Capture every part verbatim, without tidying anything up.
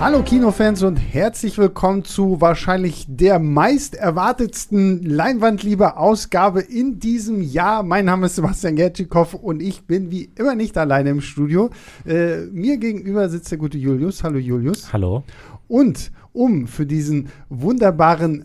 Hallo Kinofans und herzlich willkommen zu wahrscheinlich der meist erwartetsten Leinwandliebe-Ausgabe in diesem Jahr. Mein Name ist Sebastian Gertschikow und ich bin wie immer nicht alleine im Studio. Äh, mir gegenüber sitzt der gute Julius. Hallo Julius. Hallo. Und um für diesen wunderbaren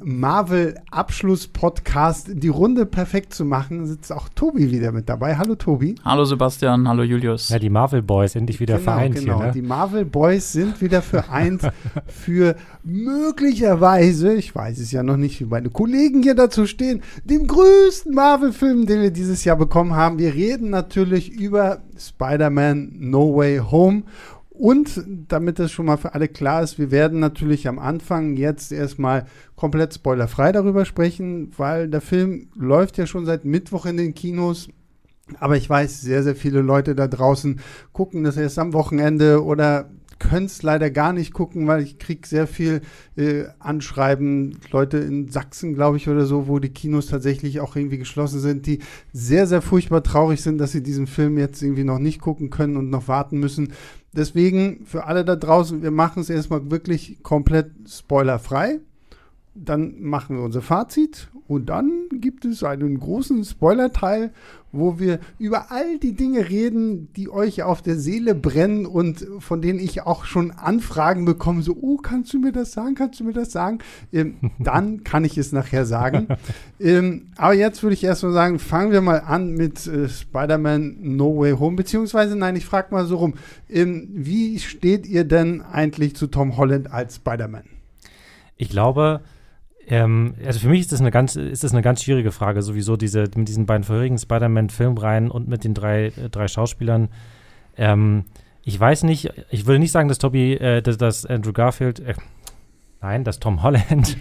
Marvel-Abschluss-Podcast die Runde perfekt zu machen, sitzt auch Tobi wieder mit dabei. Hallo Tobi. Hallo Sebastian, hallo Julius. Ja, die Marvel Boys endlich wieder genau, vereint genau. hier, ne? Die Marvel Boys sind wieder vereint für möglicherweise, ich weiß es ja noch nicht, wie meine Kollegen hier dazu stehen, dem größten Marvel-Film, den wir dieses Jahr bekommen haben. Wir reden natürlich über Spider-Man No Way Home. Und damit das schon mal für alle klar ist, wir werden natürlich am Anfang jetzt erstmal komplett spoilerfrei darüber sprechen, weil der Film läuft ja schon seit Mittwoch in den Kinos. Aber ich weiß, sehr, sehr viele Leute da draußen gucken das erst am Wochenende oder können es leider gar nicht gucken, weil ich kriege sehr viel äh, Anschreiben, Leute in Sachsen, glaube ich, oder so, wo die Kinos tatsächlich auch irgendwie geschlossen sind, die sehr, sehr furchtbar traurig sind, dass sie diesen Film jetzt irgendwie noch nicht gucken können und noch warten müssen. Deswegen, für alle da draußen, wir machen es erstmal wirklich komplett spoilerfrei. Dann machen wir unser Fazit und dann gibt es einen großen Spoiler-Teil, wo wir über all die Dinge reden, die euch auf der Seele brennen und von denen ich auch schon Anfragen bekomme, so, oh, kannst du mir das sagen, kannst du mir das sagen? Ähm, dann kann ich es nachher sagen. ähm, aber jetzt würde ich erst mal sagen, fangen wir mal an mit äh, Spider-Man No Way Home, beziehungsweise, nein, ich frage mal so rum, ähm, wie steht ihr denn eigentlich zu Tom Holland als Spider-Man? Ich glaube, ähm, also für mich ist das eine ganz, ist das eine ganz schwierige Frage, sowieso diese, mit diesen beiden vorherigen Spider-Man-Filmreihen und mit den drei, äh, drei Schauspielern. Ähm, ich weiß nicht, ich würde nicht sagen, dass Toby, äh, dass, dass Andrew Garfield, äh, nein, dass Tom Holland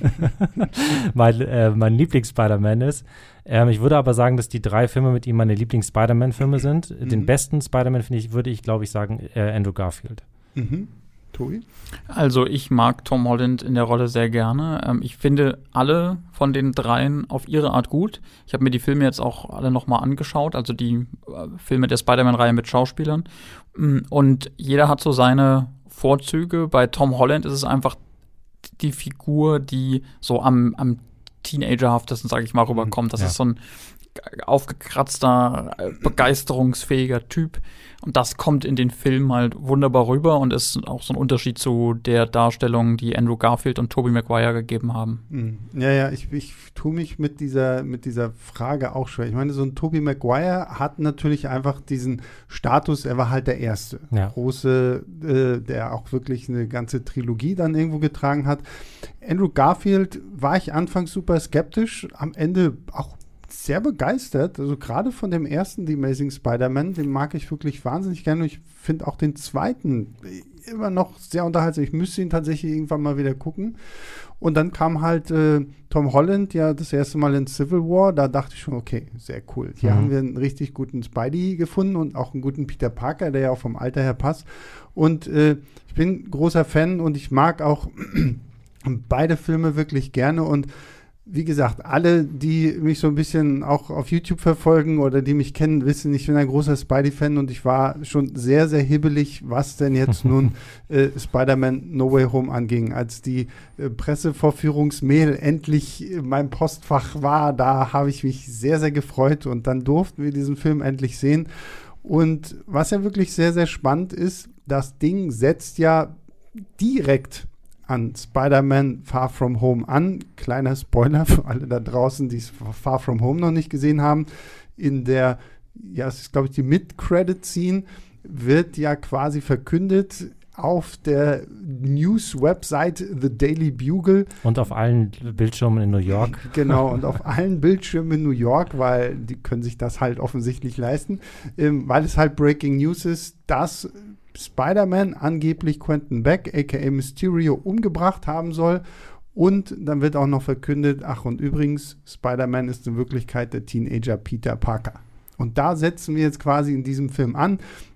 mein, äh, mein Lieblings-Spider-Man ist. Ähm, ich würde aber sagen, dass die drei Filme mit ihm meine Lieblings-Spider-Man-Filme sind. Mhm. Den besten Spider-Man, finde ich, würde ich, glaube ich, sagen, äh, Andrew Garfield. Mhm. Tobi? Also ich mag Tom Holland in der Rolle sehr gerne. Ähm, ich finde alle von den dreien auf ihre Art gut. Ich habe mir die Filme jetzt auch alle nochmal angeschaut, also die äh, Filme der Spider-Man-Reihe mit Schauspielern. Und jeder hat so seine Vorzüge. Bei Tom Holland ist es einfach die Figur, die so am, am teenagerhaftesten, sage ich mal, rüberkommt. Das ja. ist so ein aufgekratzter, begeisterungsfähiger Typ. Und das kommt in den Filmen halt wunderbar rüber und ist auch so ein Unterschied zu der Darstellung, die Andrew Garfield und Tobey Maguire gegeben haben. Ja, ja, ich, ich tue mich mit dieser, mit dieser Frage auch schwer. Ich meine, so ein Tobey Maguire hat natürlich einfach diesen Status, er war halt der Erste. Ja. Große, äh, der auch wirklich eine ganze Trilogie dann irgendwo getragen hat. Andrew Garfield war ich anfangs super skeptisch, am Ende auch sehr begeistert, also gerade von dem ersten The Amazing Spider-Man, den mag ich wirklich wahnsinnig gerne und ich finde auch den zweiten immer noch sehr unterhaltsam. Ich müsste ihn tatsächlich irgendwann mal wieder gucken. Und dann kam halt äh, Tom Holland ja das erste Mal in Civil War, da dachte ich schon, okay, sehr cool. Hier mhm. haben wir einen richtig guten Spidey gefunden und auch einen guten Peter Parker, der ja auch vom Alter her passt. Und äh, ich bin großer Fan und ich mag auch beide Filme wirklich gerne und wie gesagt, alle, die mich so ein bisschen auch auf YouTube verfolgen oder die mich kennen, wissen, ich bin ein großer Spidey-Fan und ich war schon sehr, sehr hibbelig, was denn jetzt nun äh, Spider-Man No Way Home anging. Als die äh, Pressevorführungsmail endlich in meinem Postfach war, da habe ich mich sehr, sehr gefreut und dann durften wir diesen Film endlich sehen. Und was ja wirklich sehr, sehr spannend ist, das Ding setzt ja direkt an Spider-Man Far From Home an. Kleiner Spoiler für alle da draußen, die Far From Home noch nicht gesehen haben. In der, ja, es ist, glaube ich, die Mid-Credit-Scene wird ja quasi verkündet auf der News-Website The Daily Bugle. Und auf allen Bildschirmen in New York. Genau, und auf allen Bildschirmen in New York, weil die können sich das halt offensichtlich leisten, ähm, weil es halt Breaking News ist, dass Spider-Man angeblich Quentin Beck, aka Mysterio, umgebracht haben soll. Und dann wird auch noch verkündet, ach und übrigens, Spider-Man ist in Wirklichkeit der Teenager Peter Parker. Und da setzen wir jetzt quasi in diesem Film an.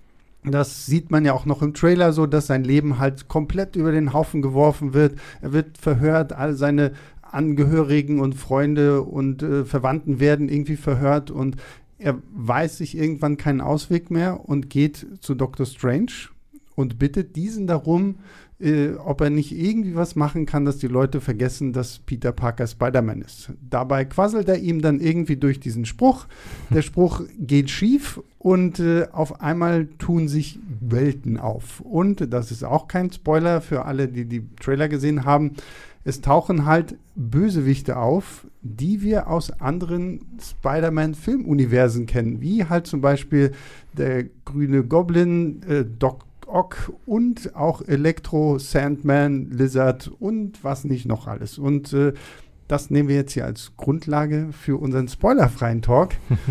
Das sieht man ja auch noch im Trailer so, dass sein Leben halt komplett über den Haufen geworfen wird. Er wird verhört, all seine Angehörigen und Freunde und äh, Verwandten werden irgendwie verhört und er weiß sich irgendwann keinen Ausweg mehr und geht zu Doctor Strange und bittet diesen darum, äh, ob er nicht irgendwie was machen kann, dass die Leute vergessen, dass Peter Parker Spider-Man ist. Dabei quasselt er ihm dann irgendwie durch diesen Spruch. Der Spruch geht schief und äh, auf einmal tun sich Welten auf. Und, das ist auch kein Spoiler für alle, die die Trailer gesehen haben, es tauchen halt Bösewichte auf, die wir aus anderen Spider-Man-Filmuniversen kennen, wie halt zum Beispiel der grüne Goblin, äh, Doc Ock und auch Electro, Sandman, Lizard und was nicht noch alles. Und äh, das nehmen wir jetzt hier als Grundlage für unseren spoilerfreien Talk.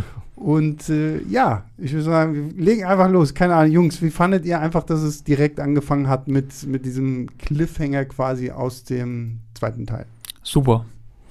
Und äh, ja, ich würde sagen, wir legen einfach los. Keine Ahnung, Jungs, wie fandet ihr einfach, dass es direkt angefangen hat mit, mit diesem Cliffhanger quasi aus dem zweiten Teil? Super.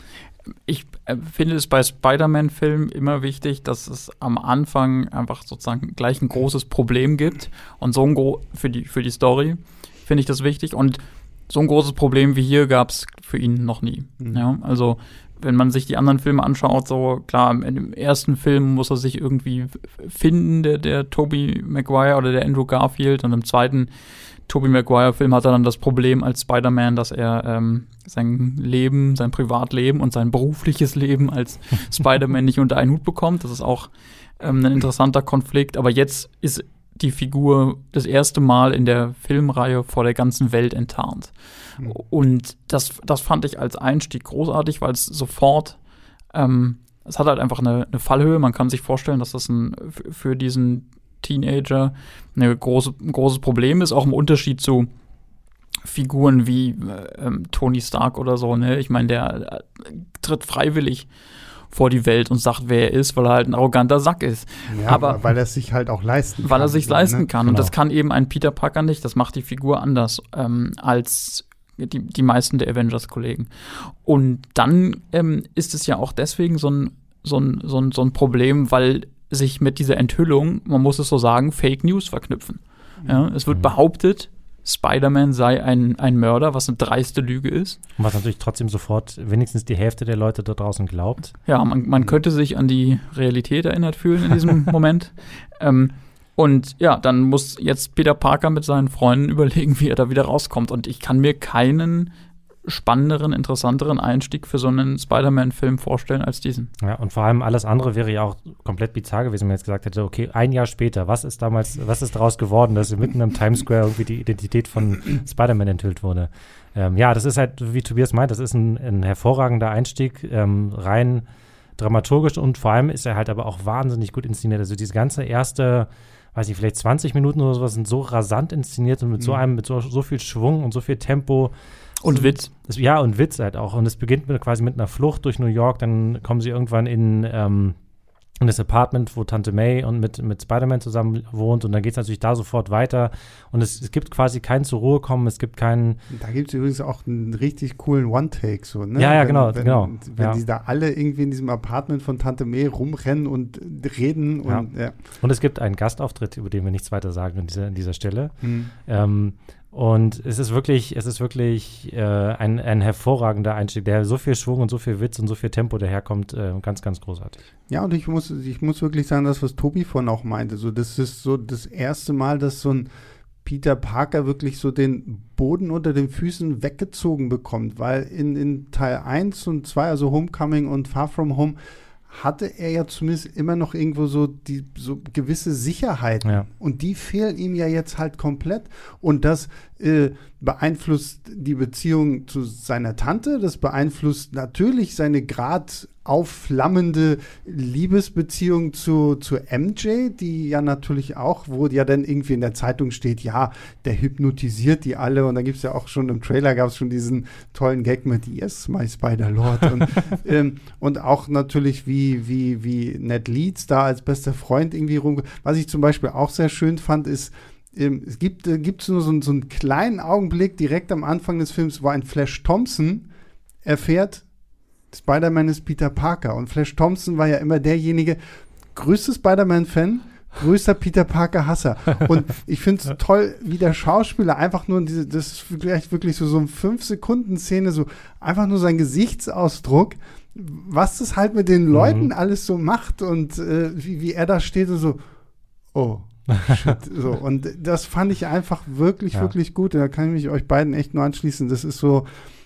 Ich äh, finde es bei Spider-Man-Filmen immer wichtig, dass es am Anfang einfach sozusagen gleich ein großes Problem gibt. Und so ein gro- für die, für die Story finde ich das wichtig. Und so ein großes Problem wie hier gab es für ihn noch nie. Mhm. Ja, also wenn man sich die anderen Filme anschaut, so klar, im ersten Film muss er sich irgendwie finden, der, der Tobey Maguire oder der Andrew Garfield. Und im zweiten Tobey Maguire-Film hat er dann das Problem als Spider-Man, dass er ähm, sein Leben, sein Privatleben und sein berufliches Leben als Spider-Man nicht unter einen Hut bekommt. Das ist auch ähm, ein interessanter Konflikt. Aber jetzt ist die Figur das erste Mal in der Filmreihe vor der ganzen Welt enttarnt. Mhm. Und das, das fand ich als Einstieg großartig, weil es sofort, ähm, es hat halt einfach eine, eine Fallhöhe. Man kann sich vorstellen, dass das ein, für diesen Teenager eine große, ein großes Problem ist, auch im Unterschied zu Figuren wie äh, Tony Stark oder so. Ne? Ich meine, der äh, tritt freiwillig vor die Welt und sagt, wer er ist, weil er halt ein arroganter Sack ist. Ja, aber weil er es sich halt auch leisten kann. Weil er sich so, leisten ne? kann. Genau. Und das kann eben ein Peter Parker nicht. Das macht die Figur anders ähm, als die, die meisten der Avengers-Kollegen. Und dann ähm, ist es ja auch deswegen so ein, so ein, so ein, so ein Problem, weil sich mit dieser Enthüllung, man muss es so sagen, Fake News verknüpfen. Ja, es wird mhm. behauptet, Spider-Man sei ein, ein Mörder, was eine dreiste Lüge ist. Und was natürlich trotzdem sofort wenigstens die Hälfte der Leute da draußen glaubt. Ja, man, man könnte sich an die Realität erinnert fühlen in diesem Moment. Ähm, und ja, dann muss jetzt Peter Parker mit seinen Freunden überlegen, wie er da wieder rauskommt. Und ich kann mir keinen spannenderen, interessanteren Einstieg für so einen Spider-Man-Film vorstellen als diesen. Ja, und vor allem alles andere wäre ja auch komplett bizarr gewesen, wenn man jetzt gesagt hätte, okay, ein Jahr später, was ist damals, was ist daraus geworden, dass mitten im Times Square irgendwie die Identität von Spider-Man enthüllt wurde. Ähm, ja, das ist halt, wie Tobias meint, das ist ein, ein hervorragender Einstieg, ähm, rein dramaturgisch und vor allem ist er halt aber auch wahnsinnig gut inszeniert. Also diese ganze erste, weiß ich, vielleicht zwanzig Minuten oder sowas sind so rasant inszeniert und mit mhm. so einem, mit so, so viel Schwung und so viel Tempo. Und so, Witz. Das, ja, und Witz halt auch. Und es beginnt mit, quasi mit einer Flucht durch New York. Dann kommen sie irgendwann in, ähm, in das Apartment, wo Tante May und mit, mit Spider-Man zusammen wohnt. Und dann geht es natürlich da sofort weiter. Und es, es gibt quasi kein zur Ruhe kommen. Es gibt keinen. Da gibt es übrigens auch einen richtig coolen One-Take. So, ne? Ja, ja, wenn, genau. Wenn, genau. wenn ja. die da alle irgendwie in diesem Apartment von Tante May rumrennen und reden. Und, ja. Ja. und es gibt einen Gastauftritt, über den wir nichts weiter sagen an dieser, an dieser Stelle. Mhm. Ähm, Und es ist wirklich, es ist wirklich äh, ein, ein hervorragender Einstieg, der so viel Schwung und so viel Witz und so viel Tempo daherkommt, äh, ganz, ganz großartig. Ja, und ich muss, ich muss wirklich sagen, das, was Tobi vorhin auch meinte, so, das ist so das erste Mal, dass so ein Peter Parker wirklich so den Boden unter den Füßen weggezogen bekommt, weil in, in Teil eins und zwei, also Homecoming und Far From Home, hatte er ja zumindest immer noch irgendwo so die so gewisse Sicherheiten. Ja. Und die fehlen ihm ja jetzt halt komplett. Und das äh, beeinflusst die Beziehung zu seiner Tante. Das beeinflusst natürlich seine grad aufflammende Liebesbeziehung zu, zu M J, die ja natürlich auch, wo ja dann irgendwie in der Zeitung steht, ja, der hypnotisiert die alle. Und da gibt es ja auch schon im Trailer, gab es schon diesen tollen Gag mit Yes, my Spider-Lord. und, ähm, und auch natürlich, wie, wie, wie Ned Leeds da als bester Freund irgendwie rum. Was ich zum Beispiel auch sehr schön fand, ist, ähm, es gibt, äh, gibt so, so, so einen kleinen Augenblick direkt am Anfang des Films, wo ein Flash Thompson erfährt, Spider-Man ist Peter Parker. Und Flash Thompson war ja immer derjenige, größter Spider-Man-Fan, größter Peter Parker-Hasser. Und ich finde es toll, wie der Schauspieler einfach nur, diese, das ist vielleicht wirklich so, so eine fünf Sekunden Szene, so einfach nur sein Gesichtsausdruck, was das halt mit den Leuten mhm. alles so macht und äh, wie, wie er da steht und so, oh, Shit. So, und das fand ich einfach wirklich, ja. wirklich gut. Da kann ich mich euch beiden echt nur anschließen. Das ist so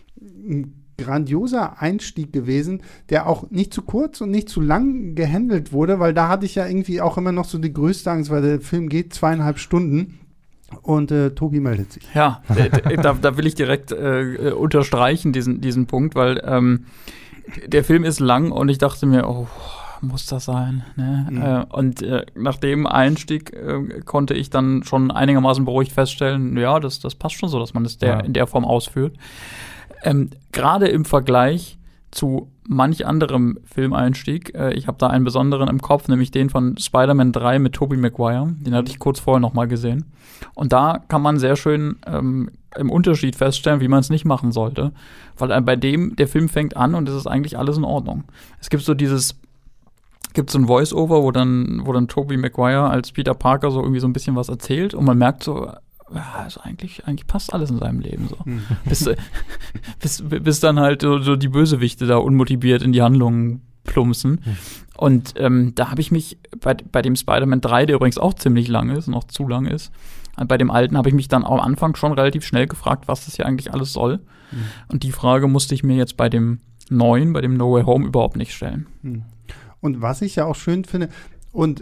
ein grandioser Einstieg gewesen, der auch nicht zu kurz und nicht zu lang gehandelt wurde, weil da hatte ich ja irgendwie auch immer noch so die größte Angst, weil der Film geht zweieinhalb Stunden. Und äh, Tobi meldet sich. Ja, da, da will ich direkt äh, unterstreichen, diesen, diesen Punkt, weil ähm, der Film ist lang und ich dachte mir, oh, muss das sein? Ne? Mhm. Äh, und äh, nach dem Einstieg äh, konnte ich dann schon einigermaßen beruhigt feststellen, ja, das, das passt schon so, dass man das der, ja. in der Form ausführt. Ähm, Gerade im Vergleich zu manch anderem Filmeinstieg. Äh, ich habe da einen besonderen im Kopf, nämlich den von Spider-Man drei mit Tobey Maguire. Den hatte ich kurz vorher noch mal gesehen. Und da kann man sehr schön ähm, im Unterschied feststellen, wie man es nicht machen sollte. Weil äh, bei dem, der Film fängt an und es ist eigentlich alles in Ordnung. Es gibt so dieses, gibt so ein Voice-Over, wo dann, wo dann Tobey Maguire als Peter Parker so irgendwie so ein bisschen was erzählt und man merkt so, ja, also eigentlich, eigentlich passt alles in seinem Leben so. Mhm. bis, bis, bis dann halt so, so die Bösewichte da unmotiviert in die Handlungen plumpsen. Mhm. Und ähm, da habe ich mich bei, bei dem Spider-Man drei, der übrigens auch ziemlich lang ist, noch zu lang ist, bei dem alten habe ich mich dann am Anfang schon relativ schnell gefragt, was das hier eigentlich alles soll. Mhm. Und die Frage musste ich mir jetzt bei dem neuen, bei dem No Way Home überhaupt nicht stellen. Mhm. Und was ich ja auch schön finde, und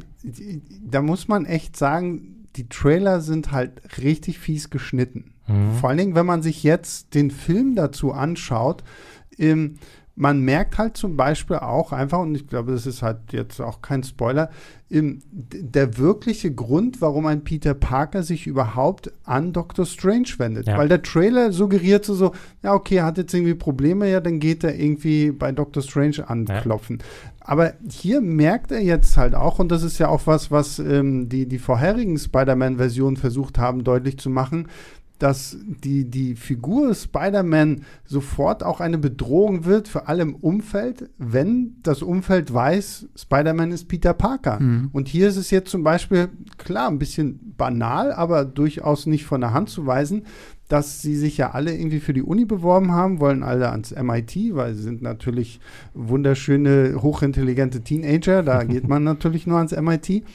da muss man echt sagen, die Trailer sind halt richtig fies geschnitten. Mhm. Vor allen Dingen, wenn man sich jetzt den Film dazu anschaut, ähm, man merkt halt zum Beispiel auch einfach, und ich glaube, das ist halt jetzt auch kein Spoiler, ähm, der wirkliche Grund, warum ein Peter Parker sich überhaupt an Doctor Strange wendet. Ja. Weil der Trailer suggeriert so, so, ja okay, er hat jetzt irgendwie Probleme, ja, dann geht er irgendwie bei Doctor Strange anklopfen. Ja. Aber hier merkt er jetzt halt auch, und das ist ja auch was, was ähm, die, die vorherigen Spider-Man-Versionen versucht haben, deutlich zu machen, dass die, die Figur Spider-Man sofort auch eine Bedrohung wird für alle im Umfeld, wenn das Umfeld weiß, Spider-Man ist Peter Parker. Mhm. Und hier ist es jetzt zum Beispiel, klar, ein bisschen banal, aber durchaus nicht von der Hand zu weisen, dass sie sich ja alle irgendwie für die Uni beworben haben, wollen alle ans M I T, weil sie sind natürlich wunderschöne, hochintelligente Teenager, da geht man natürlich nur ans M I T.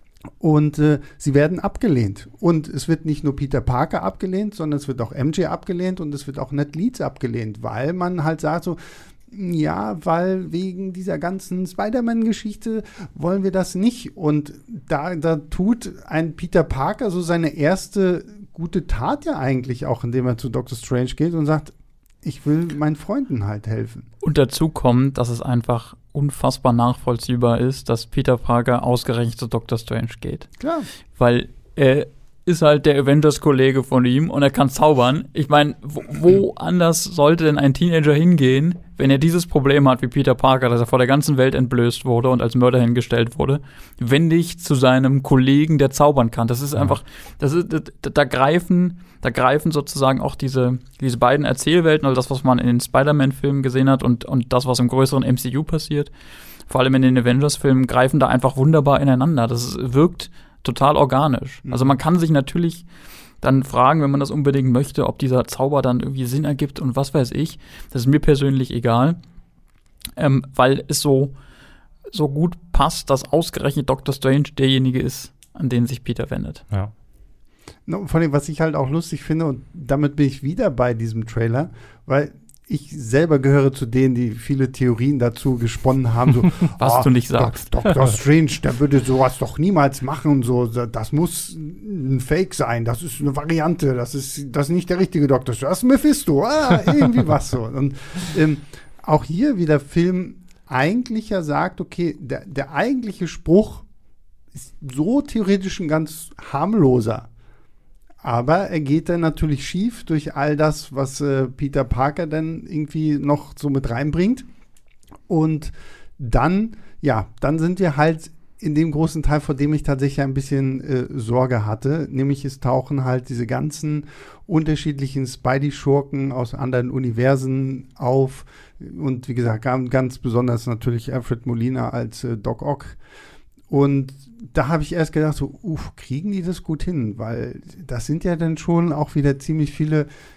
Und äh, sie werden abgelehnt. Und es wird nicht nur Peter Parker abgelehnt, sondern es wird auch M J abgelehnt und es wird auch Ned Leeds abgelehnt, weil man halt sagt so, ja, weil wegen dieser ganzen Spider-Man-Geschichte wollen wir das nicht. Und da, da tut ein Peter Parker so seine erste gute Tat ja eigentlich auch, indem er zu Doctor Strange geht und sagt, ich will meinen Freunden halt helfen. Und dazu kommt, dass es einfach unfassbar nachvollziehbar ist, dass Peter Parker ausgerechnet zu Doctor Strange geht. Klar. Weil er ist halt der Avengers-Kollege von ihm und er kann zaubern. Ich meine, wo, wo anders sollte denn ein Teenager hingehen, wenn er dieses Problem hat wie Peter Parker, dass er vor der ganzen Welt entblößt wurde und als Mörder hingestellt wurde, wenn nicht zu seinem Kollegen, der zaubern kann. Das ist einfach, das ist, da, da greifen, da greifen sozusagen auch diese, diese beiden Erzählwelten, also das, was man in den Spider-Man-Filmen gesehen hat und, und das, was im größeren M C U passiert, vor allem in den Avengers-Filmen, greifen da einfach wunderbar ineinander. Das wirkt total organisch. Mhm. Also man kann sich natürlich dann fragen, wenn man das unbedingt möchte, ob dieser Zauber dann irgendwie Sinn ergibt und was weiß ich. Das ist mir persönlich egal, ähm, weil es so, so gut passt, dass ausgerechnet Doctor Strange derjenige ist, an den sich Peter wendet. Ja. No, vor allem, was ich halt auch lustig finde, und damit bin ich wieder bei diesem Trailer, weil ich selber gehöre zu denen, die viele Theorien dazu gesponnen haben. So, was oh, du nicht sagst. Doctor Strange, der würde sowas doch niemals machen. So, das muss ein Fake sein. Das ist eine Variante. Das ist, das ist nicht der richtige Doctor Strange. Das ist Mephisto. Ah, irgendwie was so. Und ähm, auch hier, wie der Film eigentlich ja sagt, okay, der, der eigentliche Spruch ist so theoretisch ein ganz harmloser. Aber er geht dann natürlich schief durch all das, was äh, Peter Parker dann irgendwie noch so mit reinbringt. Und dann, ja, dann sind wir halt in dem großen Teil, vor dem ich tatsächlich ein bisschen äh, Sorge hatte. Nämlich es tauchen halt diese ganzen unterschiedlichen Spidey-Schurken aus anderen Universen auf. Und wie gesagt, ganz besonders natürlich Alfred Molina als äh, Doc Ock. Und da habe ich erst gedacht, so, uff, kriegen die das gut hin? Weil das sind ja dann schon auch wieder ziemlich viele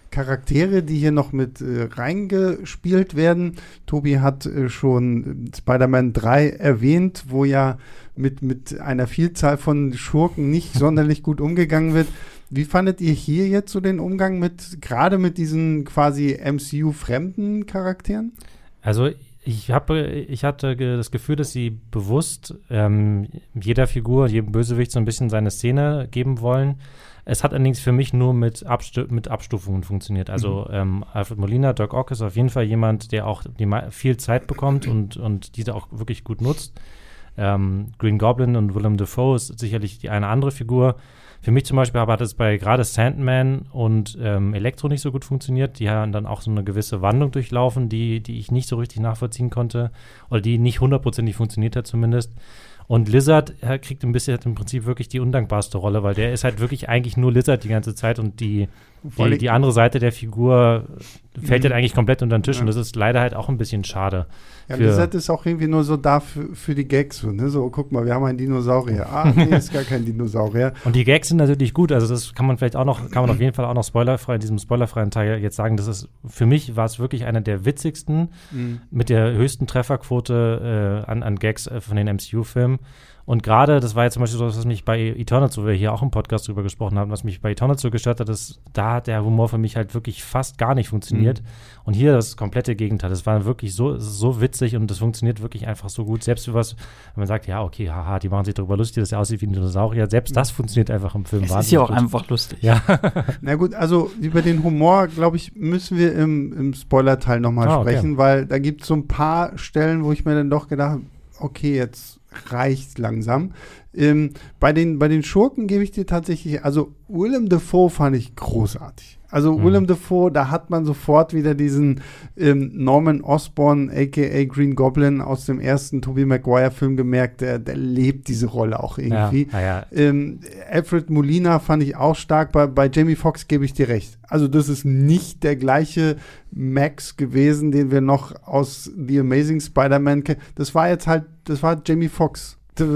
Charaktere, die hier noch mit äh, reingespielt werden. Tobi hat äh, schon Spider-Man drei erwähnt, wo ja mit, mit einer Vielzahl von Schurken nicht sonderlich gut umgegangen wird. Wie fandet ihr hier jetzt so den Umgang mit, gerade mit diesen quasi M C U-fremden Charakteren? Also ich habe, ich hatte das Gefühl, dass sie bewusst ähm, jeder Figur, jedem Bösewicht so ein bisschen seine Szene geben wollen. Es hat allerdings für mich nur mit, Abstu- mit Abstufungen funktioniert. Also mhm. ähm, Alfred Molina, Doc Ock ist auf jeden Fall jemand, der auch die ma- viel Zeit bekommt und, und diese auch wirklich gut nutzt. Ähm, Green Goblin und Willem Dafoe ist sicherlich die eine andere Figur. Für mich zum Beispiel aber hat es bei gerade Sandman und ähm, Elektro nicht so gut funktioniert. Die haben dann auch so eine gewisse Wandlung durchlaufen, die, die ich nicht so richtig nachvollziehen konnte oder die nicht hundertprozentig funktioniert hat zumindest. Und Lizard er kriegt ein bisschen im Prinzip wirklich die undankbarste Rolle, weil der ist halt wirklich eigentlich nur Lizard die ganze Zeit und die, die, die andere Seite der Figur fällt mhm. halt eigentlich komplett unter den Tisch ja. und das ist leider halt auch ein bisschen schade. Ja, Lizard ist auch irgendwie nur so da für, für die Gags. So, ne? So, guck mal, wir haben einen Dinosaurier. Ah, nee, ist gar kein Dinosaurier. Und die Gags sind natürlich gut. Also das kann man vielleicht auch noch, kann man auf jeden Fall auch noch spoilerfrei, in diesem spoilerfreien Teil jetzt sagen, das ist, für mich war es wirklich einer der witzigsten mhm. mit der höchsten Trefferquote äh, an, an Gags äh, von den M C U-Filmen. Und gerade, das war jetzt zum Beispiel so, was mich bei Eternals, wo wir hier auch im Podcast drüber gesprochen haben, was mich bei Eternals so gestört hat, ist, da hat der Humor für mich halt wirklich fast gar nicht funktioniert. Mhm. Und hier das komplette Gegenteil. Es war wirklich so, so witzig und das funktioniert wirklich einfach so gut. Selbst für was, wenn man sagt, ja, okay, haha, die machen sich darüber lustig, dass er aussieht wie ein Dinosaurier. Selbst das funktioniert einfach im Film. Es ist ja auch gut. Einfach lustig. Ja. Na gut, also über den Humor, glaube ich, müssen wir im, im Spoiler-Teil nochmal ah, sprechen, okay. weil da gibt es so ein paar Stellen, wo ich mir dann doch gedacht habe, okay, jetzt reicht langsam. Ähm, bei, den, bei den Schurken gebe ich dir tatsächlich, also Willem Dafoe fand ich großartig. Also mhm. Willem Dafoe, da hat man sofort wieder diesen ähm, Norman Osborn, aka Green Goblin aus dem ersten Tobey Maguire-Film gemerkt, der, der lebt diese Rolle auch irgendwie. Ja, ja. Ähm, Alfred Molina fand ich auch stark, bei, bei Jamie Foxx gebe ich dir recht. Also das ist nicht der gleiche Max gewesen, den wir noch aus The Amazing Spider-Man kennen. Das war jetzt halt, das war Jamie Foxx.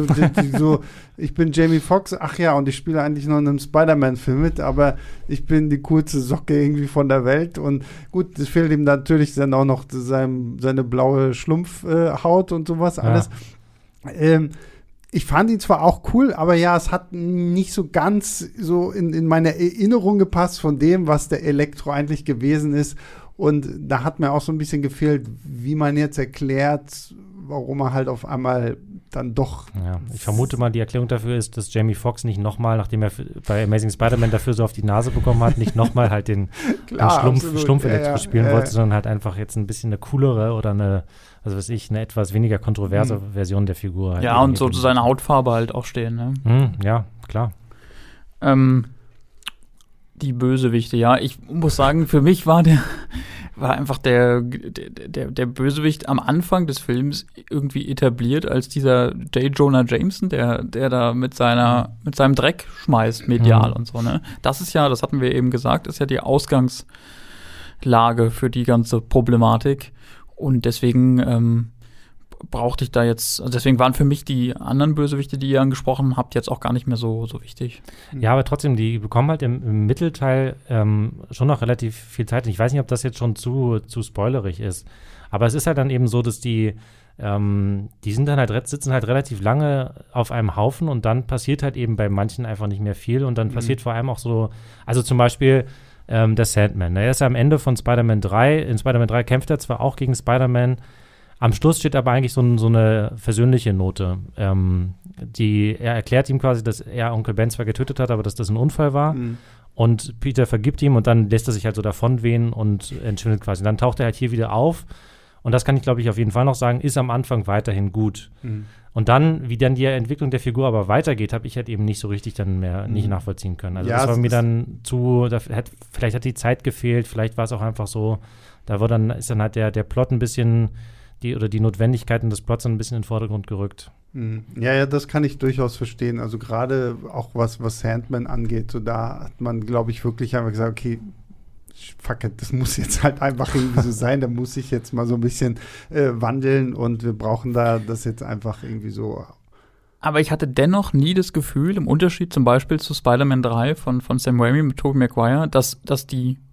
So, ich bin Jamie Foxx, ach ja, und ich spiele eigentlich noch in einem Spider-Man-Film mit, aber ich bin die coolste Socke irgendwie von der Welt und gut, es fehlt ihm natürlich dann auch noch sein, seine blaue Schlumpfhaut äh, und sowas alles. Ja. Ähm, ich fand ihn zwar auch cool, aber ja, es hat nicht so ganz so in, in meine Erinnerung gepasst von dem, was der Elektro eigentlich gewesen ist und da hat mir auch so ein bisschen gefehlt, wie man jetzt erklärt, warum er halt auf einmal dann doch. Ja, ich vermute mal, die Erklärung dafür ist, dass Jamie Foxx nicht nochmal, nachdem er bei Amazing Spider-Man dafür so auf die Nase bekommen hat, nicht nochmal halt den, Klar, den Schlumpf, Schlumpf-Elektro ja, ja, spielen ja, wollte, ja. sondern halt einfach jetzt ein bisschen eine coolere oder eine, also weiß ich, eine etwas weniger kontroverse mhm. Version der Figur. Halt ja, und so zu seiner Hautfarbe halt auch stehen, ne? Mhm, ja, klar. Ähm, die Bösewichte, ja. Ich muss sagen, für mich war der war einfach der, der, der Bösewicht am Anfang des Films irgendwie etabliert als dieser J. Jonah Jameson, der, der da mit seiner, mit seinem Dreck schmeißt, medial mhm. und so, ne? Das ist ja, das hatten wir eben gesagt, ist ja die Ausgangslage für die ganze Problematik. Und deswegen ähm, brauchte ich da jetzt, also deswegen waren für mich die anderen Bösewichte, die ihr angesprochen habt, jetzt auch gar nicht mehr so, so wichtig. Ja, aber trotzdem, die bekommen halt im, im Mittelteil ähm, schon noch relativ viel Zeit. Ich weiß nicht, ob das jetzt schon zu, zu spoilerig ist. Aber es ist halt dann eben so, dass die, ähm, die sind dann halt, sitzen halt relativ lange auf einem Haufen und dann passiert halt eben bei manchen einfach nicht mehr viel. Und dann mhm. passiert vor allem auch so, also zum Beispiel ähm, der Sandman. Er ist ja am Ende von Spider-Man drei. In Spider-Man drei kämpft er zwar auch gegen Spider-Man. Am Schluss steht aber eigentlich so, so eine versöhnliche Note. Ähm, die, er erklärt ihm quasi, dass er Onkel Ben zwar getötet hat, aber dass das ein Unfall war. Mhm. Und Peter vergibt ihm und dann lässt er sich halt so davonwehen und entschwindet quasi. Und dann taucht er halt hier wieder auf. Und das kann ich, glaube ich, auf jeden Fall noch sagen, ist am Anfang weiterhin gut. Mhm. Und dann, wie dann die Entwicklung der Figur aber weitergeht, habe ich halt eben nicht so richtig dann mehr mhm. nicht nachvollziehen können. Also ja, das war mir dann zu, da hat, vielleicht hat die Zeit gefehlt, vielleicht war es auch einfach so, da war dann, ist dann halt der, der Plot ein bisschen die oder die Notwendigkeiten des Plots ein bisschen in den Vordergrund gerückt. Ja, ja, das kann ich durchaus verstehen. Also gerade auch was, was Sandman angeht, so da hat man, glaube ich, wirklich einfach gesagt, okay, fuck it, das muss jetzt halt einfach irgendwie so sein, da muss ich jetzt mal so ein bisschen äh, wandeln und wir brauchen da das jetzt einfach irgendwie so. Aber ich hatte dennoch nie das Gefühl, im Unterschied zum Beispiel zu Spider-Man drei von, von Sam Raimi mit Tobey Maguire, dass, dass die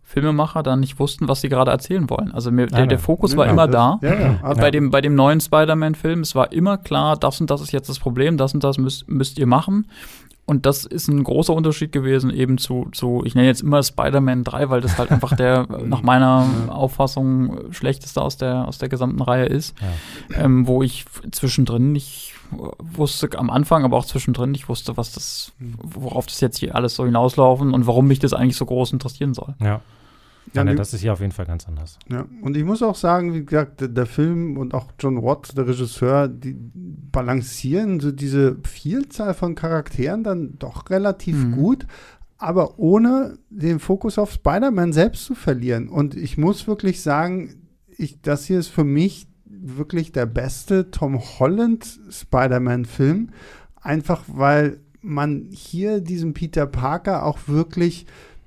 Filmemacher dann nicht wussten, was sie gerade erzählen wollen. Also mir, der, Nein, der Fokus nein, war nein, immer das, da. Ja, ja, also bei, dem, bei dem neuen Spider-Man-Film, es war immer klar, das und das ist jetzt das Problem, das und das müsst, müsst ihr machen. Und das ist ein großer Unterschied gewesen eben zu, zu ich nenne jetzt immer Spider-Man drei, weil das halt einfach der nach meiner Auffassung schlechteste aus der, aus der gesamten Reihe ist. Ja. Ähm, wo ich zwischendrin nicht wusste, am Anfang, aber auch zwischendrin nicht wusste, was das, worauf das jetzt hier alles so hinauslaufen und warum mich das eigentlich so groß interessieren soll. Ja. Ja, nee, das ist hier auf jeden Fall ganz anders. Ja, und ich muss auch sagen, wie gesagt, der, der Film und auch John Watts, der Regisseur, die balancieren so diese Vielzahl von Charakteren dann doch relativ mhm. gut, aber ohne den Fokus auf Spider-Man selbst zu verlieren. Und ich muss wirklich sagen, ich, das hier ist für mich wirklich der beste Tom Holland Spider-Man-Film, einfach weil man hier diesem Peter Parker auch wirklich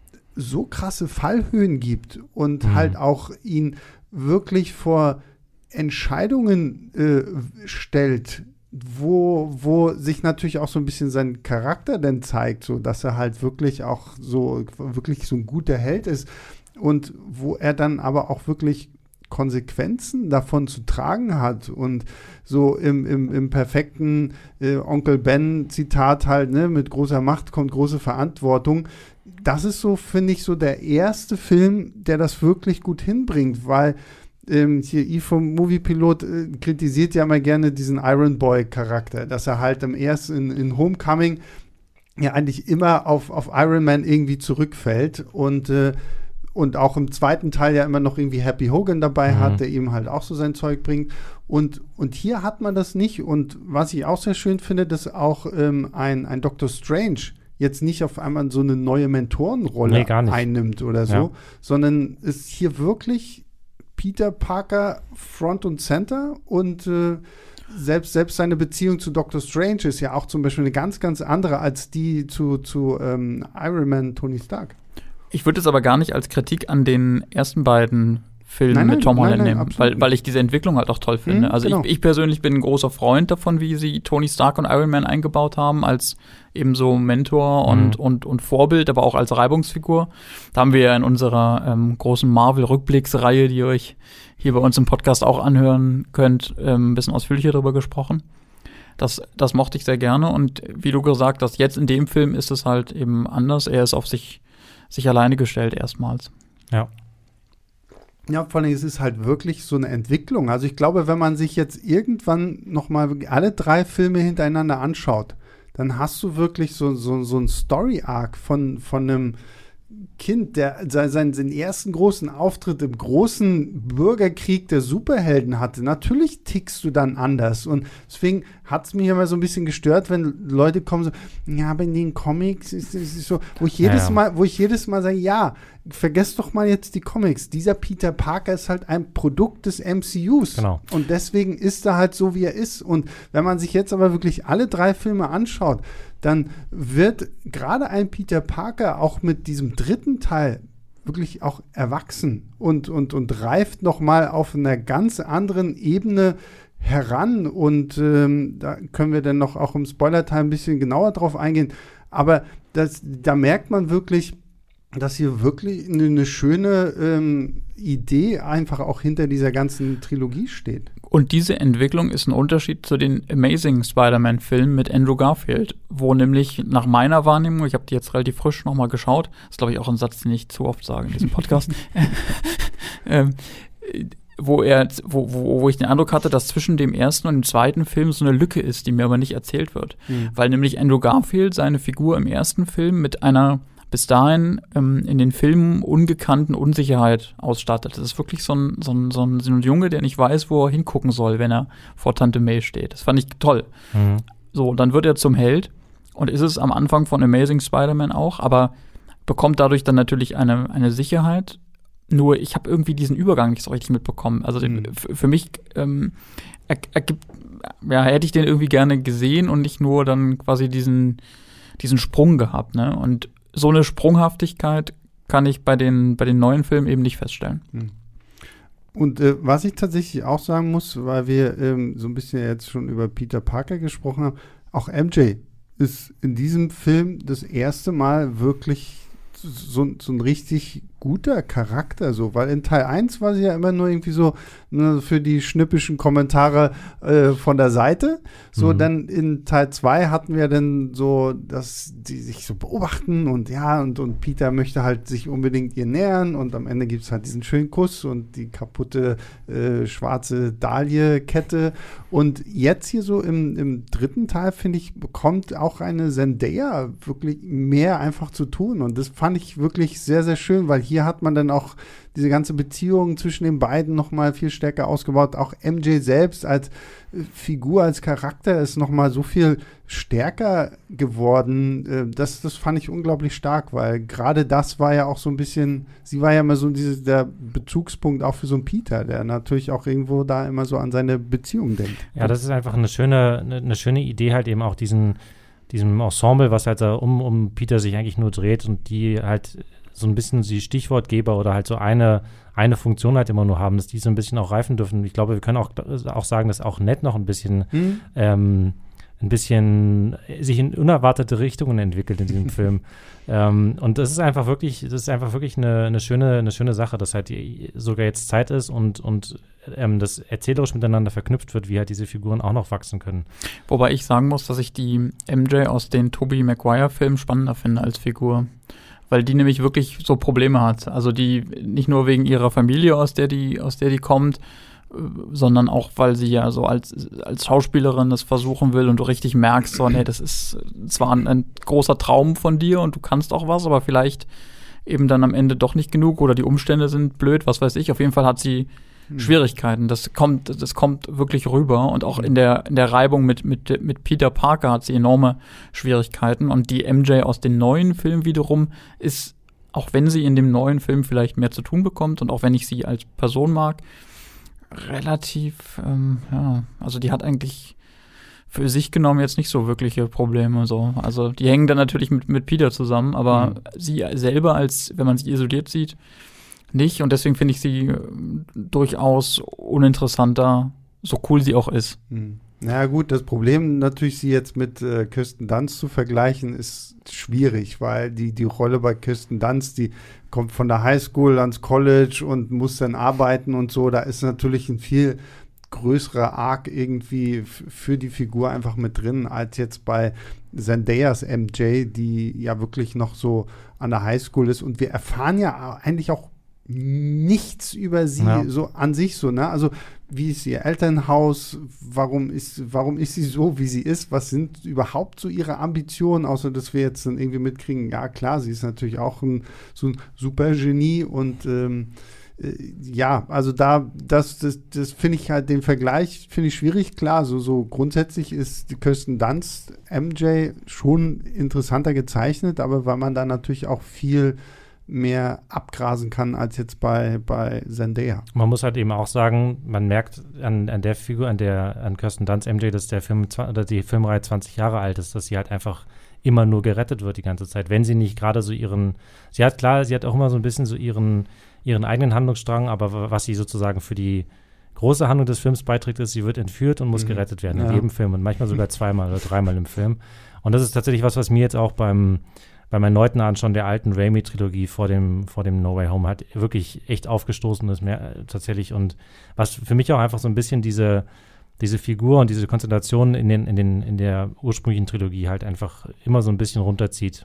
so krasse Fallhöhen gibt und mhm. halt auch ihn wirklich vor Entscheidungen äh, stellt, wo, wo sich natürlich auch so ein bisschen sein Charakter dann zeigt, so dass er halt wirklich auch so wirklich so ein guter Held ist und wo er dann aber auch wirklich Konsequenzen davon zu tragen hat und so im, im, im perfekten äh, Onkel Ben-Zitat halt, ne, mit großer Macht kommt große Verantwortung. Das ist so, finde ich, so der erste Film, der das wirklich gut hinbringt, weil ähm, hier Yves vom Moviepilot äh, kritisiert ja mal gerne diesen Iron Boy-Charakter, dass er halt im ersten, in, in Homecoming ja eigentlich immer auf, auf Iron Man irgendwie zurückfällt und äh, und auch im zweiten Teil ja immer noch irgendwie Happy Hogan dabei mhm. hat, der ihm halt auch so sein Zeug bringt. Und, und hier hat man das nicht. Und was ich auch sehr schön finde, dass auch ähm, ein, ein Doctor Strange jetzt nicht auf einmal so eine neue Mentorenrolle nee, gar nicht. einnimmt oder so, ja. sondern ist hier wirklich Peter Parker Front und Center und äh, selbst, selbst seine Beziehung zu Doctor Strange ist ja auch zum Beispiel eine ganz, ganz andere als die zu, zu ähm, Iron Man Tony Stark. Ich würde es aber gar nicht als Kritik an den ersten beiden Filmen nein, nein, mit Tom Holland nein, nein, nehmen, weil, weil ich diese Entwicklung halt auch toll finde. Mhm, also genau. ich, ich persönlich bin ein großer Freund davon, wie sie Tony Stark und Iron Man eingebaut haben, als eben so Mentor und, mhm. und, und Vorbild, aber auch als Reibungsfigur. Da haben wir ja in unserer ähm, großen Marvel-Rückblicksreihe, die ihr euch hier bei uns im Podcast auch anhören könnt, ähm, ein bisschen ausführlicher darüber gesprochen. Das, das mochte ich sehr gerne und wie du gesagt hast, jetzt in dem Film ist es halt eben anders. Er ist auf sich sich alleine gestellt erstmals. Ja. Ja, vor allem es ist halt wirklich so eine Entwicklung. Also ich glaube, wenn man sich jetzt irgendwann noch mal alle drei Filme hintereinander anschaut, dann hast du wirklich so, so, so ein Story-Arc von, von einem Kind, der seinen, seinen ersten großen Auftritt im großen Bürgerkrieg der Superhelden hatte. Natürlich tickst du dann anders. Und deswegen hat es mich immer so ein bisschen gestört, wenn Leute kommen so, ja, aber in den Comics ist es so, wo ich jedes ja, ja. Mal, wo ich jedes Mal sage, ja, vergesst doch mal jetzt die Comics. Dieser Peter Parker ist halt ein Produkt des M C Us. Genau. Und deswegen ist er halt so, wie er ist. Und wenn man sich jetzt aber wirklich alle drei Filme anschaut, dann wird gerade ein Peter Parker auch mit diesem dritten Teil wirklich auch erwachsen und, und, und reift noch mal auf einer ganz anderen Ebene heran. Und ähm, da können wir dann noch auch im Spoiler-Teil ein bisschen genauer drauf eingehen. Aber das, da merkt man wirklich, dass hier wirklich eine, eine schöne ähm, Idee einfach auch hinter dieser ganzen Trilogie steht. Und diese Entwicklung ist ein Unterschied zu den Amazing Spider-Man-Filmen mit Andrew Garfield, wo nämlich nach meiner Wahrnehmung, ich habe die jetzt relativ frisch nochmal geschaut, das ist, glaube ich, auch ein Satz, den ich zu oft sage in diesem Podcast, ähm, wo er, wo, wo, wo ich den Eindruck hatte, dass zwischen dem ersten und dem zweiten Film so eine Lücke ist, die mir aber nicht erzählt wird. Mhm. Weil nämlich Andrew Garfield seine Figur im ersten Film mit einer bis dahin ähm, in den Filmen ungekannten Unsicherheit ausstattet. Das ist wirklich so ein, so, ein, so, ein, so ein Junge, der nicht weiß, wo er hingucken soll, wenn er vor Tante May steht. Das fand ich toll. Mhm. So, dann wird er zum Held und ist es am Anfang von Amazing Spider-Man auch, aber bekommt dadurch dann natürlich eine, eine Sicherheit. Nur ich habe irgendwie diesen Übergang nicht so richtig mitbekommen. Also mhm. f- für mich ähm, ergibt, ja, hätte ich den irgendwie gerne gesehen und nicht nur dann quasi diesen, diesen Sprung gehabt, ne? Und so eine Sprunghaftigkeit kann ich bei den, bei den neuen Filmen eben nicht feststellen. Und äh, was ich tatsächlich auch sagen muss, weil wir ähm, so ein bisschen jetzt schon über Peter Parker gesprochen haben, auch M J ist in diesem Film das erste Mal wirklich so, so ein richtig guter Charakter, so, weil in Teil eins war sie ja immer nur irgendwie so ne, für die schnippischen Kommentare äh, von der Seite. So, mhm. dann in Teil zwei hatten wir dann so, dass die sich so beobachten und ja, und, und Peter möchte halt sich unbedingt ihr nähern und am Ende gibt es halt diesen schönen Kuss und die kaputte äh, schwarze Dahlie-Kette. Und jetzt hier so im, im dritten Teil, finde ich, bekommt auch eine Zendaya wirklich mehr einfach zu tun. Und das fand ich wirklich sehr, sehr schön, weil hier hat man dann auch diese ganze Beziehung zwischen den beiden noch mal viel stärker ausgebaut. Auch M J selbst als äh, Figur, als Charakter ist noch mal so viel stärker geworden. Äh, das, das fand ich unglaublich stark, weil gerade das war ja auch so ein bisschen, sie war ja immer so diese, der Bezugspunkt auch für so einen Peter, der natürlich auch irgendwo da immer so an seine Beziehung denkt. Ja, das ist einfach eine schöne, eine, eine schöne Idee, halt eben auch diesen, diesem Ensemble, was halt da um, um Peter sich eigentlich nur dreht und die halt so ein bisschen die Stichwortgeber oder halt so eine, eine Funktion halt immer nur haben, dass die so ein bisschen auch reifen dürfen. Ich glaube, wir können auch, auch sagen, dass auch Ned noch ein bisschen hm. ähm, ein bisschen sich in unerwartete Richtungen entwickelt in diesem Film. Ähm, und das ist einfach wirklich, das ist einfach wirklich eine, eine schöne, eine schöne Sache, dass halt die, sogar jetzt Zeit ist und, und ähm, das erzählerisch miteinander verknüpft wird, wie halt diese Figuren auch noch wachsen können. Wobei ich sagen muss, dass ich die M J aus den Tobey Maguire-Filmen spannender finde als Figur. Weil die nämlich wirklich so Probleme hat. Also die nicht nur wegen ihrer Familie, aus der die, aus der die kommt, sondern auch, weil sie ja so als, als Schauspielerin das versuchen will und du richtig merkst, so, nee, das ist zwar ein, ein großer Traum von dir und du kannst auch was, aber vielleicht eben dann am Ende doch nicht genug oder die Umstände sind blöd, was weiß ich. Auf jeden Fall hat sie Schwierigkeiten. Das kommt, das kommt wirklich rüber und auch in der, in der Reibung mit, mit, mit Peter Parker hat sie enorme Schwierigkeiten und die M J aus den neuen Filmen wiederum ist, auch wenn sie in dem neuen Film vielleicht mehr zu tun bekommt und auch wenn ich sie als Person mag, relativ, ähm, ja, also die hat eigentlich für sich genommen jetzt nicht so wirkliche Probleme, so. Also die hängen dann natürlich mit, mit Peter zusammen, aber mhm. sie selber als, wenn man sie isoliert sieht, nicht und deswegen finde ich sie äh, durchaus uninteressanter, so cool sie auch ist. Hm. Na gut, das Problem natürlich, sie jetzt mit äh, Kirsten Dunst zu vergleichen, ist schwierig, weil die, die Rolle bei Kirsten Dunst, die kommt von der Highschool ans College und muss dann arbeiten und so, da ist natürlich ein viel größerer Arc irgendwie f- für die Figur einfach mit drin, als jetzt bei Zendayas M J, die ja wirklich noch so an der Highschool ist und wir erfahren ja eigentlich auch nichts über sie ja. so an sich so, ne? Also wie ist ihr Elternhaus, warum ist, warum ist sie so, wie sie ist, was sind überhaupt so ihre Ambitionen, außer dass wir jetzt dann irgendwie mitkriegen, ja klar, sie ist natürlich auch ein, so ein super Genie und ähm, äh, ja, also da, das, das, das finde ich halt, den Vergleich finde ich schwierig, klar, so, so grundsätzlich ist die Kirsten Dunst M J schon interessanter gezeichnet, aber weil man da natürlich auch viel mehr abgrasen kann als jetzt bei, bei Zendaya. Man muss halt eben auch sagen, man merkt an, an der Figur, an der an Kirsten Dunst M J, dass der Film oder die Filmreihe zwanzig Jahre alt ist, dass sie halt einfach immer nur gerettet wird die ganze Zeit, wenn sie nicht gerade so ihren, sie hat klar, sie hat auch immer so ein bisschen so ihren, ihren eigenen Handlungsstrang, aber was sie sozusagen für die große Handlung des Films beiträgt, ist, sie wird entführt und muss mhm. gerettet werden, in ja. jedem Film und manchmal sogar zweimal oder dreimal im Film. Und das ist tatsächlich was, was mir jetzt auch beim beim erneuten Anschauen der alten Raimi-Trilogie vor dem, vor dem No Way Home hat wirklich echt aufgestoßen ist mehr äh, tatsächlich und was für mich auch einfach so ein bisschen diese, diese Figur und diese Konzentration in, den, in, den, in der ursprünglichen Trilogie halt einfach immer so ein bisschen runterzieht.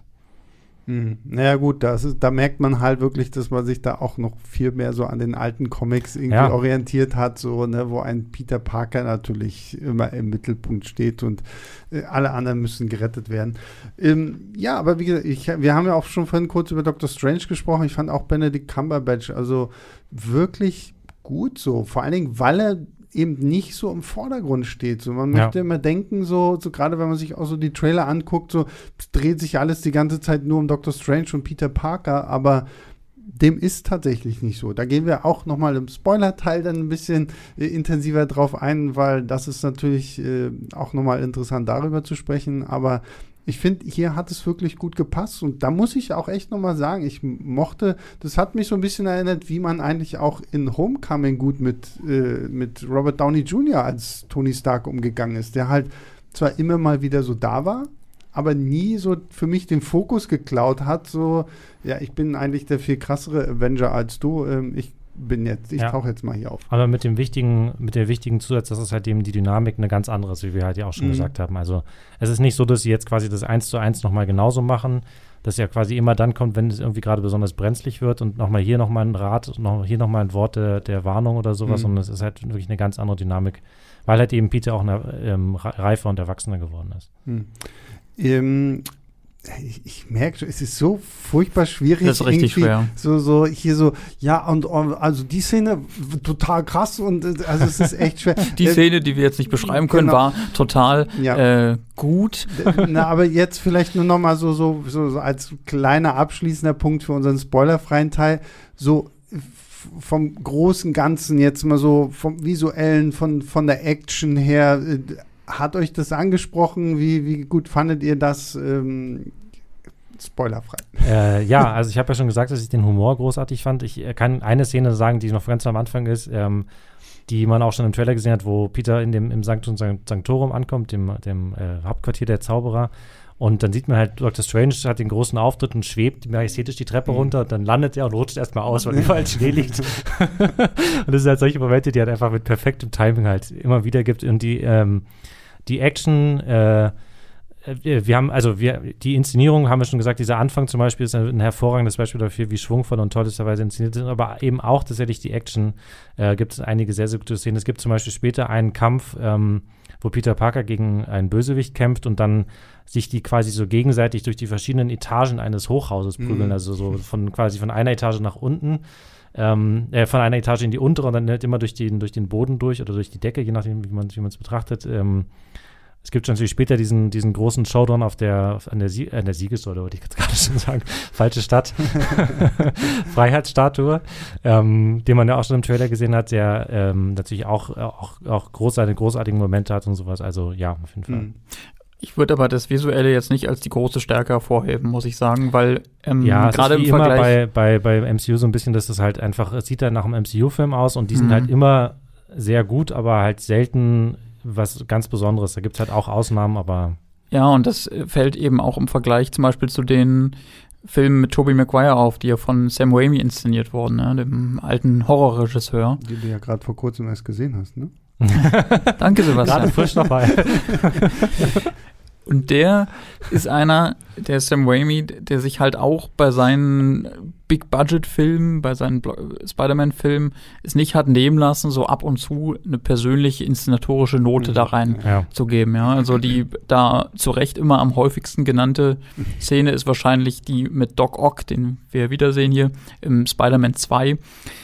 Hm. Naja gut, das ist, da merkt man halt wirklich, dass man sich da auch noch viel mehr so an den alten Comics irgendwie ja. orientiert hat, so, ne, wo ein Peter Parker natürlich immer im Mittelpunkt steht und äh, alle anderen müssen gerettet werden. Ähm, ja, aber wie gesagt, ich, wir haben ja auch schon vorhin kurz über Doctor Strange gesprochen. Ich fand auch Benedict Cumberbatch also wirklich gut so, vor allen Dingen, weil er eben nicht so im Vordergrund steht. So, man ja. möchte immer denken, so, so gerade wenn man sich auch so die Trailer anguckt, so es dreht sich alles die ganze Zeit nur um Doctor Strange und Peter Parker, aber dem ist tatsächlich nicht so. Da gehen wir auch nochmal im Spoiler-Teil dann ein bisschen äh, intensiver drauf ein, weil das ist natürlich äh, auch nochmal interessant, darüber zu sprechen, aber ich finde, hier hat es wirklich gut gepasst und da muss ich auch echt nochmal sagen, ich mochte, das hat mich so ein bisschen erinnert, wie man eigentlich auch in Homecoming gut mit, äh, mit Robert Downey Junior als Tony Stark umgegangen ist, der halt zwar immer mal wieder so da war, aber nie so für mich den Fokus geklaut hat, so, ja, ich bin eigentlich der viel krassere Avenger als du, ähm, ich bin jetzt, ich ja. tauche jetzt mal hier auf. Aber mit dem wichtigen, mit der wichtigen Zusatz, dass es halt eben die Dynamik eine ganz andere ist, wie wir halt ja auch schon mhm. gesagt haben. Also es ist nicht so, dass sie jetzt quasi das eins zu eins nochmal genauso machen, dass ja quasi immer dann kommt, wenn es irgendwie gerade besonders brenzlig wird und nochmal hier nochmal ein Rat, noch, hier nochmal ein Wort der, der Warnung oder sowas, mhm. und es ist halt wirklich eine ganz andere Dynamik, weil halt eben Peter auch eine, ähm, reifer und erwachsener geworden ist. Mhm. Ähm, Ich, ich merke schon, es ist so furchtbar schwierig. Das ist richtig schwer. So, so, hier so, ja, und also die Szene, total krass und also es ist echt schwer. Die Szene, die wir jetzt nicht beschreiben können, genau. war total ja. äh, gut. Na, aber jetzt vielleicht nur noch mal so, so, so, so als kleiner abschließender Punkt für unseren spoilerfreien Teil, so vom großen Ganzen jetzt mal so, vom Visuellen, von, von der Action her, hat euch das angesprochen? Wie, wie gut fandet ihr das? Ähm, spoilerfrei. Äh, ja, also ich habe ja schon gesagt, dass ich den Humor großartig fand. Ich kann eine Szene sagen, die noch ganz am Anfang ist, ähm, die man auch schon im Trailer gesehen hat, wo Peter in dem, im Sanctum Sanctorum ankommt, dem, dem äh, Hauptquartier der Zauberer. Und dann sieht man halt, Doctor Strange hat den großen Auftritt und schwebt majestätisch die Treppe mhm. runter und dann landet er und rutscht erstmal aus, weil überall Schnee liegt. Und das sind halt solche Momente, die halt einfach mit perfektem Timing halt immer wieder gibt. Und die, ähm, die Action, äh, wir haben, also wir, die Inszenierung, haben wir schon gesagt, dieser Anfang zum Beispiel ist ein hervorragendes Beispiel dafür, wie schwungvoll und tollsterweise inszeniert ist, aber eben auch tatsächlich die Action, äh, gibt es einige sehr, sehr gute Szenen. Es gibt zum Beispiel später einen Kampf, ähm, wo Peter Parker gegen einen Bösewicht kämpft und dann sich die quasi so gegenseitig durch die verschiedenen Etagen eines Hochhauses prügeln, mhm. also so von quasi von einer Etage nach unten, ähm, äh, von einer Etage in die untere und dann halt immer durch den, durch den Boden durch oder durch die Decke, je nachdem, wie man es betrachtet. Ähm, es gibt schon natürlich später diesen, diesen großen Showdown auf der, an der, Sie- an der Siegessäule, wollte ich jetzt gerade schon sagen, falsche Stadt, Freiheitsstatue, ähm, den man ja auch schon im Trailer gesehen hat, der ähm, natürlich auch, auch, auch großartige, großartige Momente hat und sowas, also ja, auf jeden Fall. Mhm. Ich würde aber das Visuelle jetzt nicht als die große Stärke hervorheben, muss ich sagen, weil ähm, ja, gerade im immer Vergleich bei, bei, bei M C U so ein bisschen, dass es halt einfach, es sieht halt nach einem M C U-Film aus und die sind mhm. halt immer sehr gut, aber halt selten was ganz Besonderes. Da gibt es halt auch Ausnahmen, aber ja, und das fällt eben auch im Vergleich zum Beispiel zu den Filmen mit Tobey Maguire auf, die ja von Sam Raimi inszeniert wurden, ne, dem alten Horrorregisseur. Die du ja gerade vor kurzem erst gesehen hast, ne? Danke, Sebastian. Gerade frisch dabei. Und der ist einer, der Sam Raimi, der sich halt auch bei seinen Big-Budget-Filmen, bei seinen Spider-Man-Filmen es nicht hat nehmen lassen, so ab und zu eine persönliche inszenatorische Note da rein ja. zu geben. Ja. Also die da zu Recht immer am häufigsten genannte Szene ist wahrscheinlich die mit Doc Ock, den wir wiedersehen hier im Spider-Man zwei,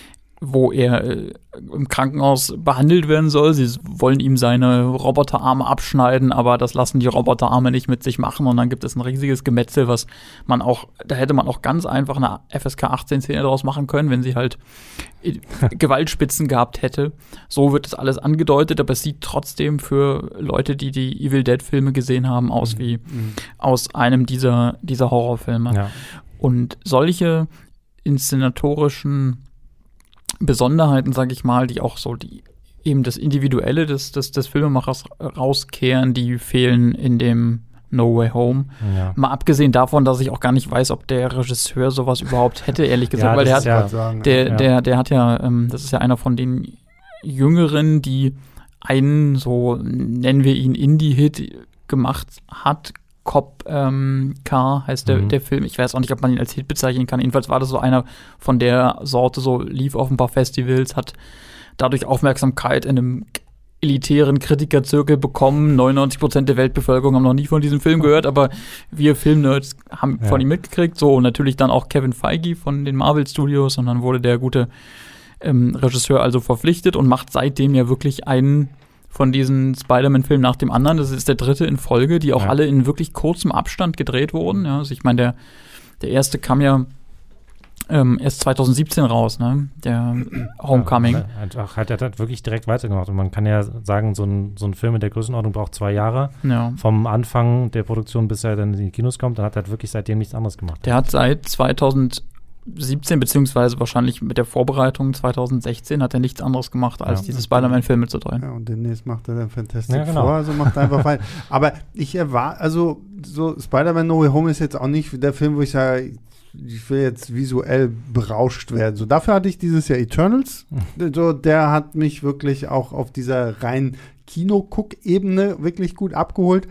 wo er äh, im Krankenhaus behandelt werden soll. Sie wollen ihm seine Roboterarme abschneiden, aber das lassen die Roboterarme nicht mit sich machen und dann gibt es ein riesiges Gemetzel, was man auch, da hätte man auch ganz einfach eine F S K achtzehn Szene daraus machen können, wenn sie halt Gewaltspitzen gehabt hätte. So wird das alles angedeutet, aber es sieht trotzdem für Leute, die die Evil Dead Filme gesehen haben, aus wie mhm. aus einem dieser, dieser Horrorfilme. Ja. Und solche inszenatorischen Besonderheiten, sage ich mal, die auch so die eben das Individuelle des, des, des Filmemachers rauskehren, die fehlen in dem No Way Home. Ja. Mal abgesehen davon, dass ich auch gar nicht weiß, ob der Regisseur sowas überhaupt hätte, ehrlich gesagt, ja, weil der hat, ja, sagen, der, ja. der, der hat ja, ähm, das ist ja einer von den Jüngeren, die einen, so nennen wir ihn, Indie-Hit gemacht hat. Cop ähm, Car heißt der, mhm. der Film. Ich weiß auch nicht, ob man ihn als Hit bezeichnen kann. Jedenfalls war das so einer von der Sorte, so lief auf ein paar Festivals, hat dadurch Aufmerksamkeit in einem elitären Kritikerzirkel bekommen. neunundneunzig Prozent der Weltbevölkerung haben noch nie von diesem Film gehört, aber wir Filmnerds haben ja. von ihm mitgekriegt. So, und natürlich dann auch Kevin Feige von den Marvel Studios. Und dann wurde der gute ähm, Regisseur also verpflichtet und macht seitdem ja wirklich einen von diesen Spider-Man-Filmen nach dem anderen. Das ist der dritte in Folge, die auch ja. alle in wirklich kurzem Abstand gedreht wurden. Ja, also ich meine, der, der erste kam ja ähm, erst zwanzig siebzehn raus, ne? Der Homecoming. Ja, einfach, hat er hat wirklich direkt weitergemacht. Und man kann ja sagen, so ein, so ein Film in der Größenordnung braucht zwei Jahre. Ja. Vom Anfang der Produktion, bis er dann in die Kinos kommt. Dann hat er halt wirklich seitdem nichts anderes gemacht. Der hat seit zwanzig siebzehn, beziehungsweise wahrscheinlich mit der Vorbereitung zwanzig sechzehn hat er nichts anderes gemacht, als ja. diese Spider-Man-Filme zu drehen. Ja, und demnächst macht er dann Fantastic ja, genau. Four, also macht er einfach weiter. Aber ich erwarte, also so Spider-Man No Way Home ist jetzt auch nicht der Film, wo ich sage, ich will jetzt visuell berauscht werden. So, dafür hatte ich dieses Jahr Eternals. Mhm. So, der hat mich wirklich auch auf dieser rein Kino-Guck-Ebene wirklich gut abgeholt.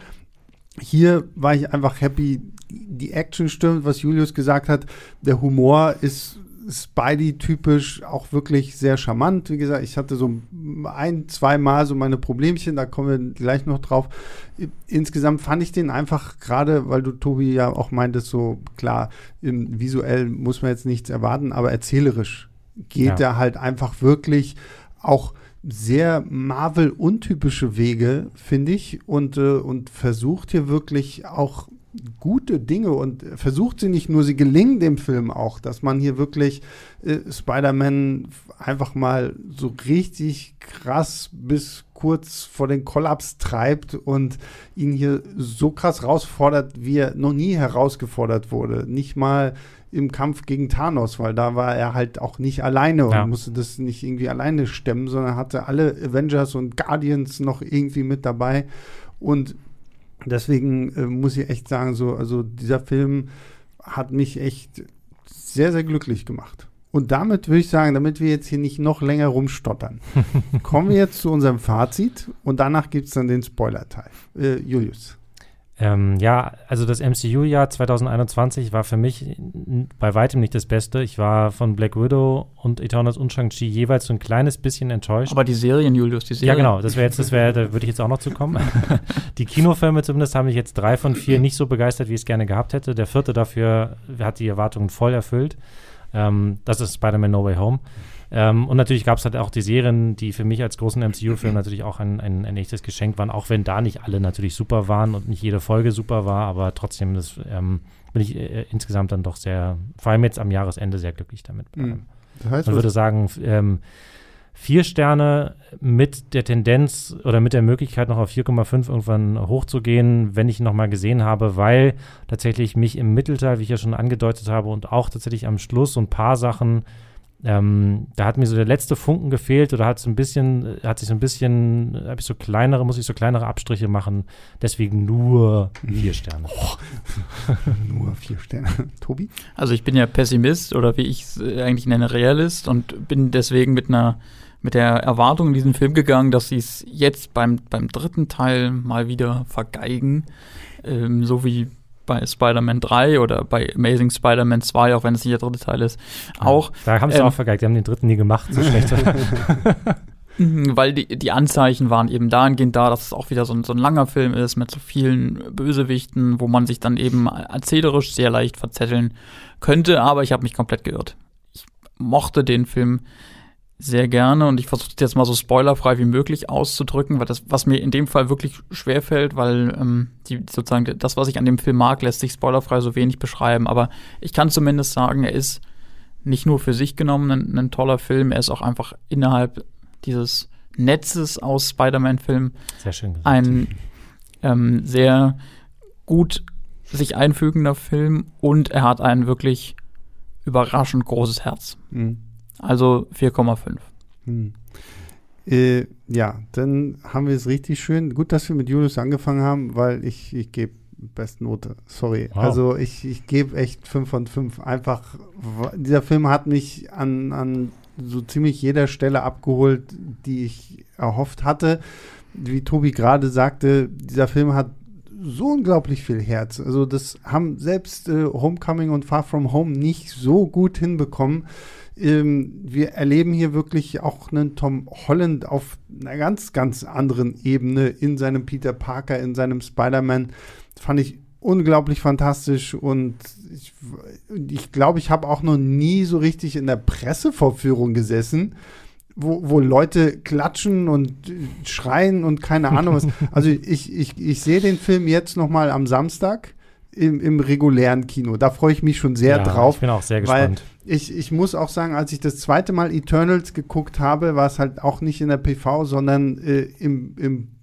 Hier war ich einfach happy, die Action stimmt, was Julius gesagt hat. Der Humor ist Spidey-typisch auch wirklich sehr charmant. Wie gesagt, ich hatte so ein, zwei Mal so meine Problemchen, da kommen wir gleich noch drauf. Insgesamt fand ich den einfach, gerade weil du, Tobi, ja auch meintest, so klar, visuell muss man jetzt nichts erwarten, aber erzählerisch geht ja. er halt einfach wirklich auch sehr Marvel-untypische Wege, finde ich, und, äh, und versucht hier wirklich auch gute Dinge und versucht sie nicht nur, sie gelingen dem Film auch, dass man hier wirklich äh, Spider-Man einfach mal so richtig krass bis kurz vor den Kollaps treibt und ihn hier so krass herausfordert, wie er noch nie herausgefordert wurde. Nicht mal im Kampf gegen Thanos, weil da war er halt auch nicht alleine und ja. musste das nicht irgendwie alleine stemmen, sondern hatte alle Avengers und Guardians noch irgendwie mit dabei. Und deswegen äh, muss ich echt sagen, so, also dieser Film hat mich echt sehr, sehr glücklich gemacht. Und damit würde ich sagen, damit wir jetzt hier nicht noch länger rumstottern, kommen wir jetzt zu unserem Fazit und danach gibt es dann den Spoiler-Teil. Äh, Julius. Ähm, ja, also das M C U-Jahr zwanzig einundzwanzig war für mich n- bei weitem nicht das Beste. Ich war von Black Widow und Eternals und Shang-Chi jeweils so ein kleines bisschen enttäuscht. Aber die Serien, Julius, die Serien. Ja, genau, das wäre jetzt, das wäre, da würde ich jetzt auch noch zu kommen. Die Kinofilme zumindest haben mich jetzt drei von vier nicht so begeistert, wie ich es gerne gehabt hätte. Der vierte dafür hat die Erwartungen voll erfüllt. Ähm, das ist Spider-Man No Way Home. Ähm, und natürlich gab es halt auch die Serien, die für mich als großen M C U-Film natürlich auch ein, ein, ein echtes Geschenk waren, auch wenn da nicht alle natürlich super waren und nicht jede Folge super war, aber trotzdem das, ähm, bin ich äh, insgesamt dann doch sehr, vor allem jetzt am Jahresende, sehr glücklich damit. Mhm. Das heißt, ich würde sagen, ähm, vier Sterne mit der Tendenz oder mit der Möglichkeit noch auf vier Komma fünf irgendwann hochzugehen, wenn ich noch mal gesehen habe, weil tatsächlich mich im Mittelteil, wie ich ja schon angedeutet habe, und auch tatsächlich am Schluss so ein paar Sachen, Ähm, da hat mir so der letzte Funken gefehlt oder hat so ein bisschen, hat sich so ein bisschen, habe ich so kleinere, muss ich so kleinere Abstriche machen, deswegen nur vier Sterne. Oh, nur vier Sterne. Tobi? Also ich bin ja Pessimist oder wie ich es eigentlich nenne, Realist und bin deswegen mit einer mit der Erwartung in diesen Film gegangen, dass sie es jetzt beim, beim dritten Teil mal wieder vergeigen, ähm, so wie bei Spider-Man drei oder bei Amazing Spider-Man zwei, auch wenn es nicht der dritte Teil ist, auch. Da haben sie ähm, auch vergeigt, die haben den dritten nie gemacht, so schlecht. Weil die, die Anzeichen waren eben dahingehend da, dass es auch wieder so ein, so ein langer Film ist mit so vielen Bösewichten, wo man sich dann eben erzählerisch sehr leicht verzetteln könnte, aber ich habe mich komplett geirrt. Ich mochte den Film sehr gerne und ich versuche jetzt mal so spoilerfrei wie möglich auszudrücken, weil das, was mir in dem Fall wirklich schwerfällt, weil ähm, die sozusagen das, was ich an dem Film mag, lässt sich spoilerfrei so wenig beschreiben, aber ich kann zumindest sagen, er ist nicht nur für sich genommen ein, ein toller Film, er ist auch einfach innerhalb dieses Netzes aus Spider-Man-Filmen sehr schön gesagt. Ein ähm, sehr gut sich einfügender Film und er hat ein wirklich überraschend großes Herz. Mhm. Also vier Komma fünf. Hm. Äh, ja, dann haben wir es richtig schön. Gut, dass wir mit Julius angefangen haben, weil ich, ich gebe Bestnote. Sorry. Wow. Also ich, ich gebe echt fünf von fünf. Einfach, dieser Film hat mich an, an so ziemlich jeder Stelle abgeholt, die ich erhofft hatte. Wie Tobi gerade sagte, dieser Film hat so unglaublich viel Herz. Also das haben selbst äh, Homecoming und Far From Home nicht so gut hinbekommen. Ähm, wir erleben hier wirklich auch einen Tom Holland auf einer ganz, ganz anderen Ebene in seinem Peter Parker, in seinem Spider-Man. Das fand ich unglaublich fantastisch und ich glaube, ich, glaub, ich habe auch noch nie so richtig in der Pressevorführung gesessen, wo, wo Leute klatschen und schreien und keine Ahnung was. Also ich, ich, ich sehe den Film jetzt noch mal am Samstag im, im regulären Kino. Da freue ich mich schon sehr ja, drauf. Ich bin auch sehr gespannt. Ich, ich muss auch sagen, als ich das zweite Mal Eternals geguckt habe, war es halt auch nicht in der P V, sondern äh, im, im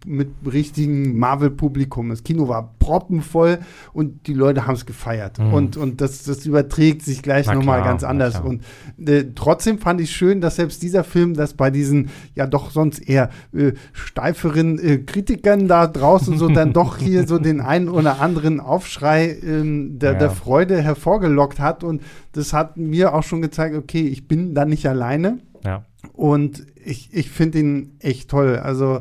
mit richtigem Marvel-Publikum. Das Kino war proppenvoll und die Leute haben es gefeiert. Mhm. Und, und das, das überträgt sich gleich nochmal ganz anders. Und äh, trotzdem fand ich schön, dass selbst dieser Film, das bei diesen ja doch sonst eher äh, steiferen äh, Kritikern da draußen so dann doch hier so den einen oder anderen Aufschrei ähm, der, ja. der Freude hervorgelockt hat. Und das hat mir auch schon gezeigt, okay, ich bin da nicht alleine. Ja. Und ich, ich finde ihn echt toll. Also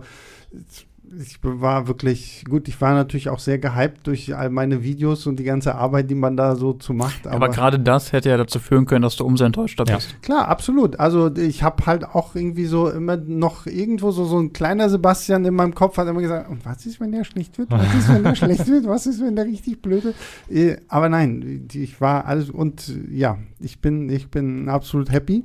ich war wirklich, gut, ich war natürlich auch sehr gehypt durch all meine Videos und die ganze Arbeit, die man da so zu macht. Aber, aber gerade das hätte ja dazu führen können, dass du umso enttäuschter ja. bist. Klar, absolut. Also ich habe halt auch irgendwie so immer noch irgendwo so, so ein kleiner Sebastian in meinem Kopf hat immer gesagt, und was ist, wenn der schlecht wird? Was ist, wenn der schlecht wird? Was ist, wenn der richtig blöd wird? Äh, aber nein, ich war alles und ja, ich bin, ich bin absolut happy.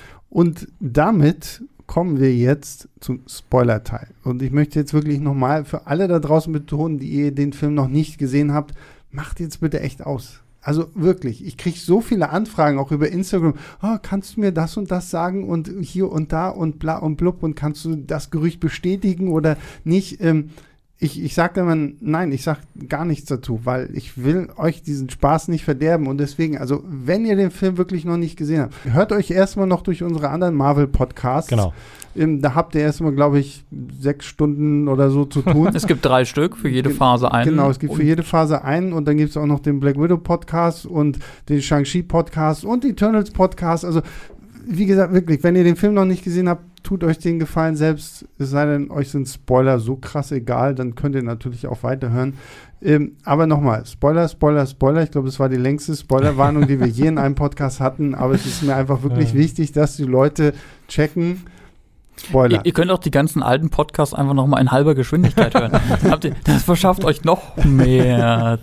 Und damit kommen wir jetzt zum Spoiler-Teil. Und ich möchte jetzt wirklich nochmal für alle da draußen betonen, die ihr den Film noch nicht gesehen habt, macht jetzt bitte echt aus. Also wirklich, ich kriege so viele Anfragen, auch über Instagram. Oh, kannst du mir das und das sagen und hier und da und bla und blub und kannst du das Gerücht bestätigen oder nicht? Ähm, Ich, ich sage immer, nein, ich sage gar nichts dazu, weil ich will euch diesen Spaß nicht verderben und deswegen, also wenn ihr den Film wirklich noch nicht gesehen habt, hört euch erstmal noch durch unsere anderen Marvel-Podcasts. Genau. Ähm, da habt ihr erstmal, glaube ich, sechs Stunden oder so zu tun. Es gibt drei Stück, für jede Phase einen. Genau, es gibt für jede Phase einen und dann gibt es auch noch den Black Widow-Podcast und den Shang-Chi-Podcast und Eternals-Podcast, also wie gesagt, wirklich, wenn ihr den Film noch nicht gesehen habt, tut euch den Gefallen selbst, es sei denn, euch sind Spoiler so krass egal, dann könnt ihr natürlich auch weiterhören. Ähm, aber nochmal, Spoiler, Spoiler, Spoiler, ich glaube, es war die längste Spoilerwarnung, die wir je in einem Podcast hatten, aber es ist mir einfach wirklich ja. wichtig, dass die Leute checken, Spoiler. Ihr, ihr könnt auch die ganzen alten Podcasts einfach noch mal in halber Geschwindigkeit hören. Habt ihr, das verschafft euch noch mehr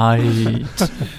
Zeit.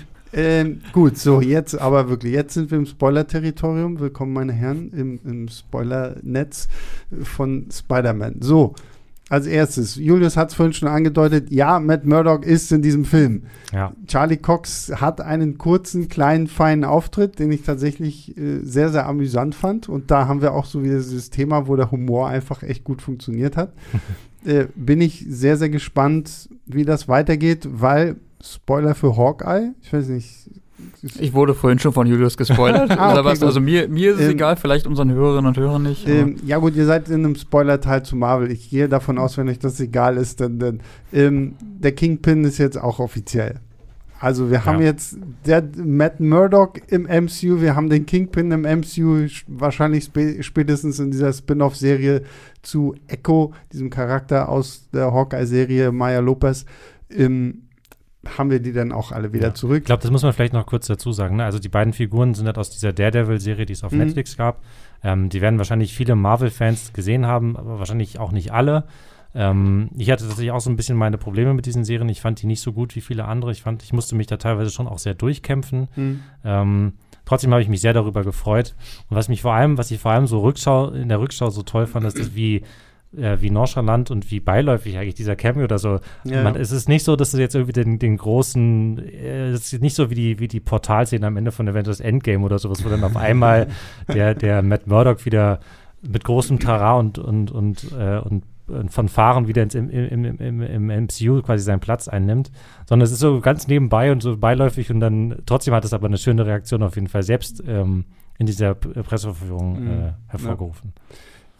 Ähm, gut, so jetzt aber wirklich, jetzt sind wir im Spoiler-Territorium. Willkommen, meine Herren, im, im Spoiler-Netz von Spider-Man. So, als erstes, Julius hat es vorhin schon angedeutet, ja, Matt Murdock ist in diesem Film. Ja. Charlie Cox hat einen kurzen, kleinen, feinen Auftritt, den ich tatsächlich äh, sehr, sehr amüsant fand. Und da haben wir auch so wieder dieses Thema, wo der Humor einfach echt gut funktioniert hat. äh, bin ich sehr, sehr gespannt, wie das weitergeht, weil Spoiler für Hawkeye, ich weiß nicht. Ich wurde vorhin schon von Julius gespoilert. ah, okay, was, also mir, mir ist es ähm, egal, vielleicht unseren Hörerinnen und Hörern nicht. Ähm, ja gut, ihr seid in einem Spoiler-Teil zu Marvel. Ich gehe davon aus, wenn euch das egal ist, dann, dann ähm, der Kingpin ist jetzt auch offiziell. Also wir haben ja. jetzt der Matt Murdock im M C U, wir haben den Kingpin im M C U, wahrscheinlich sp- spätestens in dieser Spin-off-Serie zu Echo, diesem Charakter aus der Hawkeye-Serie, Maya Lopez, im haben wir die dann auch alle wieder ja. zurück. Ich glaube, das muss man vielleicht noch kurz dazu sagen. Ne? Also die beiden Figuren sind halt aus dieser Daredevil-Serie, die es auf mhm. Netflix gab. Ähm, die werden wahrscheinlich viele Marvel-Fans gesehen haben, aber wahrscheinlich auch nicht alle. Ähm, ich hatte tatsächlich auch so ein bisschen meine Probleme mit diesen Serien. Ich fand die nicht so gut wie viele andere. Ich fand, ich musste mich da teilweise schon auch sehr durchkämpfen. Mhm. Ähm, trotzdem habe ich mich sehr darüber gefreut. Und was mich vor allem, was ich vor allem so Rückschau, in der Rückschau so toll fand, ist, dass wie Äh, wie nonchalant und wie beiläufig eigentlich dieser Cameo oder so. Ja. Man, es ist nicht so, dass es jetzt irgendwie den, den großen, äh, es ist nicht so wie die, wie die Portalszene am Ende von Avengers Endgame oder sowas, wo dann auf einmal der, der Matt Murdock wieder mit großem Tara und, und, und, äh, und, und Fanfaren wieder ins, im, im, im, im M C U quasi seinen Platz einnimmt, sondern es ist so ganz nebenbei und so beiläufig und dann trotzdem hat es aber eine schöne Reaktion auf jeden Fall selbst ähm, in dieser Presseverführung äh, hervorgerufen. Ja.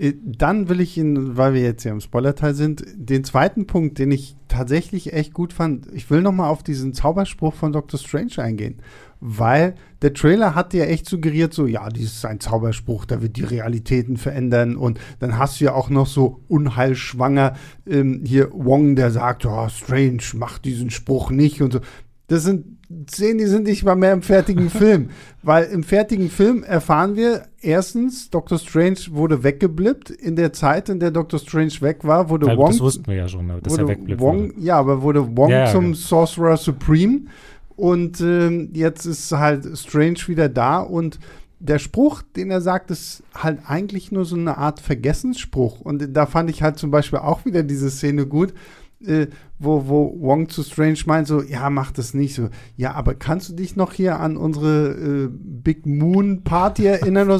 Dann will ich Ihnen, weil wir jetzt ja im Spoiler-Teil sind, den zweiten Punkt, den ich tatsächlich echt gut fand, ich will nochmal auf diesen Zauberspruch von Doctor Strange eingehen, weil der Trailer hat ja echt suggeriert, so, ja, dies ist ein Zauberspruch, der wird die Realitäten verändern und dann hast du ja auch noch so unheilschwanger ähm, hier Wong, der sagt, oh, Strange, mach diesen Spruch nicht und so. Das sind Szenen, die sind nicht mal mehr im fertigen Film. Weil im fertigen Film erfahren wir erstens, Doctor Strange wurde weggeblippt. In der Zeit, in der Doctor Strange weg war, wurde ja, Wong. Das wussten wir ja schon, dass er wegblippt Wong, wurde. Ja, aber wurde Wong ja, ja, zum ja. Sorcerer Supreme. Und ähm, jetzt ist halt Strange wieder da. Und der Spruch, den er sagt, ist halt eigentlich nur so eine Art Vergessensspruch. Und da fand ich halt zum Beispiel auch wieder diese Szene gut. Äh, wo, wo Wong zu Strange meint so, ja, mach das nicht so. Ja, aber kannst du dich noch hier an unsere äh, Big Moon Party erinnern oder so?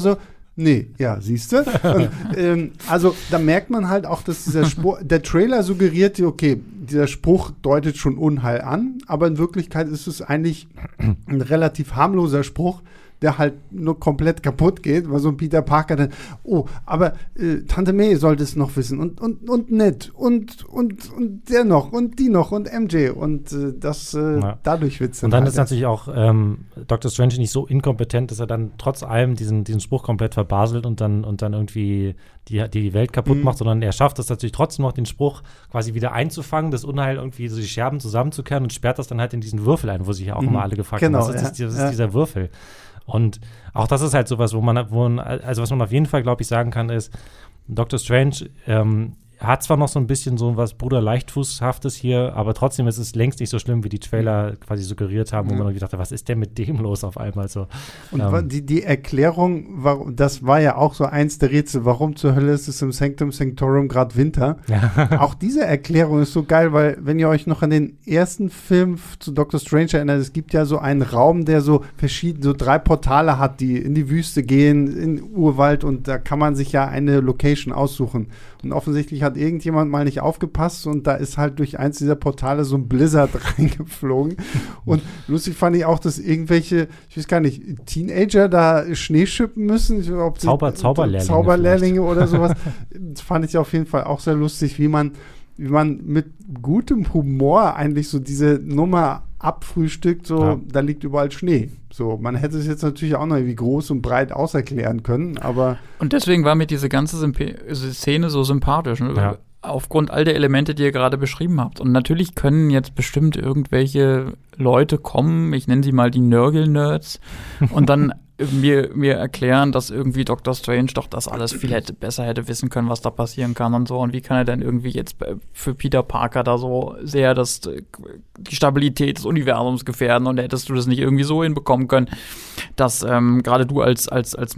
Nee, ja, siehst du? ähm, also da merkt man halt auch, dass dieser Spruch, der Trailer suggeriert, okay, dieser Spruch deutet schon Unheil an, aber in Wirklichkeit ist es eigentlich ein relativ harmloser Spruch, der halt nur komplett kaputt geht, weil so ein Peter Parker dann, oh, aber äh, Tante May sollte es noch wissen und, und, und Ned und, und, und der noch und die noch und M J und äh, das, äh, ja. dadurch wird's dann. Und dann halt ist natürlich auch ähm, Doktor Strange nicht so inkompetent, dass er dann trotz allem diesen, diesen Spruch komplett verbaselt und dann, und dann irgendwie die, die Welt kaputt mhm. macht, sondern er schafft es natürlich trotzdem noch, den Spruch quasi wieder einzufangen, das Unheil irgendwie so die Scherben zusammenzukehren und sperrt das dann halt in diesen Würfel ein, wo sich ja auch mhm. immer alle gefragt genau, haben, was ist, ja. das, was ja. ist dieser Würfel? Und auch das ist halt sowas, wo man, wo man also was man auf jeden Fall, glaube ich, sagen kann, ist, Doktor Strange ähm, hat zwar noch so ein bisschen so was Bruder Leichtfußhaftes hier, aber trotzdem ist es längst nicht so schlimm, wie die Trailer quasi suggeriert haben, wo ja. man irgendwie dachte, was ist denn mit dem los auf einmal so. Und ähm, die, die Erklärung, war, das war ja auch so eins der Rätsel, warum zur Hölle ist es im Sanctum Sanctorum gerade Winter? Ja. Auch diese Erklärung ist so geil, weil wenn ihr euch noch an den ersten Film zu Doctor Strange erinnert, es gibt ja so einen Raum, der so verschiedene, so drei Portale hat, die in die Wüste gehen, in Urwald und da kann man sich ja eine Location aussuchen. Und offensichtlich hat irgendjemand mal nicht aufgepasst und da ist halt durch eins dieser Portale so ein Blizzard reingeflogen. Und lustig fand ich auch, dass irgendwelche, ich weiß gar nicht, Teenager da Schnee schippen müssen. Ich, ob Zauber, sie, Zauberlehrlinge. Zauberlehrlinge oder sowas. Das fand ich auf jeden Fall auch sehr lustig, wie man, wie man mit gutem Humor eigentlich so diese Nummer abfrühstückt, so, ja. da liegt überall Schnee. So, man hätte es jetzt natürlich auch noch irgendwie groß und breit auserklären können, aber und deswegen war mir diese ganze Symp- Szene so sympathisch, ne? Ja. Aufgrund all der Elemente, die ihr gerade beschrieben habt. Und natürlich können jetzt bestimmt irgendwelche Leute kommen, ich nenne sie mal die Nörgel-Nerds, und dann mir, mir erklären, dass irgendwie Doctor Strange doch das alles viel hätte, besser hätte wissen können, was da passieren kann und so. Und wie kann er denn irgendwie jetzt für Peter Parker da so sehr das, die Stabilität des Universums gefährden, und hättest du das nicht irgendwie so hinbekommen können, dass ähm, gerade du als, als, als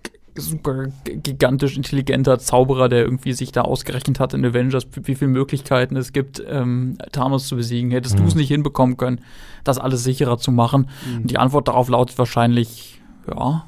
super gigantisch intelligenter Zauberer, der irgendwie sich da ausgerechnet hat in Avengers, wie viele Möglichkeiten es gibt, ähm, Thanos zu besiegen, hättest mhm. du es nicht hinbekommen können, das alles sicherer zu machen? Mhm. Und die Antwort darauf lautet wahrscheinlich ja,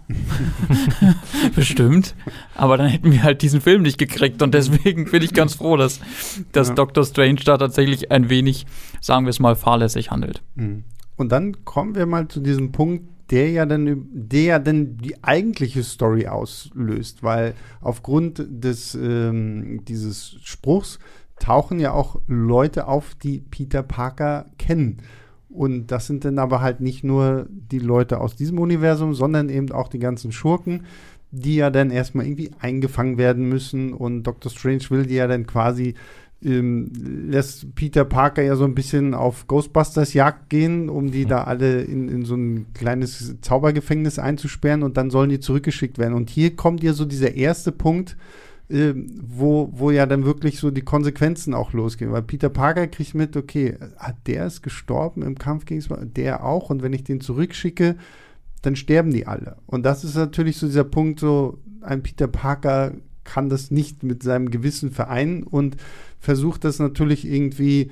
bestimmt. Aber dann hätten wir halt diesen Film nicht gekriegt. Und deswegen bin ich ganz froh, dass, dass ja. Doctor Strange da tatsächlich ein wenig, sagen wir es mal, fahrlässig handelt. Und dann kommen wir mal zu diesem Punkt, der ja dann, der ja dann die eigentliche Story auslöst. Weil aufgrund des, ähm, dieses Spruchs tauchen ja auch Leute auf, die Peter Parker kennen. Und das sind dann aber halt nicht nur die Leute aus diesem Universum, sondern eben auch die ganzen Schurken, die ja dann erstmal irgendwie eingefangen werden müssen. Und Doctor Strange will die ja dann quasi, ähm, lässt Peter Parker ja so ein bisschen auf Ghostbusters-Jagd gehen, um die da alle in, in so ein kleines Zaubergefängnis einzusperren, und dann sollen die zurückgeschickt werden. Und hier kommt ja so dieser erste Punkt, Äh, wo, wo ja dann wirklich so die Konsequenzen auch losgehen. Weil Peter Parker kriegt mit, okay, der ist gestorben im Kampf gegen der auch, und wenn ich den zurückschicke, dann sterben die alle. Und das ist natürlich so dieser Punkt, so ein Peter Parker kann das nicht mit seinem Gewissen vereinen und versucht das natürlich irgendwie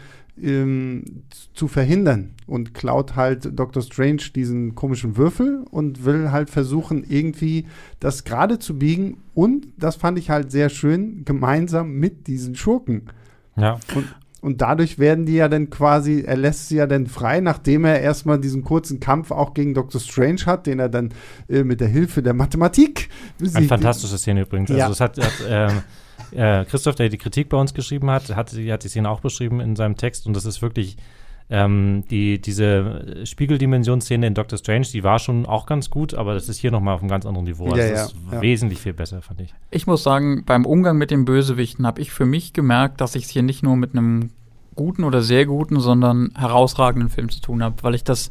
ähm, zu verhindern und klaut halt Doctor Strange diesen komischen Würfel und will halt versuchen, irgendwie das gerade zu biegen, und das fand ich halt sehr schön, gemeinsam mit diesen Schurken. Ja. Und, und dadurch werden die ja dann quasi, er lässt sie ja dann frei, nachdem er erstmal diesen kurzen Kampf auch gegen Doctor Strange hat, den er dann äh, mit der Hilfe der Mathematik besiegt. Eine fantastische Szene übrigens. Ja. Also es hat, hat ähm, äh, Christoph, der die Kritik bei uns geschrieben hat, hat, hat die Szene auch beschrieben in seinem Text, und das ist wirklich ähm, die, diese Spiegeldimensionsszene in Doctor Strange, die war schon auch ganz gut, aber das ist hier nochmal auf einem ganz anderen Niveau. Also ja, das ja, ist ja. wesentlich viel besser, fand ich. Ich muss sagen, beim Umgang mit den Bösewichten habe ich für mich gemerkt, dass ich es hier nicht nur mit einem guten oder sehr guten, sondern herausragenden Film zu tun habe, weil ich das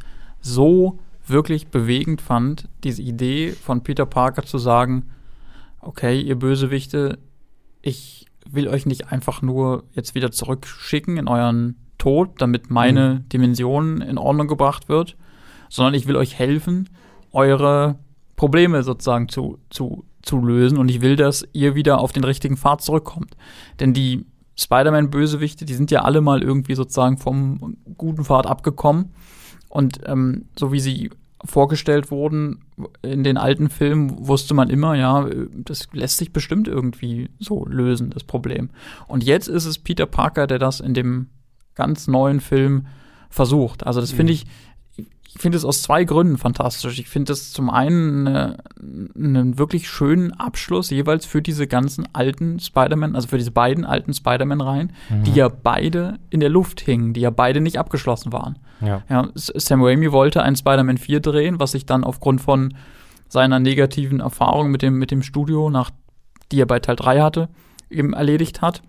so wirklich bewegend fand, diese Idee von Peter Parker zu sagen, okay, ihr Bösewichte, ich will euch nicht einfach nur jetzt wieder zurückschicken in euren Tod, damit meine mhm. Dimension in Ordnung gebracht wird, sondern ich will euch helfen, eure Probleme sozusagen zu, zu, zu lösen, und ich will, dass ihr wieder auf den richtigen Pfad zurückkommt. Denn die Spider-Man-Bösewichte, die sind ja alle mal irgendwie sozusagen vom guten Pfad abgekommen, und ähm, so wie sie vorgestellt wurden in den alten Filmen, wusste man immer, ja, das lässt sich bestimmt irgendwie so lösen, das Problem. Und jetzt ist es Peter Parker, der das in dem ganz neuen Film versucht. Also das finde ich, ich finde es aus zwei Gründen fantastisch. Ich finde es zum einen eine, einen wirklich schönen Abschluss jeweils für diese ganzen alten Spider-Man, also für diese beiden alten Spider-Man-Reihen, mhm. die ja beide in der Luft hingen, die ja beide nicht abgeschlossen waren. Ja. Ja, Sam Raimi wollte ein Spider-Man vier drehen, was sich dann aufgrund von seiner negativen Erfahrung mit dem, mit dem Studio, nach, die er bei Teil drei hatte, eben erledigt hat.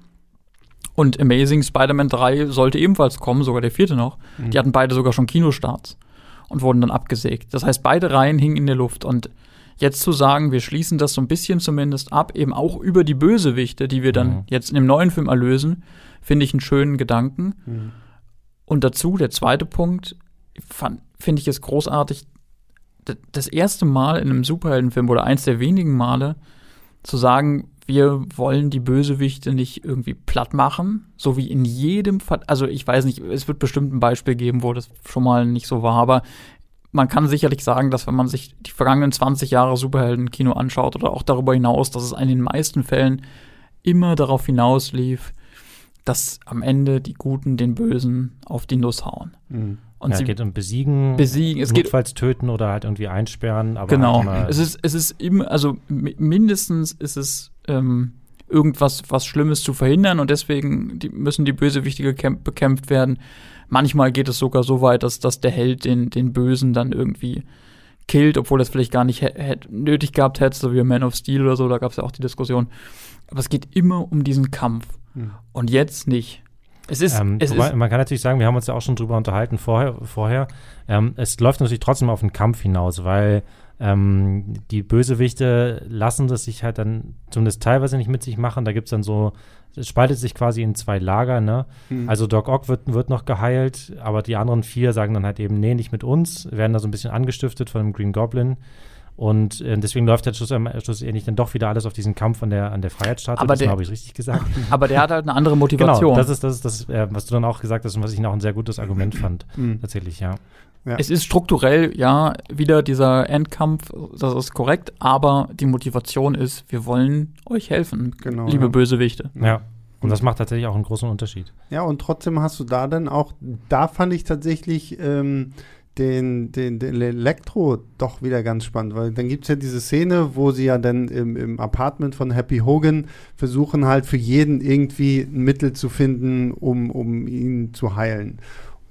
Und Amazing Spider-Man drei sollte ebenfalls kommen, sogar der vierte noch. Mhm. Die hatten beide sogar schon Kinostarts und wurden dann abgesägt. Das heißt, beide Reihen hingen in der Luft. Und jetzt zu sagen, wir schließen das so ein bisschen zumindest ab, eben auch über die Bösewichte, die wir dann mhm. jetzt in dem neuen Film erlösen, finde ich einen schönen Gedanken. Mhm. Und dazu, der zweite Punkt, finde ich es großartig, das erste Mal in einem Superheldenfilm oder eins der wenigen Male zu sagen, wir wollen die Bösewichte nicht irgendwie platt machen, so wie in jedem Fall. Also ich weiß nicht, es wird bestimmt ein Beispiel geben, wo das schon mal nicht so war, aber man kann sicherlich sagen, dass wenn man sich die vergangenen zwanzig Jahre Superhelden-Kino anschaut oder auch darüber hinaus, dass es in den meisten Fällen immer darauf hinauslief, dass am Ende die Guten den Bösen auf die Nuss hauen. Mhm. Und ja, es geht um Besiegen, besiegen. Es notfalls geht, töten oder halt irgendwie einsperren. Aber genau, halt es ist, es ist immer, also mindestens ist es ähm, irgendwas was Schlimmes zu verhindern und deswegen die, müssen die Bösewichte gekämp- bekämpft werden. Manchmal geht es sogar so weit, dass, dass der Held den, den Bösen dann irgendwie killt, obwohl das vielleicht gar nicht h- h- nötig gehabt hätte, so wie Man of Steel oder so, da gab es ja auch die Diskussion. Aber es geht immer um diesen Kampf. Hm. Und jetzt nicht. Es ist, ähm, es wobei, ist man kann natürlich sagen, wir haben uns ja auch schon drüber unterhalten vorher. vorher. Ähm, es läuft natürlich trotzdem auf den Kampf hinaus, weil ähm, die Bösewichte lassen das sich halt dann zumindest teilweise nicht mit sich machen. Da gibt es dann so, es spaltet sich quasi in zwei Lager, ne? Mhm. Also Doc Ock wird, wird noch geheilt, aber die anderen vier sagen dann halt eben, nee, nicht mit uns, werden da so ein bisschen angestiftet von dem Green Goblin. Und äh, deswegen läuft halt schlussendlich dann doch wieder alles auf diesen Kampf an der, an der Freiheitsstatue. Aber das habe ich richtig gesagt. Aber der hat halt eine andere Motivation. Genau, das ist das, ist das äh, was du dann auch gesagt hast und was ich auch ein sehr gutes Argument fand. Mhm. Tatsächlich, ja. ja. Es ist strukturell, ja, wieder dieser Endkampf, das ist korrekt, aber die Motivation ist, wir wollen euch helfen, genau, liebe ja. Bösewichte. Ja. Und das macht tatsächlich auch einen großen Unterschied. Ja, und trotzdem hast du da dann auch, da fand ich tatsächlich ähm, Den, den, den Elektro doch wieder ganz spannend, weil dann gibt es ja diese Szene, wo sie ja dann im, im Apartment von Happy Hogan versuchen halt für jeden irgendwie ein Mittel zu finden, um, um ihn zu heilen.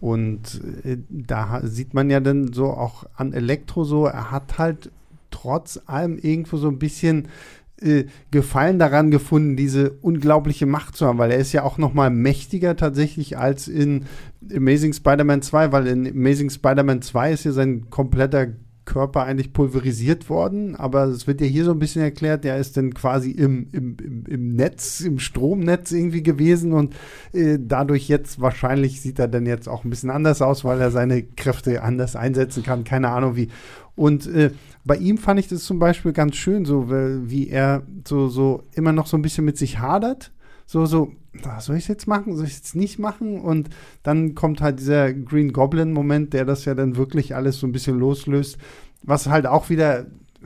Und äh, da sieht man ja dann so auch an Elektro so, er hat halt trotz allem irgendwo so ein bisschen äh, Gefallen daran gefunden, diese unglaubliche Macht zu haben, weil er ist ja auch noch mal mächtiger tatsächlich als in Amazing Spider-Man zwei, weil in Amazing Spider-Man zwei ist ja sein kompletter Körper eigentlich pulverisiert worden, aber es wird ja hier so ein bisschen erklärt, der ist dann quasi im, im, im, im Netz, im Stromnetz irgendwie gewesen und äh, dadurch jetzt wahrscheinlich sieht er dann jetzt auch ein bisschen anders aus, weil er seine Kräfte anders einsetzen kann, keine Ahnung wie. Und äh, bei ihm fand ich das zum Beispiel ganz schön, so wie er so, so immer noch so ein bisschen mit sich hadert. So, so, soll ich es jetzt machen? Soll ich es jetzt nicht machen? Und dann kommt halt dieser Green Goblin-Moment, der das ja dann wirklich alles so ein bisschen loslöst, was halt auch wieder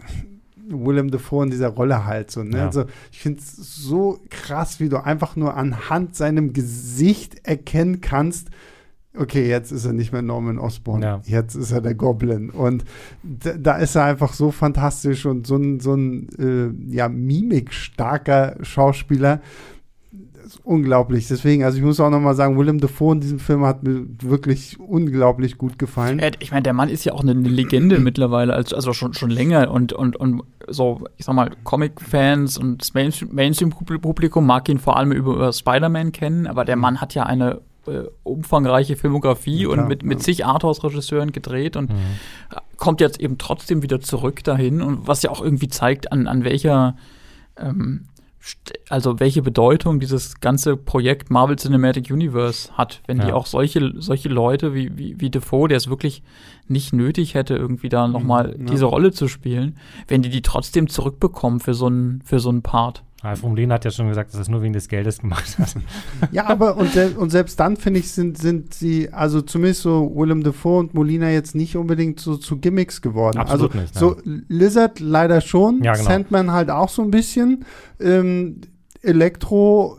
Willem Dafoe in dieser Rolle halt so, ne? Ja. Also ich finde es so krass, wie du einfach nur anhand seinem Gesicht erkennen kannst, okay, jetzt ist er nicht mehr Norman Osborn, ja. Jetzt ist er der Goblin. Und d- da ist er einfach so fantastisch und so ein, so ein äh, ja, mimikstarker Schauspieler. Das ist unglaublich. Deswegen, also ich muss auch noch mal sagen, Willem Dafoe in diesem Film hat mir wirklich unglaublich gut gefallen. Ja, ich meine, der Mann ist ja auch eine, eine Legende mittlerweile, also, also schon, schon länger. Und, und, und so, ich sag mal, Comic-Fans und das Mainstream-Publikum mag ihn vor allem über, über Spider-Man kennen, aber der Mann hat ja eine Äh, umfangreiche Filmografie ja, klar, und mit, mit ja. zig Arthouse-Regisseuren gedreht und mhm. kommt jetzt eben trotzdem wieder zurück dahin und was ja auch irgendwie zeigt, an, an welcher ähm, st- also welche Bedeutung dieses ganze Projekt Marvel Cinematic Universe hat, wenn ja. die auch solche, solche Leute wie, wie, wie Dafoe, der es wirklich nicht nötig hätte, irgendwie da nochmal mhm, ja. diese Rolle zu spielen, wenn die die trotzdem zurückbekommen für so einen für so einen Part. Alfred Molina hat ja schon gesagt, dass er es nur wegen des Geldes gemacht hat. Ja, aber und, und selbst dann, finde ich, sind, sind sie, also zumindest so Willem Dafoe und Molina jetzt nicht unbedingt so zu Gimmicks geworden. Absolut also nicht. So Lizard leider schon, ja, genau. Sandman halt auch so ein bisschen. Ähm, Elektro,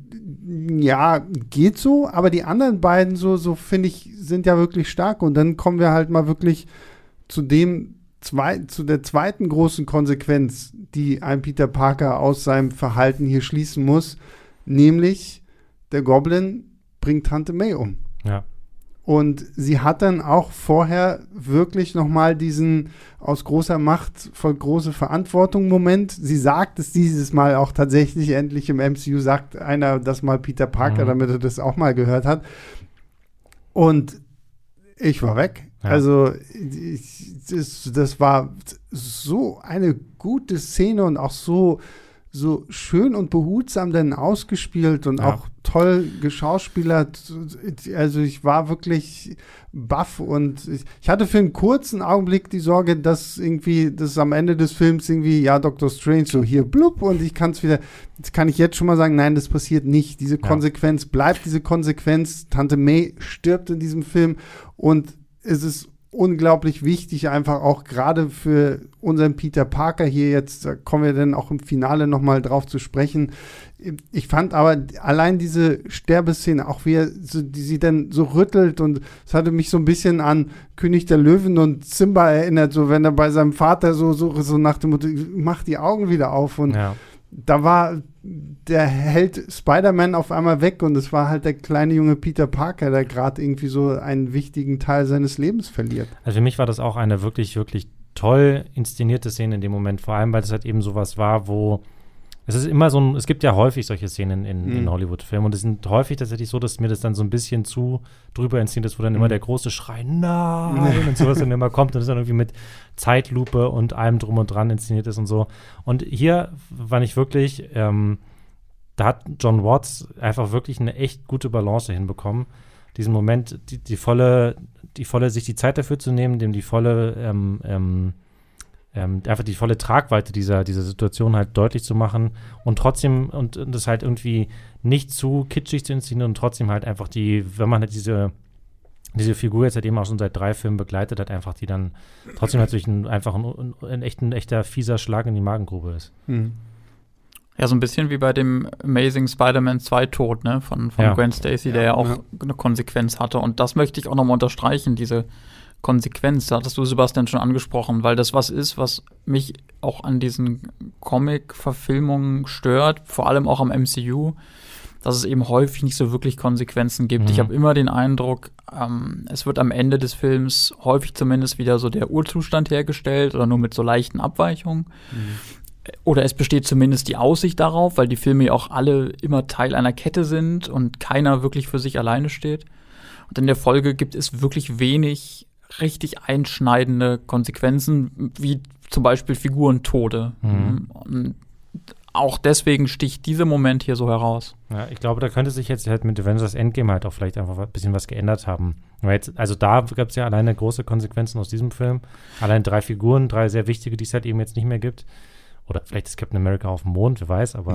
ja, geht so, aber die anderen beiden so, so finde ich, sind ja wirklich stark. Und dann kommen wir halt mal wirklich zu dem Zwei, zu der zweiten großen Konsequenz, die ein Peter Parker aus seinem Verhalten hier schließen muss, nämlich der Goblin bringt Tante May um. Ja. Und sie hat dann auch vorher wirklich nochmal diesen aus großer Macht folgt große Verantwortung Moment. Sie sagt es dieses Mal auch tatsächlich, endlich im M C U sagt einer das mal Peter Parker, mhm. damit er das auch mal gehört hat. Und ich war weg. Ja. Also ich, das, das war so eine gute Szene und auch so, so schön und behutsam dann ausgespielt und ja. auch toll geschauspielert. Also ich war wirklich baff und ich, ich hatte für einen kurzen Augenblick die Sorge, dass irgendwie, dass am Ende des Films irgendwie, ja, Doctor Strange so hier blub und ich kann es wieder, jetzt kann ich jetzt schon mal sagen, nein, das passiert nicht. Diese Konsequenz ja. bleibt diese Konsequenz. Tante May stirbt in diesem Film und es ist unglaublich wichtig, einfach auch gerade für unseren Peter Parker hier jetzt, da kommen wir dann auch im Finale nochmal drauf zu sprechen. Ich fand aber allein diese Sterbeszene, auch wie er so, die sie dann so rüttelt und es hatte mich so ein bisschen an König der Löwen und Simba erinnert, so wenn er bei seinem Vater so, so, so nach dem Motto, mach die Augen wieder auf und ja. da war der Held Spider-Man auf einmal weg und es war halt der kleine junge Peter Parker, der gerade irgendwie so einen wichtigen Teil seines Lebens verliert. Also für mich war das auch eine wirklich, wirklich toll inszenierte Szene in dem Moment, vor allem, weil es halt eben sowas war, wo es ist immer so ein, es gibt ja häufig solche Szenen in, in, mhm. in Hollywood-Filmen und es sind häufig tatsächlich so, dass mir das dann so ein bisschen zu drüber inszeniert ist, wo dann mhm. immer der große Schrei, nein, und sowas dann immer kommt und es dann irgendwie mit Zeitlupe und allem drum und dran inszeniert ist und so. Und hier war ich wirklich, ähm, da hat John Watts einfach wirklich eine echt gute Balance hinbekommen, diesen Moment, die, die volle, die volle, sich die Zeit dafür zu nehmen, dem die volle, ähm, ähm, Ähm, einfach die volle Tragweite dieser, dieser Situation halt deutlich zu machen und trotzdem und, und das halt irgendwie nicht zu kitschig zu inszenieren und trotzdem halt einfach die, wenn man halt diese diese Figur jetzt halt eben auch schon seit drei Filmen begleitet hat, einfach die dann trotzdem natürlich ein, einfach ein, ein, ein, echt, ein echter fieser Schlag in die Magengrube ist. Mhm. Ja, so ein bisschen wie bei dem Amazing Spider-Man zwei Tod, ne, von, von ja. Gwen Stacy, ja, der ja auch ja. eine Konsequenz hatte und das möchte ich auch nochmal unterstreichen, diese Konsequenz, da hattest du, Sebastian, schon angesprochen, weil das was ist, was mich auch an diesen Comic-Verfilmungen stört, vor allem auch am M C U, dass es eben häufig nicht so wirklich Konsequenzen gibt. Mhm. Ich habe immer den Eindruck, ähm, es wird am Ende des Films häufig zumindest wieder so der Urzustand hergestellt oder nur mit so leichten Abweichungen. Mhm. Oder es besteht zumindest die Aussicht darauf, weil die Filme ja auch alle immer Teil einer Kette sind und keiner wirklich für sich alleine steht. Und in der Folge gibt es wirklich wenig richtig einschneidende Konsequenzen, wie zum Beispiel Figurentode. Mhm. Und auch deswegen sticht dieser Moment hier so heraus. Ja, ich glaube, da könnte sich jetzt halt mit Avengers Endgame halt auch vielleicht einfach ein bisschen was geändert haben. Weil jetzt, also da gab es ja alleine große Konsequenzen aus diesem Film. Allein drei Figuren, drei sehr wichtige, die es halt eben jetzt nicht mehr gibt. Oder vielleicht ist Captain America auf dem Mond, wer weiß, aber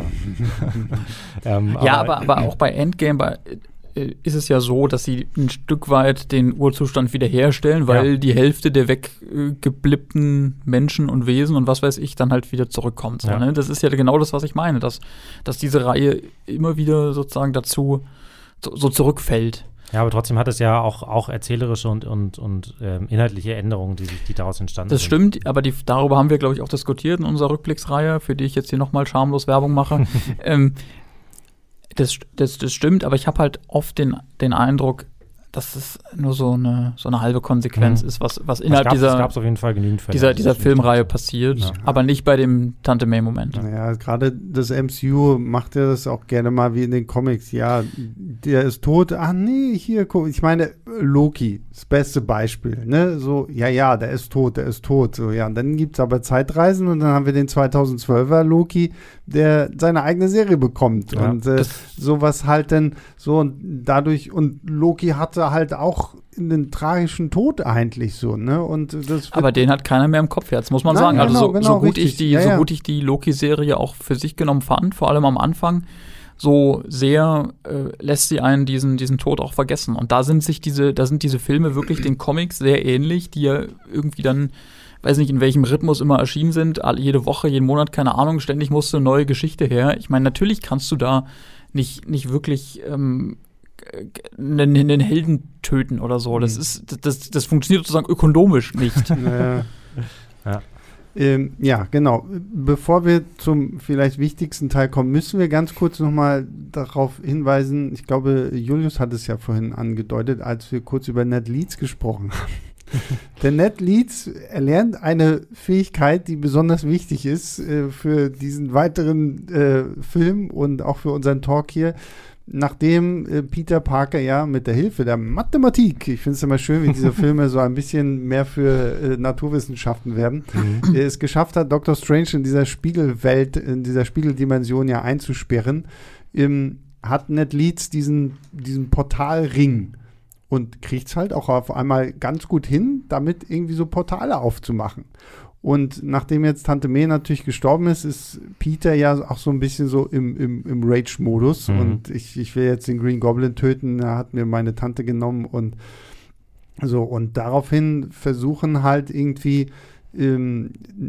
ähm, ja, aber, aber, aber auch bei Endgame, bei ist es ja so, dass sie ein Stück weit den Urzustand wiederherstellen, weil ja. die Hälfte der weggebliebten Menschen und Wesen und was weiß ich dann halt wieder zurückkommt. So, ja. ne? Das ist ja genau das, was ich meine, dass, dass diese Reihe immer wieder sozusagen dazu so, so zurückfällt. Ja, aber trotzdem hat es ja auch, auch erzählerische und, und, und ähm, inhaltliche Änderungen, die, die daraus entstanden das sind. Das stimmt, aber die, darüber haben wir, glaube ich, auch diskutiert in unserer Rückblicksreihe, für die ich jetzt hier nochmal schamlos Werbung mache. ähm, Das, das, das stimmt, aber ich habe halt oft den, den Eindruck, dass es nur so eine, so eine halbe Konsequenz mhm. ist, was, was innerhalb gab's, dieser, auf jeden Fall genügend Fälle, dieser, dieser Filmreihe passiert, ja. aber nicht bei dem Tante May-Moment. Ja, gerade das M C U macht ja das auch gerne mal wie in den Comics. Ja, der ist tot. Ach nee, hier, guck. Ich meine, Loki, das beste Beispiel. Ne? So, ja, ja, der ist tot, der ist tot. So, ja, und dann gibt es aber Zeitreisen und dann haben wir den zweitausendzwölfer Loki, der seine eigene Serie bekommt. Ja, und äh, sowas halt dann so und dadurch, und Loki hatte er halt auch in den tragischen Tod eigentlich so, ne? Und das aber den hat keiner mehr im Kopf jetzt, muss man Nein, sagen. Also genau, so, genau, so, gut ich die, ja, ja. so gut ich die Loki-Serie auch für sich genommen fand, vor allem am Anfang, so sehr äh, lässt sie einen diesen, diesen Tod auch vergessen. Und da sind sich diese, da sind diese Filme wirklich den Comics sehr ähnlich, die ja irgendwie dann, weiß nicht, in welchem Rhythmus immer erschienen sind, alle, jede Woche, jeden Monat, keine Ahnung, ständig musste eine neue Geschichte her. Ich meine, natürlich kannst du da nicht, nicht wirklich ähm, einen, einen Helden töten oder so. Das ist, das, das funktioniert sozusagen ökonomisch nicht. Ja. ja. Ähm, ja, genau. Bevor wir zum vielleicht wichtigsten Teil kommen, müssen wir ganz kurz nochmal darauf hinweisen, ich glaube, Julius hat es ja vorhin angedeutet, als wir kurz über Ned Leeds gesprochen haben. Der Ned Leeds erlernt eine Fähigkeit, die besonders wichtig ist äh, für diesen weiteren äh, Film und auch für unseren Talk hier. Nachdem äh, Peter Parker ja mit der Hilfe der Mathematik, ich finde es immer schön, wie diese Filme so ein bisschen mehr für äh, Naturwissenschaften werden, mhm. äh, es geschafft hat, Doctor Strange in dieser Spiegelwelt, in dieser Spiegeldimension ja einzusperren, ähm, hat Ned Leeds diesen, diesen Portalring und kriegt es halt auch auf einmal ganz gut hin, damit irgendwie so Portale aufzumachen. Und nachdem jetzt Tante May natürlich gestorben ist, ist Peter ja auch so ein bisschen so im, im, im Rage-Modus. Mhm. Und ich, ich will jetzt den Green Goblin töten, er hat mir meine Tante genommen und so. Und daraufhin versuchen halt irgendwie ähm,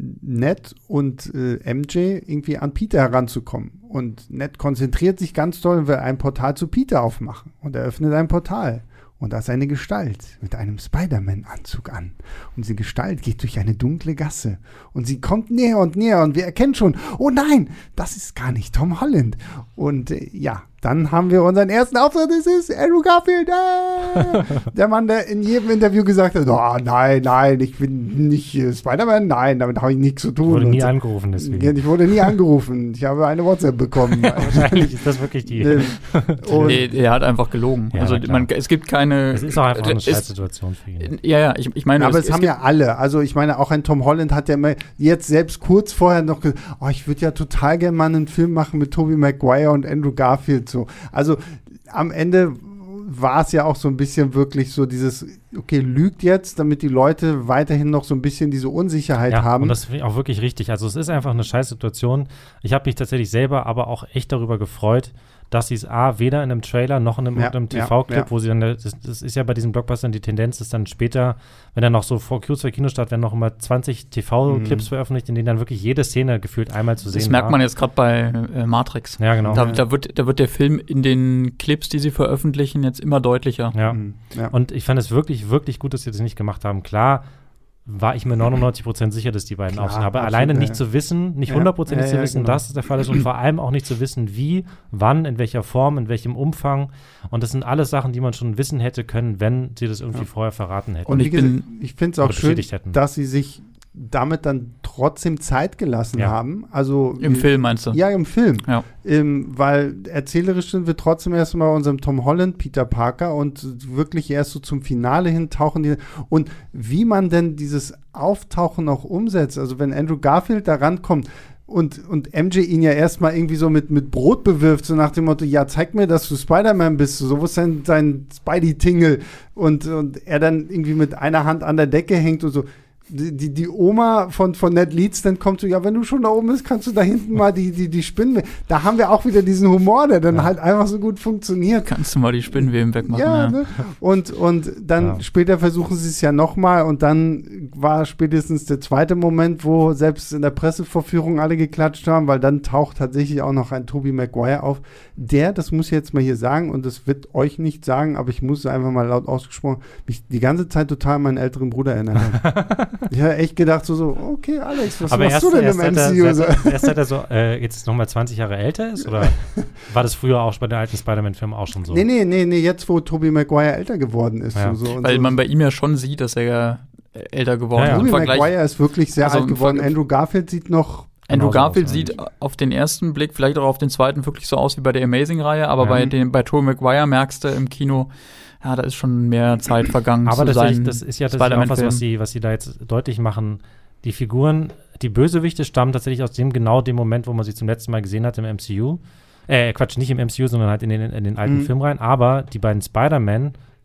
Ned und äh, M J irgendwie an Peter heranzukommen. Und Ned konzentriert sich ganz doll und will ein Portal zu Peter aufmachen. Und er öffnet ein Portal. Und da ist eine Gestalt mit einem Spider-Man-Anzug an. Und diese Gestalt geht durch eine dunkle Gasse. Und sie kommt näher und näher und wir erkennen schon, oh nein, das ist gar nicht Tom Holland. Und äh, ja, dann haben wir unseren ersten Auftritt, das ist Andrew Garfield. Äh! Der Mann, der in jedem Interview gesagt hat, oh nein, nein, ich bin nicht äh, Spider-Man, nein, damit habe ich nichts zu tun. Ich wurde nie und, angerufen deswegen. Ich wurde nie angerufen. Ich habe eine WhatsApp bekommen. Wahrscheinlich ist das wirklich die. Nee, er hat einfach gelogen. Ja, also man, es gibt keine. Es ist auch einfach eine Scheißsituation für ihn. Ja, ja, ich, ich meine. Aber es, es haben ja alle. Also ich meine, auch ein Tom Holland hat ja immer jetzt selbst kurz vorher noch gesagt, oh, ich würde ja total gerne mal einen Film machen mit Tobey Maguire und Andrew Garfield. So. Also am Ende war es ja auch so ein bisschen wirklich so dieses, okay, lügt jetzt, damit die Leute weiterhin noch so ein bisschen diese Unsicherheit ja, haben. Und das finde ich auch wirklich richtig. Also es ist einfach eine Scheißsituation. Ich habe mich tatsächlich selber aber auch echt darüber gefreut, dass sie es A, weder in einem Trailer noch in einem, ja, einem T V-Clip, ja, ja. wo sie dann, das, das ist ja bei diesen Blockbustern die Tendenz, ist dann später, wenn dann noch so vor Q zwei Kinostart werden noch immer zwanzig T V-Clips mhm. veröffentlicht, in denen dann wirklich jede Szene gefühlt einmal zu sehen ist. Das merkt man jetzt gerade bei äh, Matrix. Ja, genau. Da, ja. da, wird, da wird der Film in den Clips, die sie veröffentlichen, jetzt immer deutlicher. Ja, mhm. ja. Und ich fand es wirklich, wirklich gut, dass sie das nicht gemacht haben. Klar, war ich mir neunundneunzig Prozent sicher, dass die beiden Klar, auf sind. Aber absolut, alleine ja. nicht zu wissen, nicht ja. hundertprozentig ja, zu ja, wissen, genau. dass es der Fall ist und vor allem auch nicht zu wissen, wie, wann, in welcher Form, in welchem Umfang. Und das sind alles Sachen, die man schon wissen hätte können, wenn sie das irgendwie ja. vorher verraten hätten. Und ich, ich finde es auch schön, hätten. dass sie sich damit dann trotzdem Zeit gelassen ja. haben. Also Im wir, Film meinst du? Ja, im Film. Ja. Ähm, weil erzählerisch sind wir trotzdem erstmal unserem Tom Holland, Peter Parker und wirklich erst so zum Finale hin tauchen die. Und wie man denn dieses Auftauchen auch umsetzt, also wenn Andrew Garfield da rankommt, Und, und M J ihn ja erstmal irgendwie so mit, mit Brot bewirft, so nach dem Motto, ja, zeig mir, dass du Spider-Man bist, so, wo ist denn dein Spidey-Tingle? Und, und er dann irgendwie mit einer Hand an der Decke hängt und so. Die, die, die Oma von, von Ned Leeds dann kommt so, ja, wenn du schon da oben bist, kannst du da hinten mal die, die, die Spinnen. Da haben wir auch wieder diesen Humor, der dann ja. halt einfach so gut funktioniert. Kannst du mal die Spinnenweben wegmachen. Ja, ja. Ne? Und, und dann ja. später versuchen sie es ja nochmal und dann war spätestens der zweite Moment, wo selbst in der Pressevorführung alle geklatscht haben, weil dann taucht tatsächlich auch noch ein Tobey Maguire auf, der, das muss ich jetzt mal hier sagen und das wird euch nicht sagen, aber ich muss es einfach mal laut ausgesprochen, mich die ganze Zeit total an meinen älteren Bruder erinnert hat. Ich habe echt gedacht, so, so, okay, Alex, was aber machst erst, du denn erst im M C U? Er, erst, erst seit er so, äh, jetzt nochmal zwanzig Jahre älter ist? Oder war das früher auch bei den alten Spider-Man-Filmen auch schon so? Nee, nee, nee, nee, jetzt, wo Tobey Maguire älter geworden ist. Ja. So, Weil so. man bei ihm ja schon sieht, dass er ja älter geworden ja, ja. ist. Tobey Maguire ist wirklich sehr also alt geworden. Andrew Garfield sieht noch Andrew Garfield sieht auf den ersten Blick, vielleicht auch auf den zweiten, wirklich so aus wie bei der Amazing-Reihe, aber ja. bei, den, bei Tobey Maguire merkst du im Kino, ja, da ist schon mehr Zeit vergangen. Aber zu das, das ist ja das ist auch was, was sie, was sie da jetzt deutlich machen. Die Figuren, die Bösewichte stammen tatsächlich aus dem genau dem Moment, wo man sie zum letzten Mal gesehen hat im M C U. Äh, Quatsch, nicht im M C U, sondern halt in den, in den alten mhm. Filmreihen. Aber die beiden Spider-Man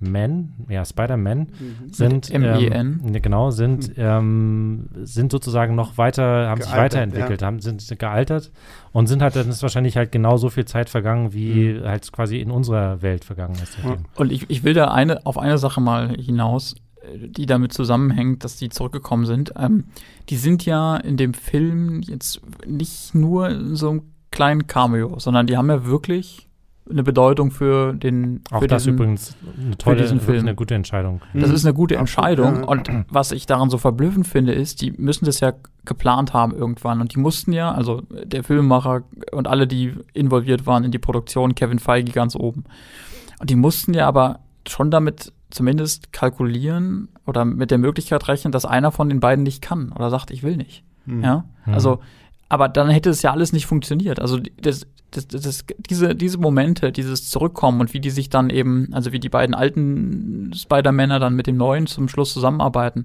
Men, ja, Spider-Man, mhm. sind M E N. Ähm, genau, sind, mhm. ähm, sind sozusagen noch weiter, haben gealtert, sich weiterentwickelt, ja. haben, sind gealtert und sind halt, dann ist wahrscheinlich halt genau so viel Zeit vergangen, wie mhm. halt quasi in unserer Welt vergangen ist. Ja. Und ich, ich will da eine, auf eine Sache mal hinaus, die damit zusammenhängt, dass die zurückgekommen sind. Ähm, die sind ja in dem Film jetzt nicht nur in so einem kleinen Cameo, sondern die haben ja wirklich eine Bedeutung für den Auch für das diesen, übrigens eine tolle, diesen Film. eine gute Entscheidung. Das mhm. ist eine gute Entscheidung und was ich daran so verblüffend finde, ist, die müssen das ja geplant haben irgendwann und die mussten ja, also der Filmemacher und alle, die involviert waren in die Produktion, Kevin Feige ganz oben. Und die mussten ja aber schon damit zumindest kalkulieren oder mit der Möglichkeit rechnen, dass einer von den beiden nicht kann oder sagt, ich will nicht. Mhm. Ja, also aber dann hätte es ja alles nicht funktioniert. Also das, das, das, diese, diese Momente, dieses Zurückkommen und wie die sich dann eben, also wie die beiden alten Spider-Männer dann mit dem neuen zum Schluss zusammenarbeiten,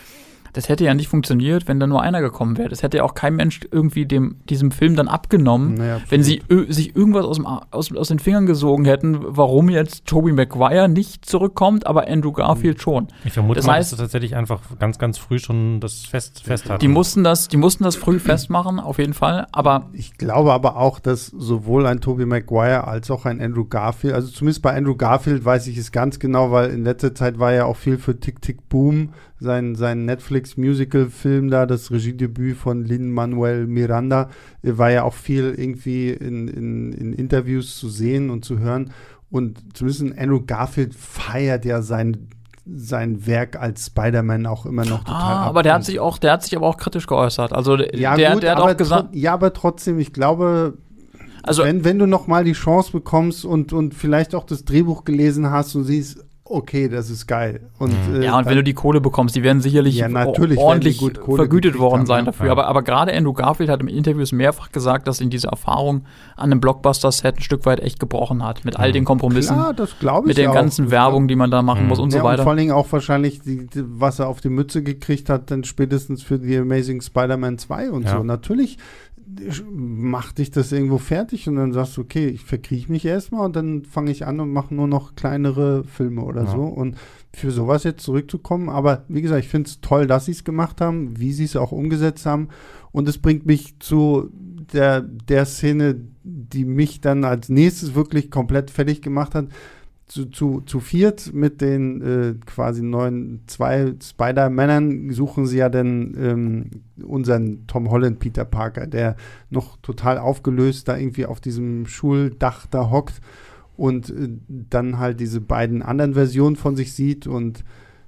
das hätte ja nicht funktioniert, wenn da nur einer gekommen wäre. Das hätte ja auch kein Mensch irgendwie dem, diesem Film dann abgenommen, naja, wenn sie ö, sich irgendwas aus, dem, aus, aus den Fingern gesogen hätten, warum jetzt Tobey Maguire nicht zurückkommt, aber Andrew Garfield schon. Ich vermute das mal, heißt, dass sie tatsächlich einfach ganz, ganz früh schon das fest, fest hatten. Die mussten das, die mussten das früh festmachen, auf jeden Fall. Aber ich glaube aber auch, dass sowohl ein Tobey Maguire als auch ein Andrew Garfield, also zumindest bei Andrew Garfield weiß ich es ganz genau, weil in letzter Zeit war ja auch viel für Tick, Tick, Boom, sein, sein Netflix-Musical-Film da, das Regiedebüt von Lin-Manuel Miranda, war ja auch viel irgendwie in, in, in Interviews zu sehen und zu hören. Und zumindest Andrew Garfield feiert ja sein, sein Werk als Spider-Man auch immer noch total ah, ab. Aber der hat sich auch, der hat sich aber auch kritisch geäußert. Also ja, der, gut, der hat auch gesagt. Ja, aber trotzdem, ich glaube, also, wenn, wenn du noch mal die Chance bekommst und, und vielleicht auch das Drehbuch gelesen hast und siehst, okay, das ist geil. Und, mhm. äh, ja, und wenn du die Kohle bekommst, die werden sicherlich ja, natürlich ordentlich gut Kohle vergütet worden haben, sein ja. dafür. Ja. Aber, aber gerade Andrew Garfield hat im Interviews mehrfach gesagt, dass ihn diese Erfahrung an einem Blockbuster-Set ein Stück weit echt gebrochen hat. Mit all den Kompromissen. Klar, das glaube ich Mit der auch. ganzen Werbung, die man da machen mhm. muss und ja, so weiter. Und vor allen Dingen auch wahrscheinlich, die, die, was er auf die Mütze gekriegt hat, dann spätestens für die Amazing Spider-Man zwei und ja. so. Natürlich macht dich das irgendwo fertig und dann sagst du, okay, ich verkrieche mich erstmal und dann fange ich an und mache nur noch kleinere Filme oder ja. so. Und für sowas jetzt zurückzukommen, aber wie gesagt, ich finde es toll, dass sie es gemacht haben, wie sie es auch umgesetzt haben. Und es bringt mich zu der, der Szene, die mich dann als nächstes wirklich komplett fertig gemacht hat. Zu, zu, zu viert mit den äh, quasi neuen zwei Spider-Männern suchen sie ja dann ähm, unseren Tom Holland Peter Parker, der noch total aufgelöst da irgendwie auf diesem Schuldach da hockt und äh, dann halt diese beiden anderen Versionen von sich sieht und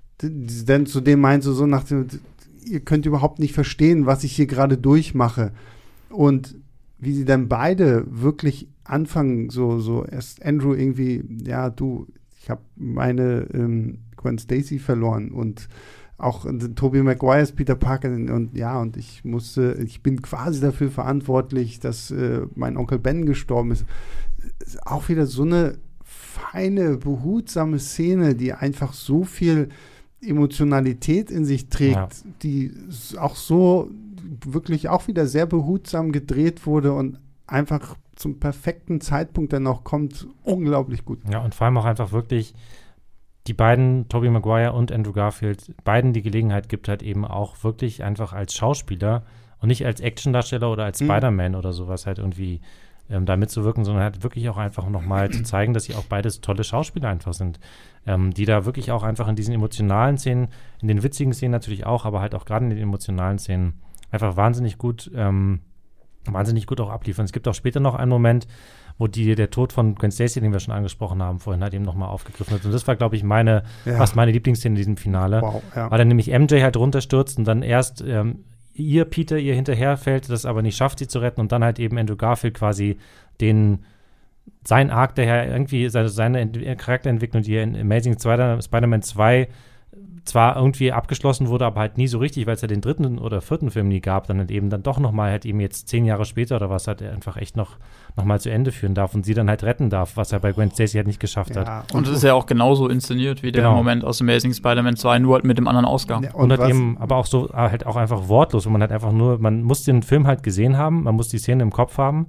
d- dann zu dem meint so, so nach dem, ihr könnt überhaupt nicht verstehen, was ich hier gerade durchmache. Und wie sie dann beide wirklich anfangen, so, so erst Andrew irgendwie, ja, du, ich habe meine ähm, Gwen Stacy verloren und auch äh, Tobey Maguires Peter Parker und ja, und ich musste, ich bin quasi dafür verantwortlich, dass äh, mein Onkel Ben gestorben ist. Ist auch wieder so eine feine, behutsame Szene, die einfach so viel Emotionalität in sich trägt, ja. die auch so wirklich auch wieder sehr behutsam gedreht wurde und einfach zum perfekten Zeitpunkt dann auch kommt, unglaublich gut. Ja, und vor allem auch einfach wirklich die beiden, Tobey Maguire und Andrew Garfield, beiden die Gelegenheit gibt halt eben auch wirklich einfach als Schauspieler und nicht als Actiondarsteller oder als mhm. Spider-Man oder sowas halt irgendwie ähm, da mitzuwirken, sondern halt wirklich auch einfach nochmal zu zeigen, dass sie auch beides tolle Schauspieler einfach sind, ähm, die da wirklich auch einfach in diesen emotionalen Szenen, in den witzigen Szenen natürlich auch, aber halt auch gerade in den emotionalen Szenen einfach wahnsinnig gut ähm, wahnsinnig gut auch abliefern. Es gibt auch später noch einen Moment, wo die, der Tod von Gwen Stacy, den wir schon angesprochen haben, vorhin halt eben nochmal aufgegriffen hat. Und das war, glaube ich, meine, ja. fast meine Lieblingsszene in diesem Finale. Wow, ja. Weil dann nämlich M J halt runterstürzt und dann erst ähm, ihr Peter ihr hinterherfällt, das aber nicht schafft, sie zu retten und dann halt eben Andrew Garfield quasi den sein Arc, der ja irgendwie seine, seine Ent- Charakterentwicklung, die in Amazing Spider-Man zwei zwar irgendwie abgeschlossen wurde, aber halt nie so richtig, weil es ja den dritten oder vierten Film nie gab, dann halt eben dann doch nochmal halt eben jetzt zehn Jahre später oder was halt einfach echt noch, noch mal zu Ende führen darf und sie dann halt retten darf, was er bei Gwen Stacy halt nicht geschafft ja, hat. Und es ist ja auch genauso inszeniert wie der genau. Moment aus Amazing Spider-Man zwei, nur halt mit dem anderen Ausgang. Ja, und, und halt eben, aber auch so halt auch einfach wortlos, wo man halt einfach nur, man muss den Film halt gesehen haben, man muss die Szene im Kopf haben,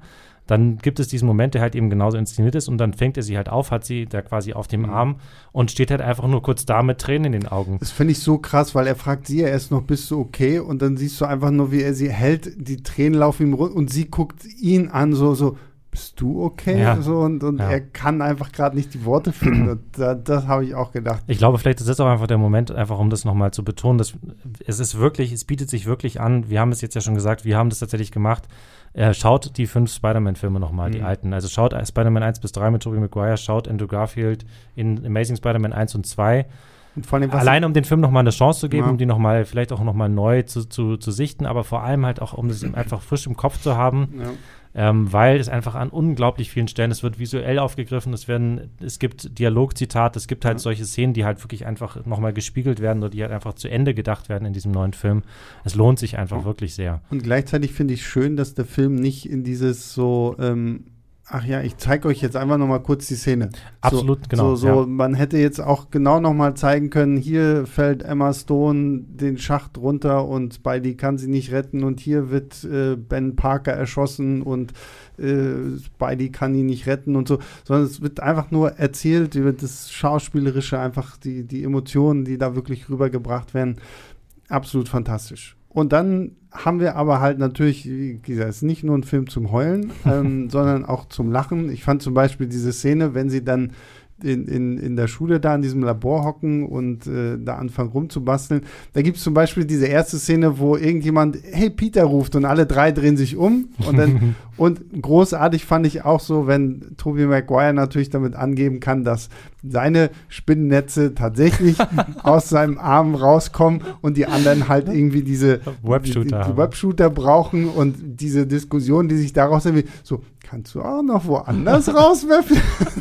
dann gibt es diesen Moment, der halt eben genauso inszeniert ist und dann fängt er sie halt auf, hat sie da quasi auf dem mhm. Arm und steht halt einfach nur kurz da mit Tränen in den Augen. Das finde ich so krass, weil er fragt sie ja erst noch, bist du okay? Und dann siehst du einfach nur, wie er sie hält, die Tränen laufen ihm runter und sie guckt ihn an, so, so, bist du okay? Ja. So, und und ja. er kann einfach gerade nicht die Worte finden. Und da, das habe ich auch gedacht. Ich glaube, vielleicht ist das auch einfach der Moment, einfach um das nochmal zu betonen, dass es ist wirklich, es bietet sich wirklich an, wir haben es jetzt ja schon gesagt, wir haben das tatsächlich gemacht. Äh, schaut die fünf Spider-Man-Filme nochmal, mhm. die alten. Also schaut Spider-Man eins bis drei mit Tobey Maguire, schaut Andrew Garfield in Amazing Spider-Man eins und zwei. Und vor allem, alleine um den Film nochmal eine Chance zu geben, ja. um die nochmal, vielleicht auch nochmal neu zu, zu, zu sichten, aber vor allem halt auch, um das einfach frisch im Kopf zu haben. Ja. Ähm, weil es einfach an unglaublich vielen Stellen, es wird visuell aufgegriffen, es werden, es gibt Dialogzitate, es gibt halt ja. solche Szenen, die halt wirklich einfach nochmal gespiegelt werden oder die halt einfach zu Ende gedacht werden in diesem neuen Film. Es lohnt sich einfach ja. wirklich sehr. Und gleichzeitig finde ich schön, dass der Film nicht in dieses so, ähm, ach ja, ich zeige euch jetzt einfach noch mal kurz die Szene. Absolut, so, genau. So, so ja. Man hätte jetzt auch genau noch mal zeigen können, hier fällt Emma Stone den Schacht runter und Spidey kann sie nicht retten und hier wird äh, Ben Parker erschossen und äh, Spidey kann ihn nicht retten und so, sondern es wird einfach nur erzählt über das Schauspielerische, einfach die, die Emotionen, die da wirklich rübergebracht werden. Absolut fantastisch. Und dann haben wir aber halt natürlich, wie gesagt, es ist nicht nur ein Film zum Heulen, ähm, sondern auch zum Lachen. Ich fand zum Beispiel diese Szene, wenn sie dann in, in, in der Schule da in diesem Labor hocken und äh, da anfangen rumzubasteln. Da gibt es zum Beispiel diese erste Szene, wo irgendjemand, hey, Peter ruft und alle drei drehen sich um. Und dann und großartig fand ich auch so, wenn Tobey Maguire natürlich damit angeben kann, dass seine Spinnennetze tatsächlich aus seinem Arm rauskommen und die anderen halt irgendwie diese Webshooter, die, die Webshooter brauchen und diese Diskussion, die sich daraus entwickelt, so, kannst du auch noch woanders rauswerfen?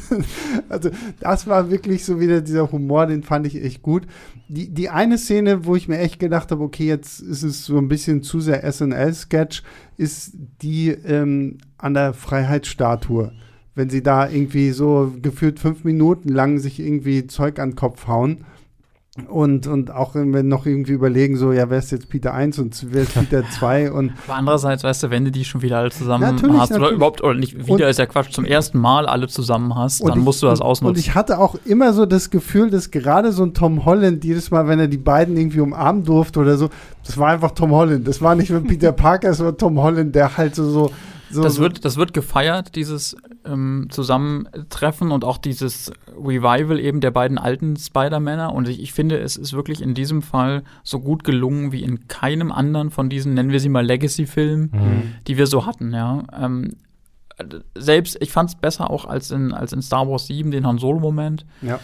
Also das war wirklich so wieder dieser Humor, den fand ich echt gut. Die, die eine Szene, wo ich mir echt gedacht habe, okay, jetzt ist es so ein bisschen zu sehr S N L-Sketch, ist die ähm, an der Freiheitsstatue. Wenn sie da irgendwie so gefühlt fünf Minuten lang sich irgendwie Zeug an den Kopf hauen. Und, und auch wenn wir noch irgendwie überlegen, so, ja, wer ist jetzt Peter eins und wer ist Peter zwei? Und aber andererseits, weißt du, wenn du die schon wieder alle zusammen natürlich, hast, natürlich. oder überhaupt, oder nicht, wieder und, ist ja Quatsch, zum ersten Mal alle zusammen hast, dann ich, musst du das ausnutzen. Und ich hatte auch immer so das Gefühl, dass gerade so ein Tom Holland, jedes Mal, wenn er die beiden irgendwie umarmen durfte oder so, das war einfach Tom Holland. Das war nicht mit Peter Parker, das war Tom Holland, der halt so, so So, das, wird, das wird gefeiert, dieses ähm, Zusammentreffen und auch dieses Revival eben der beiden alten Spider-Männer. Und ich, ich finde, es ist wirklich in diesem Fall so gut gelungen wie in keinem anderen von diesen, nennen wir sie mal Legacy-Filmen, mhm. die wir so hatten. Ja. Ähm, selbst, ich fand es besser auch als in, als in Star Wars sieben, den Han Solo-Moment. Ja.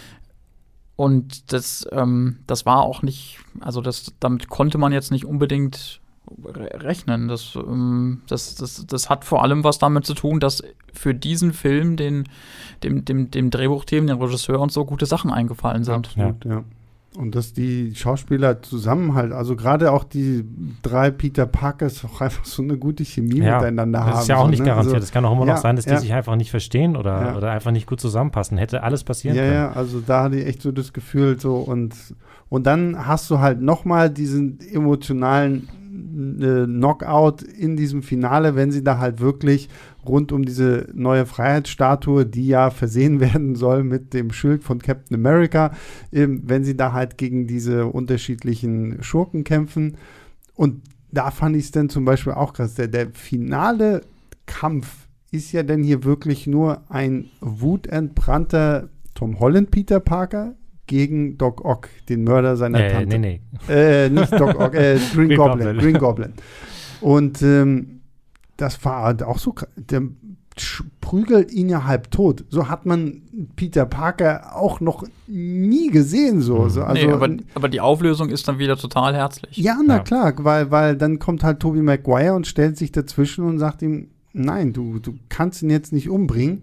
Und das, ähm, das war auch nicht, also das, damit konnte man jetzt nicht unbedingt rechnen. Das, ähm, das, das, das hat vor allem was damit zu tun, dass für diesen Film den, dem, dem, dem Drehbuchteam, dem Regisseur und so gute Sachen eingefallen sind. Absolut, ja. ja. Und dass die Schauspieler zusammen halt, also gerade auch die drei Peter Parkers auch einfach so eine gute Chemie ja, miteinander haben. Das ist ja auch so, nicht ne? garantiert. Es also, kann auch immer ja, noch sein, dass die ja. sich einfach nicht verstehen oder, ja. oder einfach nicht gut zusammenpassen. Hätte alles passieren ja, können. Ja, also da hatte ich echt so das Gefühl so und, und dann hast du halt nochmal diesen emotionalen äh, Knockout in diesem Finale, wenn sie da halt wirklich rund um diese neue Freiheitsstatue, die ja versehen werden soll mit dem Schild von Captain America, ähm, wenn sie da halt gegen diese unterschiedlichen Schurken kämpfen. Und da fand ich es dann zum Beispiel auch krass. Der, der finale Kampf ist ja dann hier wirklich nur ein wutentbrannter Tom Holland Peter Parker gegen Doc Ock, den Mörder seiner äh, Tante. Nee, nee. Äh, nicht Doc Ock, äh, Green, Green Goblin, Goblin. Green Goblin. Und ähm, das war halt auch so krass. Der prügelt ihn ja halb tot. So hat man Peter Parker auch noch nie gesehen. So. so also, nee, aber, aber die Auflösung ist dann wieder total herzlich. Ja, na ja. klar, weil, weil dann kommt halt Tobey Maguire und stellt sich dazwischen und sagt ihm, nein, du, du kannst ihn jetzt nicht umbringen.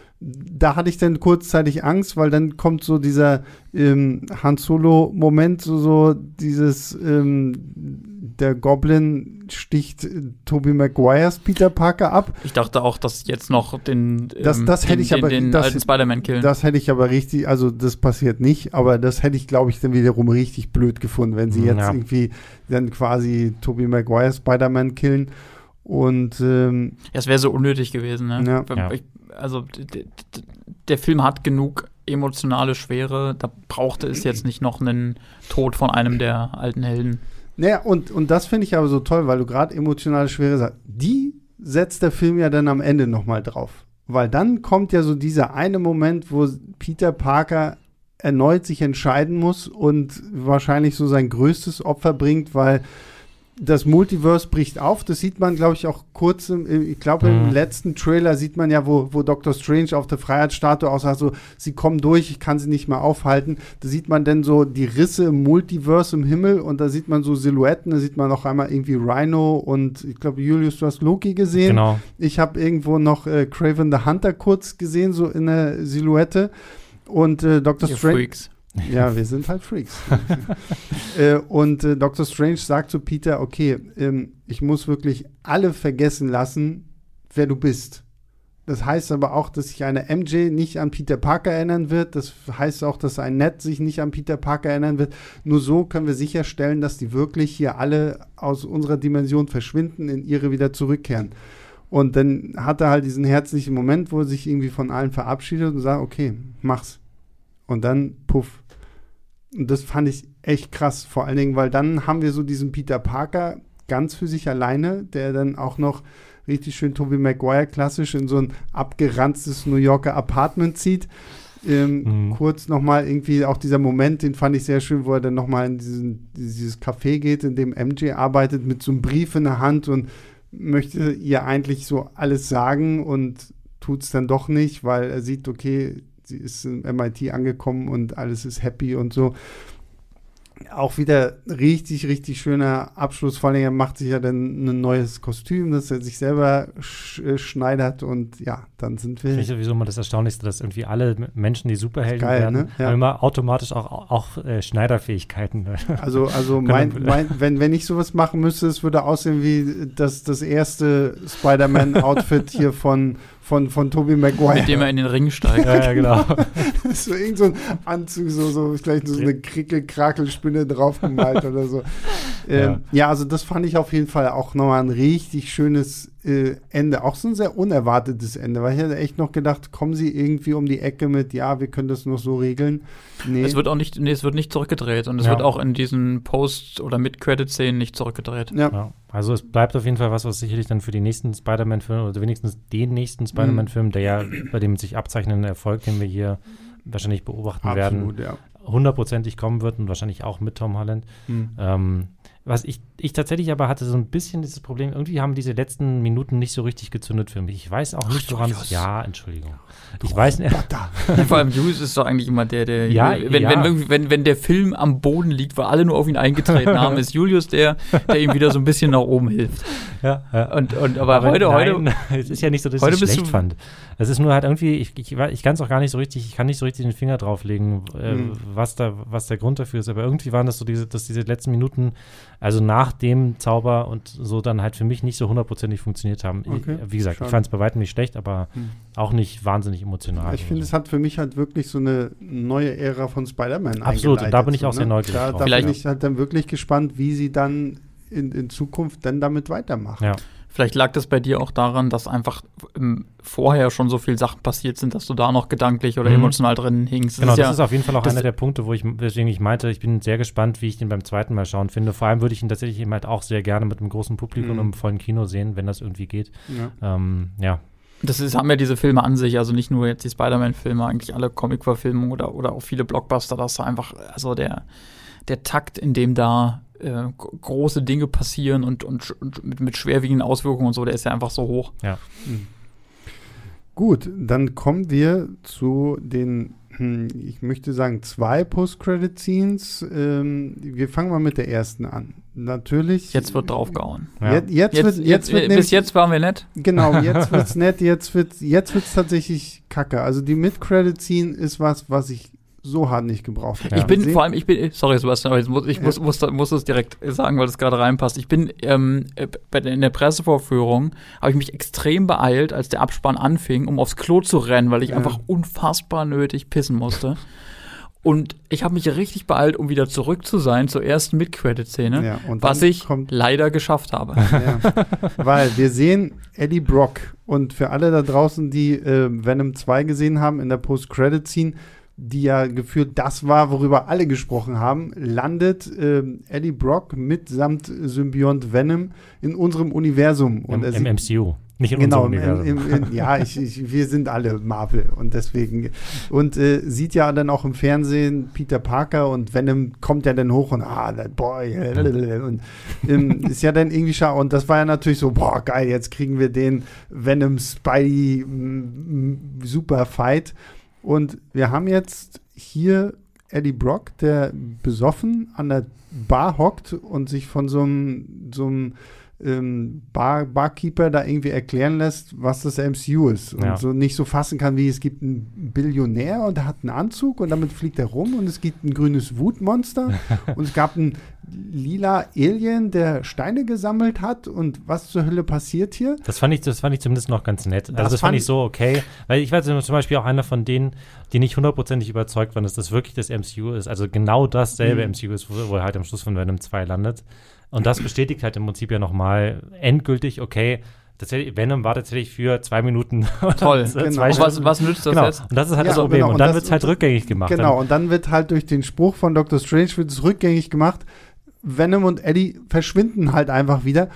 Da hatte ich dann kurzzeitig Angst, weil dann kommt so dieser ähm, Han Solo-Moment, so, so dieses ähm, der Goblin sticht äh, Tobey Maguires Peter Parker ab. Ich dachte auch, dass jetzt noch den, ähm, das, das hätte den, ich aber, den, den das, alten Spider-Man killen. Das hätte ich aber richtig, also das passiert nicht, aber das hätte ich, glaube ich, dann wiederum richtig blöd gefunden, wenn sie jetzt ja. irgendwie dann quasi Tobey Maguire Spider-Man killen. Und ähm, ja, es wäre so unnötig gewesen, ne? Ja. Ja. Ich, also d- d- d- der Film hat genug emotionale Schwere, da brauchte es jetzt nicht noch einen Tod von einem der alten Helden. Naja, und, und das finde ich aber so toll, weil du gerade emotionale Schwere sagst. Die setzt der Film ja dann am Ende noch mal drauf. Weil dann kommt ja so dieser eine Moment, wo Peter Parker erneut sich entscheiden muss und wahrscheinlich so sein größtes Opfer bringt, weil das Multiverse bricht auf. Das sieht man, glaube ich, auch kurz, im, ich glaube, mhm. im letzten Trailer sieht man ja, wo, wo Doctor Strange auf der Freiheitsstatue aussagt, so, sie kommen durch, ich kann sie nicht mehr aufhalten. Da sieht man dann so die Risse im Multiverse im Himmel und da sieht man so Silhouetten, da sieht man auch einmal irgendwie Rhino und ich glaube, Julius, du hast Loki gesehen. Genau. Ich habe irgendwo noch äh, Kraven the Hunter kurz gesehen, so in der Silhouette. Und äh, Doctor Strange. Freaks. Ja, wir sind halt Freaks. äh, und äh, Doctor Strange sagt zu Peter, okay, ähm, ich muss wirklich alle vergessen lassen, wer du bist. Das heißt aber auch, dass sich eine M J nicht an Peter Parker erinnern wird. Das heißt auch, dass ein Ned sich nicht an Peter Parker erinnern wird. Nur so können wir sicherstellen, dass die wirklich hier alle aus unserer Dimension verschwinden, in ihre wieder zurückkehren. Und dann hat er halt diesen herzlichen Moment, wo er sich irgendwie von allen verabschiedet und sagt, okay, mach's. Und dann, puff. Und das fand ich echt krass, vor allen Dingen, weil dann haben wir so diesen Peter Parker ganz für sich alleine, der dann auch noch richtig schön Tobey Maguire klassisch in so ein abgeranztes New Yorker Apartment zieht. Ähm, mhm. Kurz nochmal irgendwie auch dieser Moment, den fand ich sehr schön, wo er dann nochmal in diesen, dieses Café geht, in dem M J arbeitet, mit so einem Brief in der Hand und möchte ihr eigentlich so alles sagen und tut es dann doch nicht, weil er sieht, okay, sie ist im M I T angekommen und alles ist happy und so. Auch wieder richtig, richtig schöner Abschluss. Vor allem, er macht sich ja dann ein neues Kostüm, das er sich selber sch- schneidert und ja, dann sind wir. Finde ich sowieso immer das Erstaunlichste, dass irgendwie alle Menschen, die Superhelden geil, werden, ne? Ja. haben immer automatisch auch, auch äh, Schneiderfähigkeiten. Also, also mein, mein, wenn, wenn ich sowas machen müsste, es würde aussehen wie das, das erste Spider-Man-Outfit hier von Von, von Tobey Maguire. Mit dem er in den Ring steigt. Ja, ja, genau. So irgend so ein Anzug, so, so vielleicht so eine Krickel-Krakelspinne draufgemalt oder so. Ähm, ja. ja, also das fand ich auf jeden Fall auch nochmal ein richtig schönes äh, Ende. Auch so ein sehr unerwartetes Ende, weil ich hätte echt noch gedacht, kommen sie irgendwie um die Ecke mit, ja, wir können das noch so regeln. Nee. Es wird auch nicht, nee, es wird nicht zurückgedreht und es ja. wird auch in diesen Post- oder Mid-Credit-Szenen nicht zurückgedreht. Ja. ja. Also es bleibt auf jeden Fall was, was sicherlich dann für die nächsten Spider-Man-Filme oder wenigstens den nächsten Spider-Man-Film, der ja bei dem sich abzeichnenden Erfolg, den wir hier wahrscheinlich beobachten Absolut, werden, ja. hundertprozentig kommen wird und wahrscheinlich auch mit Tom Holland. Mhm. Ähm, was ich, ich tatsächlich aber hatte so ein bisschen dieses Problem, irgendwie haben diese letzten Minuten nicht so richtig gezündet für mich. Ich weiß auch nicht, woran es... Ja, Entschuldigung. Ich oh, weiß nicht. Ja, vor allem Julius ist doch eigentlich immer der, der... Ja, wenn, ja. Wenn, wenn, wenn der Film am Boden liegt, weil alle nur auf ihn eingetreten haben, ist Julius der, der ihm wieder so ein bisschen nach oben hilft. Ja, ja. Und, und, aber, aber heute... Nein, heute es ist ja nicht so, dass ich es schlecht fand. Es ist nur halt irgendwie, ich, ich, ich kann es auch gar nicht so richtig, ich kann nicht so richtig den Finger drauflegen, äh, mhm. was, da, was der Grund dafür ist. Aber irgendwie waren das so diese, dass diese letzten Minuten, also nach dem Zauber und so dann halt für mich nicht so hundertprozentig funktioniert haben. Okay. Ich, wie gesagt, Schade. Ich fand es bei weitem nicht schlecht, aber mhm. auch nicht wahnsinnig emotional. Ich finde, so. Es hat für mich halt wirklich so eine neue Ära von Spider-Man Absolut, und da bin ich so, auch ne? sehr neugierig Da, drauf. da Vielleicht bin ich halt dann wirklich gespannt, wie sie dann in, in Zukunft dann damit weitermachen. Ja. Vielleicht lag das bei dir auch daran, dass einfach ähm, vorher schon so viele Sachen passiert sind, dass du da noch gedanklich oder mhm. emotional drin hingst. Das genau, ist das ja, ist auf jeden Fall auch einer der Punkte, wo ich, weswegen ich meinte, ich bin sehr gespannt, wie ich den beim zweiten Mal schauen finde. Vor allem würde ich ihn tatsächlich eben halt auch sehr gerne mit einem großen Publikum mhm. und einem vollen Kino sehen, wenn das irgendwie geht. Ja. Ähm, ja. Das ist, haben ja diese Filme an sich, also nicht nur jetzt die Spider-Man-Filme, eigentlich alle Comic-Verfilmungen oder, oder auch viele Blockbuster, dass da einfach, also der, der Takt, in dem da äh, große Dinge passieren und, und, und mit, mit schwerwiegenden Auswirkungen und so, der ist ja einfach so hoch. Ja. Mhm. Gut, dann kommen wir zu den, hm, ich möchte sagen, zwei Post-Credit-Scenes. Ähm, wir fangen mal mit der ersten an. Natürlich. Jetzt wird draufgehauen. Ja. Jetzt, jetzt, jetzt, wird, jetzt, jetzt wird bis nämlich, jetzt waren wir nett. Genau, jetzt wird's nett, jetzt wird jetzt wird's tatsächlich kacke. Also die Mid-Credit-Scene ist was, was ich so hart nicht gebraucht habe. Ich bin sehen. vor allem, ich bin, sorry Sebastian, aber jetzt muss, ich ja. muss, muss, muss das direkt sagen, weil das gerade reinpasst. Ich bin ähm, bei der, in der Pressevorführung habe ich mich extrem beeilt, als der Abspann anfing, um aufs Klo zu rennen, weil ich ja. einfach unfassbar nötig pissen musste. Und ich habe mich richtig beeilt, um wieder zurück zu sein zur ersten Mid-Credit-Szene, ja, was ich leider geschafft habe. Ja, weil wir sehen Eddie Brock und für alle da draußen, die äh, Venom zwei gesehen haben in der Post-Credit-Scene, die ja gefühlt das war, worüber alle gesprochen haben, landet äh, Eddie Brock mitsamt Symbiont Venom in unserem Universum. Und Im, im M C U. Nicht in genau, unserem Universum. Im, im, in, ja, ich, ich, wir sind alle Marvel und deswegen und äh, sieht ja dann auch im Fernsehen Peter Parker und Venom kommt ja dann hoch und ah, that boy und ähm, ist ja dann irgendwie schade und das war ja natürlich so, boah, geil, jetzt kriegen wir den Venom Spidey m, m, super Fight und wir haben jetzt hier Eddie Brock, der besoffen an der Bar hockt und sich von so einem so einem Ähm, Bar, Barkeeper da irgendwie erklären lässt, was das M C U ist. Und ja. so nicht so fassen kann, wie es gibt einen Billionär und der hat einen Anzug und damit fliegt er rum und es gibt ein grünes Wutmonster und es gab einen lila Alien, der Steine gesammelt hat und was zur Hölle passiert hier? Das fand ich, das fand ich zumindest noch ganz nett. Das also das fand, fand ich so okay, weil ich war zum Beispiel auch einer von denen, die nicht hundertprozentig überzeugt waren, dass das wirklich das M C U ist. Also genau dasselbe mhm. M C U ist, wo, wo er halt am Schluss von Venom zwei landet. Und das bestätigt halt im Prinzip ja nochmal endgültig, okay, tatsächlich, Venom war tatsächlich für zwei Minuten. Toll, genau. zwei was, was nützt das genau. jetzt? Und das ist halt ja, das Problem. Genau. Und, und dann wird es halt rückgängig gemacht. Genau, dann, und dann wird halt durch den Spruch von Doctor Strange wird es rückgängig gemacht. Venom und Eddie verschwinden halt einfach wieder.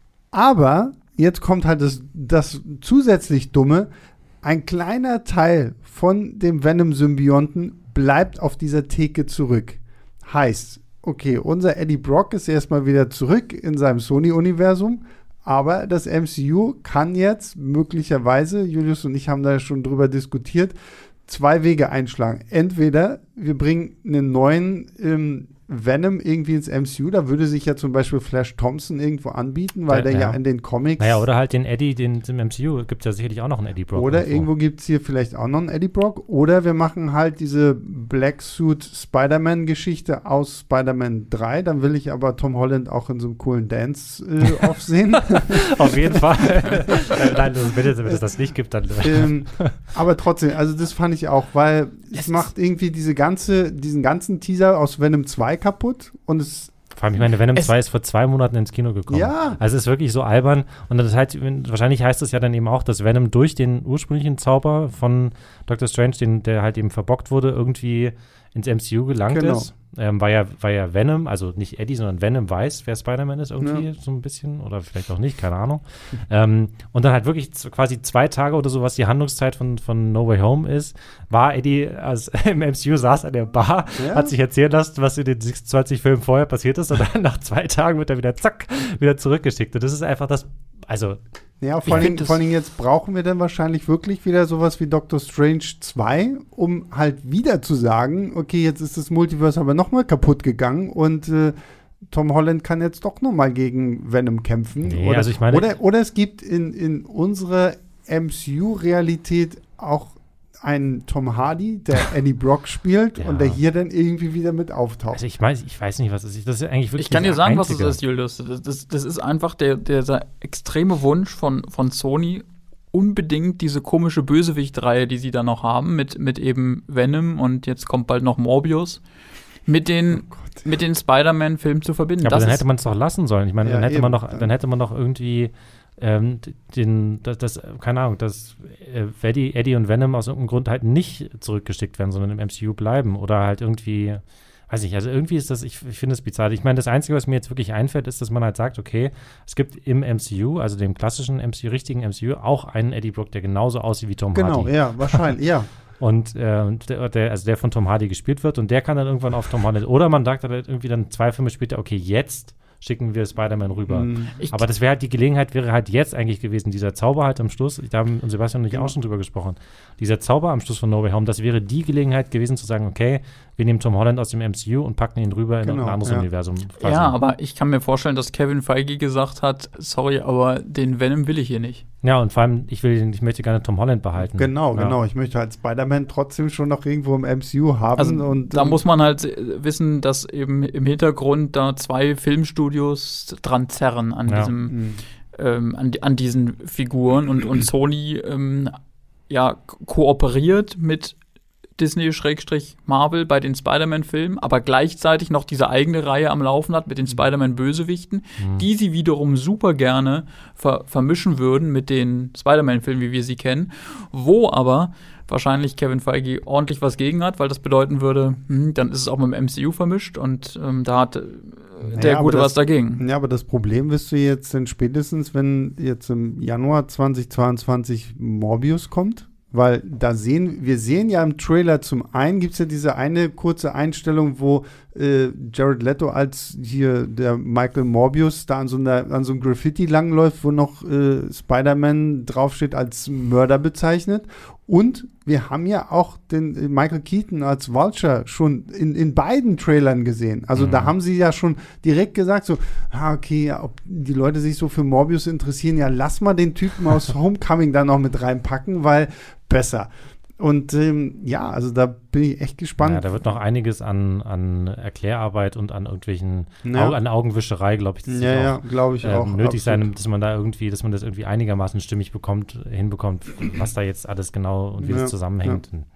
Aber jetzt kommt halt das, das zusätzlich Dumme. Ein kleiner Teil von dem Venom-Symbionten bleibt auf dieser Theke zurück. Heißt, okay, unser Eddie Brock ist erstmal wieder zurück in seinem Sony-Universum, aber das M C U kann jetzt möglicherweise, Julius und ich haben da schon drüber diskutiert, zwei Wege einschlagen. Entweder wir bringen einen neuen ähm, Venom irgendwie ins M C U, da würde sich ja zum Beispiel Flash Thompson irgendwo anbieten, weil ja, der ja. ja in den Comics... Naja, oder halt den Eddie, den im M C U gibt es ja sicherlich auch noch einen Eddie Brock. Oder irgendwo, irgendwo gibt es hier vielleicht auch noch einen Eddie Brock. Oder wir machen halt diese Black Suit Spider-Man-Geschichte aus Spider-Man drei. Dann will ich aber Tom Holland auch in so einem coolen Dance-Off äh, sehen. Auf jeden Fall. Nein, wenn es, wenn es das nicht gibt, dann... ähm, aber trotzdem, also das fand ich auch, weil es, es macht irgendwie diese ganze, diesen ganzen Teaser aus Venom zwei kaputt und es Vor allem, ich meine, Venom zwei ist vor zwei Monaten ins Kino gekommen. Ja. Also es ist wirklich so albern. Und das heißt, wahrscheinlich heißt es ja dann eben auch, dass Venom durch den ursprünglichen Zauber von Doctor Strange, den, der halt eben verbockt wurde, irgendwie ins M C U gelangt genau. ist. Ähm, war, ja, war ja Venom, also nicht Eddie, sondern Venom weiß, wer Spider-Man ist irgendwie, ja. so ein bisschen. Oder vielleicht auch nicht, keine Ahnung. ähm, und dann halt wirklich z- quasi zwei Tage oder so, was die Handlungszeit von, von No Way Home ist, war Eddie als, im M C U, saß an der Bar, ja. hat sich erzählen lassen, was in den sechsundzwanzig Filmen vorher passiert ist. Und dann nach zwei Tagen wird er wieder, zack, wieder zurückgeschickt. Und das ist einfach das, also ja, vor allem, vor allem jetzt brauchen wir dann wahrscheinlich wirklich wieder sowas wie Doctor Strange zwei, um halt wieder zu sagen, okay, jetzt ist das Multiverse aber nochmal kaputt gegangen und äh, Tom Holland kann jetzt doch nochmal gegen Venom kämpfen. Nee, oder, also ich meine, oder, oder es gibt in, in unserer M C U-Realität auch einen Tom Hardy, der Eddie Brock spielt ja. und der hier dann irgendwie wieder mit auftaucht. Also ich weiß, ich weiß nicht, was es ist. Das ist eigentlich wirklich Ich kann dir sagen, Einzige. was es ist, Julius. Das, das, das ist einfach der, der extreme Wunsch von, von Sony, unbedingt diese komische Bösewicht-Reihe, die sie da noch haben, mit, mit eben Venom und jetzt kommt bald noch Morbius, mit den, oh mit den Spider-Man-Filmen zu verbinden. Ja, aber das dann hätte man es doch lassen sollen. Ich meine, ja, dann hätte eben. man noch, dann hätte man noch irgendwie ähm, den, das, das, keine Ahnung, dass äh, Eddie, Eddie und Venom aus irgendeinem Grund halt nicht zurückgeschickt werden, sondern im M C U bleiben oder halt irgendwie, weiß nicht, also irgendwie ist das, ich, ich finde es bizarr. Ich meine, das Einzige, was mir jetzt wirklich einfällt, ist, dass man halt sagt, okay, es gibt im M C U, also dem klassischen M C U, richtigen M C U, auch einen Eddie Brock, der genauso aussieht wie Tom genau, Hardy. Genau, ja, wahrscheinlich, ja. Und äh, der, der, also der von Tom Hardy gespielt wird und der kann dann irgendwann auf Tom Holland, oder man sagt halt irgendwie dann zwei Filme später, okay, jetzt schicken wir Spider-Man rüber. Mm. Aber das wäre halt, die Gelegenheit wäre halt jetzt eigentlich gewesen, dieser Zauber halt am Schluss, da haben und Sebastian und ich genau. auch schon drüber gesprochen, dieser Zauber am Schluss von No Way Home, das wäre die Gelegenheit gewesen zu sagen, okay, wir nehmen Tom Holland aus dem M C U und packen ihn rüber in genau, ein anderes ja. Universum. Quasi. Ja, aber ich kann mir vorstellen, dass Kevin Feige gesagt hat, sorry, aber den Venom will ich hier nicht. Ja, und vor allem, ich will, ich möchte gerne Tom Holland behalten. Genau, ja. genau. Ich möchte halt Spider-Man trotzdem schon noch irgendwo im M C U haben. Also und, da und muss man halt wissen, dass eben im Hintergrund da zwei Filmstudios dran zerren an ja. diesem, mhm. ähm, an, an diesen Figuren und, und Sony ähm, ja, ko- kooperiert mit Disney-Marvel bei den Spider-Man-Filmen, aber gleichzeitig noch diese eigene Reihe am Laufen hat mit den Spider-Man-Bösewichten, mhm. die sie wiederum super gerne ver- vermischen würden mit den Spider-Man-Filmen, wie wir sie kennen, wo aber wahrscheinlich Kevin Feige ordentlich was gegen hat, weil das bedeuten würde, hm, dann ist es auch mit dem M C U vermischt und ähm, da hat äh, der naja, Gute das, was dagegen. Ja, aber das Problem wirst du jetzt dann spätestens, wenn jetzt im Januar zweitausendzweiundzwanzig Morbius kommt. Weil da sehen, wir sehen ja im Trailer zum einen, gibt es ja diese eine kurze Einstellung, wo äh, Jared Leto als hier der Michael Morbius da an so, einer, an so einem Graffiti langläuft, wo noch äh, Spider-Man draufsteht als Mörder bezeichnet. Und wir haben ja auch den äh, Michael Keaton als Vulture schon in, in beiden Trailern gesehen. Also mhm. da haben sie ja schon direkt gesagt so, ah, okay, ob die Leute sich so für Morbius interessieren, ja, lass mal den Typen aus Homecoming da noch mit reinpacken, weil besser. Und ähm, ja, also da bin ich echt gespannt. Ja, da wird noch einiges an, an Erklärarbeit und an irgendwelchen ja. Au- an Augenwischerei, glaube ich, das ja, ja, glaube ich äh, auch nötig absolut. sein, dass man da irgendwie, dass man das irgendwie einigermaßen stimmig bekommt, hinbekommt, was da jetzt alles genau und wie ja, das zusammenhängt. Ja.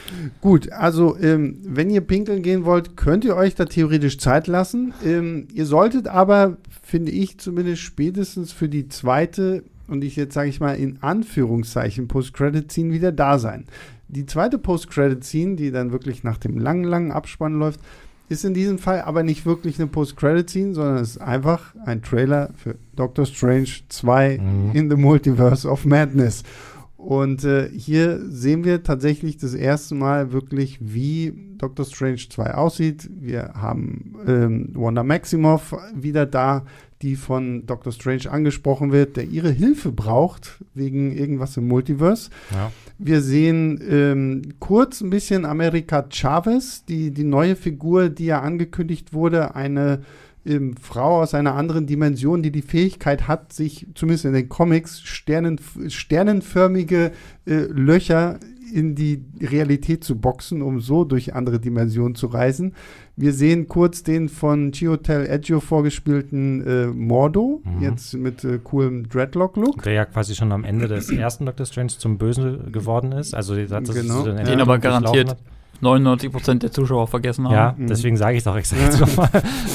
Gut, also ähm, wenn ihr pinkeln gehen wollt, könnt ihr euch da theoretisch Zeit lassen. Ähm, ihr solltet aber, finde ich zumindest, spätestens für die zweite und ich jetzt sage ich mal in Anführungszeichen Post-Credit-Scene wieder da sein. Die zweite Post-Credit-Scene, die dann wirklich nach dem langen, langen Abspann läuft, ist in diesem Fall aber nicht wirklich eine Post-Credit-Scene, sondern es ist einfach ein Trailer für Doctor Strange zwei mhm. in the Multiverse of Madness. Und äh, hier sehen wir tatsächlich das erste Mal wirklich, wie Doctor Strange zwei aussieht. Wir haben ähm, Wanda Maximoff wieder da, die von Doctor Strange angesprochen wird, der ihre Hilfe braucht wegen irgendwas im Multiverse. Ja. Wir sehen ähm, kurz ein bisschen America Chavez, die, die neue Figur, die ja angekündigt wurde, eine ähm, Frau aus einer anderen Dimension, die die Fähigkeit hat, sich zumindest in den Comics Sternen, sternenförmige äh, Löcher in die Realität zu boxen, um so durch andere Dimensionen zu reisen. Wir sehen kurz den von Chiwetel Ejiofor vorgespielten äh, Mordo, mhm. jetzt mit äh, coolem Dreadlock-Look. Der ja quasi schon am Ende des ersten Doctor Strange zum Bösen geworden ist. Also das, das genau. so den, den aber garantiert neunundneunzig Prozent der Zuschauer vergessen haben. Ja, deswegen sage ich es auch extra jetzt nochmal.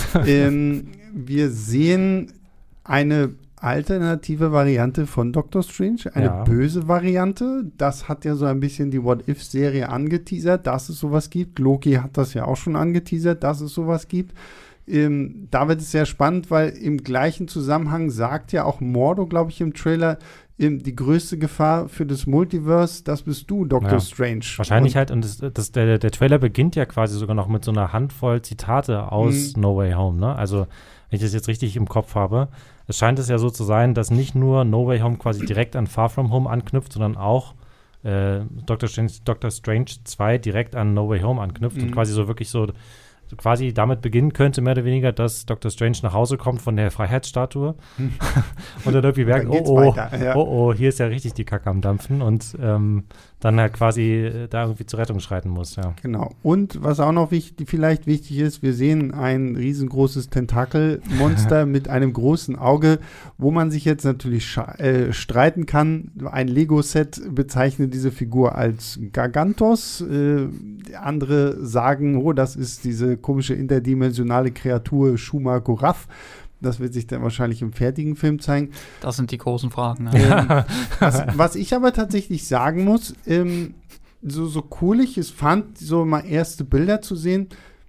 ähm, wir sehen eine alternative Variante von Doctor Strange, eine ja. böse Variante. Das hat ja so ein bisschen die What-If-Serie angeteasert, dass es sowas gibt. Loki hat das ja auch schon angeteasert, dass es sowas gibt. Ähm, da wird es sehr spannend, weil im gleichen Zusammenhang sagt ja auch Mordo, glaube ich, im Trailer, ähm, die größte Gefahr für das Multiverse, das bist du, Doctor ja. Strange. Wahrscheinlich und halt, und das, das, der, der Trailer beginnt ja quasi sogar noch mit so einer Handvoll Zitate aus mhm. No Way Home, ne? Also, wenn ich das jetzt richtig im Kopf habe, es scheint es ja so zu sein, dass nicht nur No Way Home quasi direkt an Far From Home anknüpft, sondern auch äh, Doctor Strange, Doctor Strange zwei direkt an No Way Home anknüpft mhm. und quasi so wirklich so, so quasi damit beginnen könnte, mehr oder weniger, dass Doctor Strange nach Hause kommt von der Freiheitsstatue mhm. und dann irgendwie merkt, oh, oh, ja. oh, oh, hier ist ja richtig die Kacke am Dampfen und ähm, dann halt quasi da irgendwie zur Rettung schreiten muss, ja. Genau. Und was auch noch wichtig, vielleicht wichtig ist, wir sehen ein riesengroßes Tentakelmonster mit einem großen Auge, wo man sich jetzt natürlich scha- äh, streiten kann. Ein Lego-Set bezeichnet diese Figur als Gargantos. Äh, andere sagen, oh, das ist diese komische interdimensionale Kreatur Shuma Gorath. Das wird sich dann wahrscheinlich im fertigen Film zeigen. Das sind die großen Fragen. Ja. Ähm, was, was ich aber tatsächlich sagen muss, ähm, so, so cool ich es fand, so mal erste Bilder zu sehen,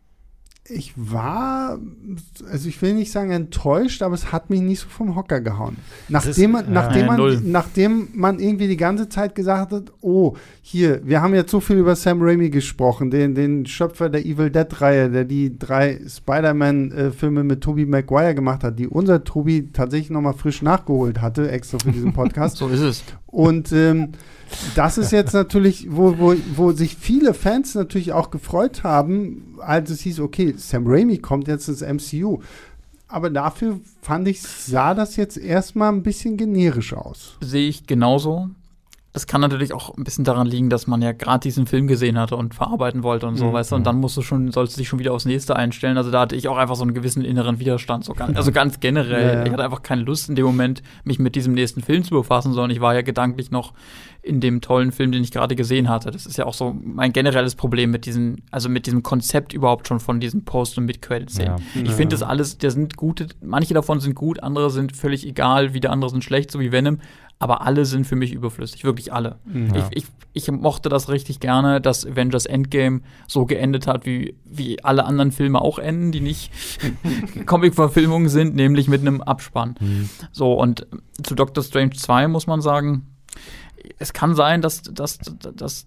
ich war, also ich will nicht sagen enttäuscht, aber es hat mich nicht so vom Hocker gehauen. Nachdem man, ist, nachdem, äh, man, nachdem man irgendwie die ganze Zeit gesagt hat, oh, hier, wir haben jetzt so viel über Sam Raimi gesprochen, den, den Schöpfer der Evil Dead-Reihe, der die drei Spider-Man-Filme mit Tobey Maguire gemacht hat, die unser Tobi tatsächlich nochmal frisch nachgeholt hatte, extra für diesen Podcast. So ist es. Und ähm, das ist jetzt natürlich, wo, wo, wo sich viele Fans natürlich auch gefreut haben, als es hieß, okay, Sam Raimi kommt jetzt ins M C U. Aber dafür fand ich, sah das jetzt erstmal ein bisschen generisch aus. Sehe ich genauso. Das kann natürlich auch ein bisschen daran liegen, dass man ja gerade diesen Film gesehen hatte und verarbeiten wollte und so, mhm. weißt du, und dann musst du schon, sollst du dich schon wieder aufs nächste einstellen. Also da hatte ich auch einfach so einen gewissen inneren Widerstand, so ganz, also ganz generell. Ja, ja. Ich hatte einfach keine Lust in dem Moment, mich mit diesem nächsten Film zu befassen, sondern ich war ja gedanklich noch in dem tollen Film, den ich gerade gesehen hatte. Das ist ja auch so mein generelles Problem mit diesem, also mit diesem Konzept überhaupt schon von diesen Post- und Mid-Credit-Szenen. Ja. Ich ja. finde das alles, da sind gute, manche davon sind gut, andere sind völlig egal, wieder andere sind schlecht, so wie Venom. Aber alle sind für mich überflüssig, wirklich alle. Ja. Ich, ich, ich mochte das richtig gerne, dass Avengers Endgame so geendet hat, wie, wie alle anderen Filme auch enden, die nicht Comic-Verfilmungen sind, nämlich mit einem Abspann. Mhm. So, und zu Doctor Strange zwei muss man sagen, es kann sein, dass, dass, dass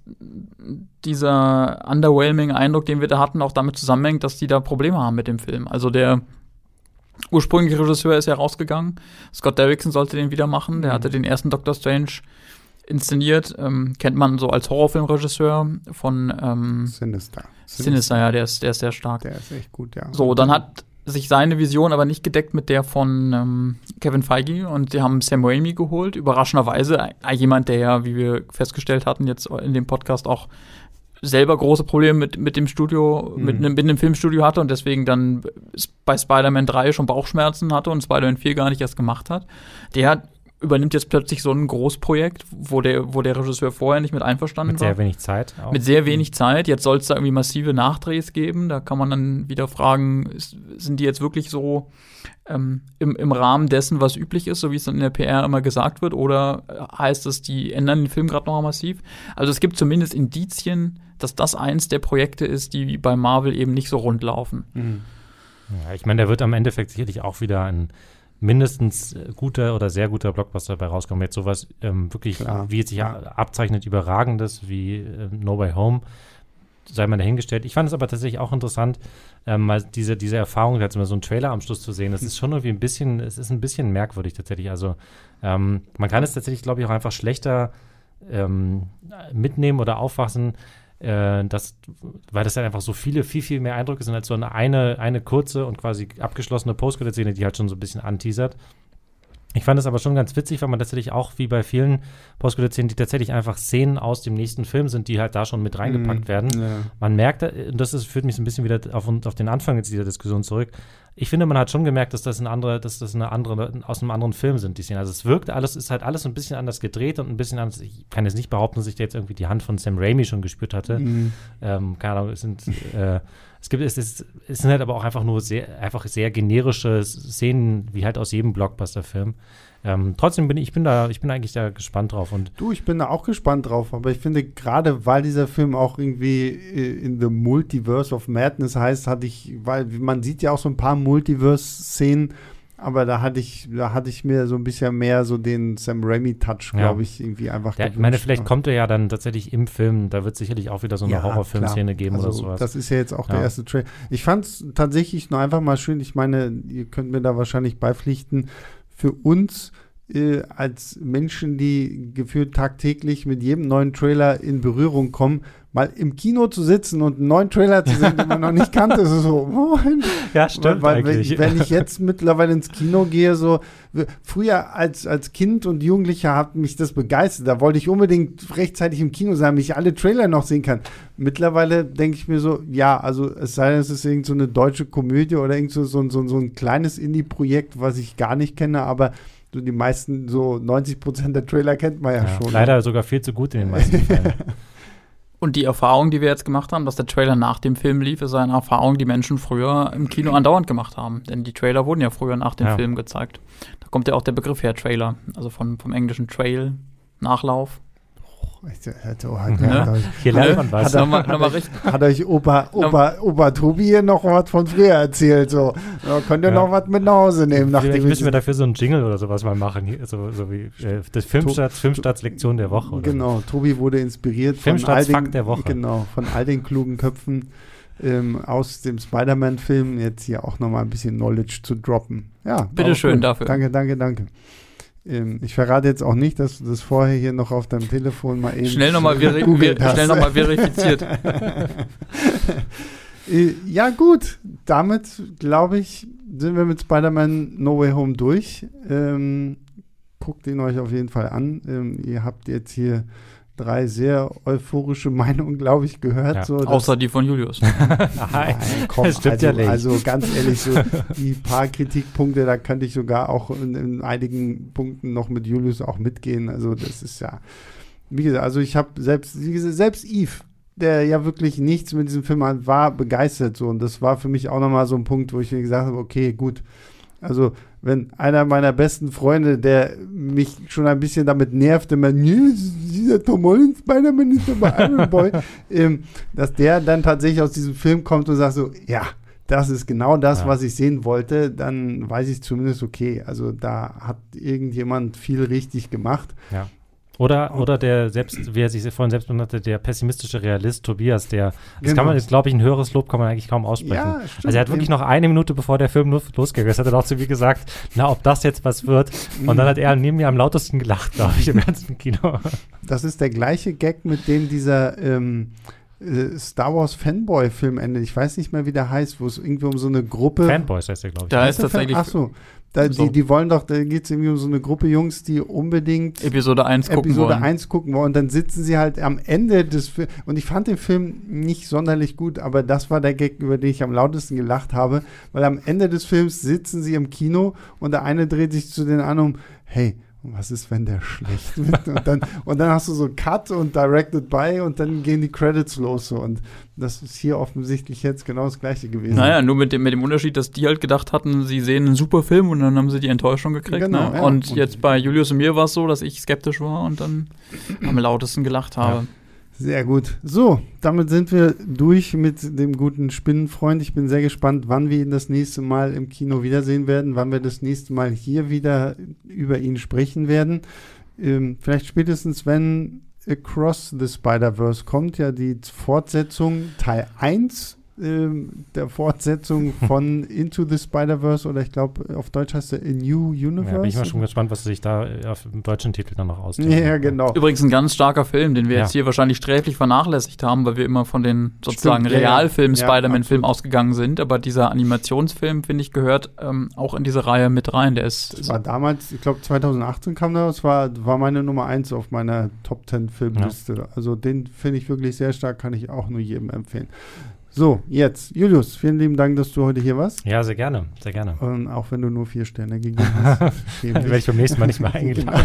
dieser underwhelming Eindruck, den wir da hatten, auch damit zusammenhängt, dass die da Probleme haben mit dem Film. Also der ursprüngliche Regisseur ist ja rausgegangen. Scott Derrickson sollte den wieder machen. Der hatte den ersten Doctor Strange inszeniert. Ähm, kennt man so als Horrorfilmregisseur von ähm, Sinister. Sinister. Sinister, ja, der ist, der ist sehr stark. Der ist echt gut, ja. So, dann hat sich seine Vision aber nicht gedeckt mit der von ähm, Kevin Feige und sie haben Sam Raimi geholt. Überraschenderweise äh, jemand, der ja, wie wir festgestellt hatten, jetzt in dem Podcast auch selber große Probleme mit, mit dem Studio, mhm. mit, einem, mit einem Filmstudio hatte und deswegen dann bei Spider-Man drei schon Bauchschmerzen hatte und Spider-Man vier gar nicht erst gemacht hat. Der übernimmt jetzt plötzlich so ein Großprojekt, wo der, wo der Regisseur vorher nicht mit einverstanden mit war. Mit sehr wenig Zeit auch. Mit sehr wenig Zeit. Jetzt soll es da irgendwie massive Nachdrehs geben. Da kann man dann wieder fragen, ist, sind die jetzt wirklich so ähm, im, im Rahmen dessen, was üblich ist, so wie es dann in der P R immer gesagt wird, oder heißt es, die ändern den Film gerade noch massiv? Also es gibt zumindest Indizien, dass das eins der Projekte ist, die bei Marvel eben nicht so rund laufen. Mhm. Ja, ich meine, der wird am Endeffekt sicherlich auch wieder ein mindestens guter oder sehr guter Blockbuster dabei rauskommen. Jetzt sowas ähm, wirklich, Klar. wie es sich ja. abzeichnet, Überragendes wie äh, No Way Home, sei mal dahingestellt. Ich fand es aber tatsächlich auch interessant, ähm, mal diese, diese Erfahrung, jetzt mal so einen Trailer am Schluss zu sehen. Das ist schon irgendwie ein bisschen, es ist ein bisschen merkwürdig tatsächlich. Also ähm, man kann es tatsächlich, glaube ich, auch einfach schlechter ähm, mitnehmen oder auffassen, äh, das, weil das dann einfach so viele, viel, viel mehr Eindrücke sind als so eine, eine, eine kurze und quasi abgeschlossene Post-Credit-Szene, die halt schon so ein bisschen anteasert. Ich fand es aber schon ganz witzig, weil man tatsächlich auch wie bei vielen Post-Credit-Szenen, die tatsächlich einfach Szenen aus dem nächsten Film sind, die halt da schon mit reingepackt mm, werden. Ja. Man merkt, und das ist, führt mich so ein bisschen wieder auf, auf den Anfang jetzt dieser Diskussion zurück. Ich finde, man hat schon gemerkt, dass das eine andere, dass das eine andere, aus einem anderen Film sind, die Szenen. Also es wirkt alles, ist halt alles so ein bisschen anders gedreht und ein bisschen anders. Ich kann jetzt nicht behaupten, dass ich da jetzt irgendwie die Hand von Sam Raimi schon gespürt hatte. Mm. Ähm, keine Ahnung, es sind äh, Es gibt, es, ist, es sind halt aber auch einfach nur sehr, einfach sehr generische Szenen, wie halt aus jedem Blockbuster-Film. Ähm, trotzdem bin ich, ich bin da, ich bin eigentlich da gespannt drauf. Und du, ich bin da auch gespannt drauf, aber ich finde, gerade weil dieser Film auch irgendwie in the Multiverse of Madness heißt, hatte ich, weil man sieht ja auch so ein paar Multiverse-Szenen, aber da hatte ich, da hatte ich mir so ein bisschen mehr so den Sam Raimi-Touch, glaube ich, irgendwie einfach gewünscht. Ich meine, vielleicht kommt er ja dann tatsächlich im Film, da wird sicherlich auch wieder so eine ja, Horrorfilm-Szene geben also, oder sowas. Das ist ja jetzt auch ja. der erste Trailer. Ich fand es tatsächlich nur einfach mal schön, ich meine, ihr könnt mir da wahrscheinlich beipflichten, für uns äh, als Menschen, die gefühlt tagtäglich mit jedem neuen Trailer in Berührung kommen, mal im Kino zu sitzen und einen neuen Trailer zu sehen, den man noch nicht kannte, ist so, Moment. Ja, stimmt weil, weil eigentlich. Wenn, wenn ich jetzt mittlerweile ins Kino gehe, so, früher als, als Kind und Jugendlicher hat mich das begeistert, da wollte ich unbedingt rechtzeitig im Kino sein, damit ich alle Trailer noch sehen kann. Mittlerweile denke ich mir so, ja, also es sei denn, es ist irgend so eine deutsche Komödie oder irgend so, so, so, so ein kleines Indie-Projekt, was ich gar nicht kenne, aber so die meisten, so neunzig Prozent der Trailer kennt man ja, ja schon. Leider sogar viel zu gut in den meisten Fällen. Und die Erfahrung, die wir jetzt gemacht haben, dass der Trailer nach dem Film lief, ist eine Erfahrung, die Menschen früher im Kino andauernd gemacht haben. Denn die Trailer wurden ja früher nach dem ja. Film gezeigt. Da kommt ja auch der Begriff her, Trailer. Also von, vom englischen Trail, Nachlauf. Hier lernt man was. Hat, er, hat, hat, euch, hat euch Opa, Opa, Opa Tobi hier noch was von früher erzählt? So. Ja, könnt ihr ja. noch was mit nach Hause nehmen? Vielleicht müssen wir dafür so einen Jingle oder sowas mal machen. So, so wie äh, das Filmstarts, Filmstarts Lektion der Woche. Oder genau, so. Tobi wurde inspiriert von all, den, Fakt der Woche. Genau, von all den klugen Köpfen ähm, aus dem Spider-Man-Film. Jetzt hier auch nochmal ein bisschen Knowledge zu droppen. Ja, bitteschön dafür. Danke, danke, danke. Ich verrate jetzt auch nicht, dass du das vorher hier noch auf deinem Telefon mal eben schnell nochmal veri ver noch verifiziert. Ja gut, damit glaube ich, sind wir mit Spider-Man No Way Home durch. Ähm, guckt ihn euch auf jeden Fall an. Ähm, ihr habt jetzt hier drei sehr euphorische Meinungen, glaube ich, gehört. Ja, so, außer die von Julius. Nein, komm, das stimmt also, ja nicht. Also ganz ehrlich, so die paar Kritikpunkte, da könnte ich sogar auch in, in einigen Punkten noch mit Julius auch mitgehen. Also das ist ja, wie gesagt, also ich habe selbst, wie gesagt, selbst Yves, der ja wirklich nichts mit diesem Film hat, war begeistert so. Und das war für mich auch nochmal so ein Punkt, wo ich mir gesagt habe, okay, gut, also wenn einer meiner besten Freunde, der mich schon ein bisschen damit nervt, immer, dieser Tom Holland Spider-Man ist aber Iron Boy, ähm, dass der dann tatsächlich aus diesem Film kommt und sagt so, ja, das ist genau das, ja. was ich sehen wollte, dann weiß ich zumindest, okay, also da hat irgendjemand viel richtig gemacht. Ja. Oder, oder der selbst, wie er sich vorhin selbst benannte, der pessimistische Realist Tobias, der, das genau. kann man, ist, glaube ich, ein höheres Lob kann man eigentlich kaum aussprechen. Ja, also er hat wirklich noch eine Minute, bevor der Film losgegangen ist, hat er auch zu mir gesagt, na, ob das jetzt was wird. Und dann hat er neben mir am lautesten gelacht, glaube ich, im ganzen Kino. Das ist der gleiche Gag, mit dem dieser ähm, äh, Star Wars Fanboy-Film endet. Ich weiß nicht mehr, wie der heißt, wo es irgendwie um so eine Gruppe... Fanboys heißt der, glaube ich. Da ist tatsächlich... Ach so. Da, so. die, die wollen doch, da geht es irgendwie um so eine Gruppe Jungs, die unbedingt Episode eins gucken Episode wollen. eins gucken wollen. Und dann sitzen sie halt am Ende des Films. Und ich fand den Film nicht sonderlich gut, aber das war der Gag, über den ich am lautesten gelacht habe. Weil am Ende des Films sitzen sie im Kino und der eine dreht sich zu den anderen um, hey, was ist, wenn der schlecht wird? Und dann, und dann hast du so Cut und Directed by und dann gehen die Credits los. So. Und das ist hier offensichtlich jetzt genau das Gleiche gewesen. Naja, nur mit dem, mit dem Unterschied, dass die halt gedacht hatten, sie sehen einen super Film und dann haben sie die Enttäuschung gekriegt. Genau, ne? ja. Und, und jetzt bei Julius und mir war es so, dass ich skeptisch war und dann am lautesten gelacht habe. Ja. Sehr gut. So, damit sind wir durch mit dem guten Spinnenfreund. Ich bin sehr gespannt, wann wir ihn das nächste Mal im Kino wiedersehen werden, wann wir das nächste Mal hier wieder über ihn sprechen werden. Ähm, vielleicht spätestens, wenn Across the Spider-Verse kommt, ja die Fortsetzung Teil eins ähm, der Fortsetzung von Into the Spider-Verse, oder ich glaube, auf Deutsch heißt er A New Universe. Ja, bin ich mal schon gespannt, was sich da auf dem deutschen Titel dann noch ausdenkt. Ja, genau. Übrigens ein ganz starker Film, den wir Ja. jetzt hier wahrscheinlich sträflich vernachlässigt haben, weil wir immer von den sozusagen Stimmt, ja, Realfilm-Spider-Man-Film ja, ausgegangen sind. Aber dieser Animationsfilm, finde ich, gehört ähm, auch in diese Reihe mit rein. Der ist. Das war damals, ich glaube zwanzig achtzehn kam da, das war, war meine Nummer eins auf meiner Top zehn Filmliste. Ja. Also den finde ich wirklich sehr stark, kann ich auch nur jedem empfehlen. So, jetzt, Julius, vielen lieben Dank, dass du heute hier warst. Ja, sehr gerne, sehr gerne. Und auch wenn du nur vier Sterne gegeben hast. Dann werde ich beim nächsten Mal nicht mehr eingeladen.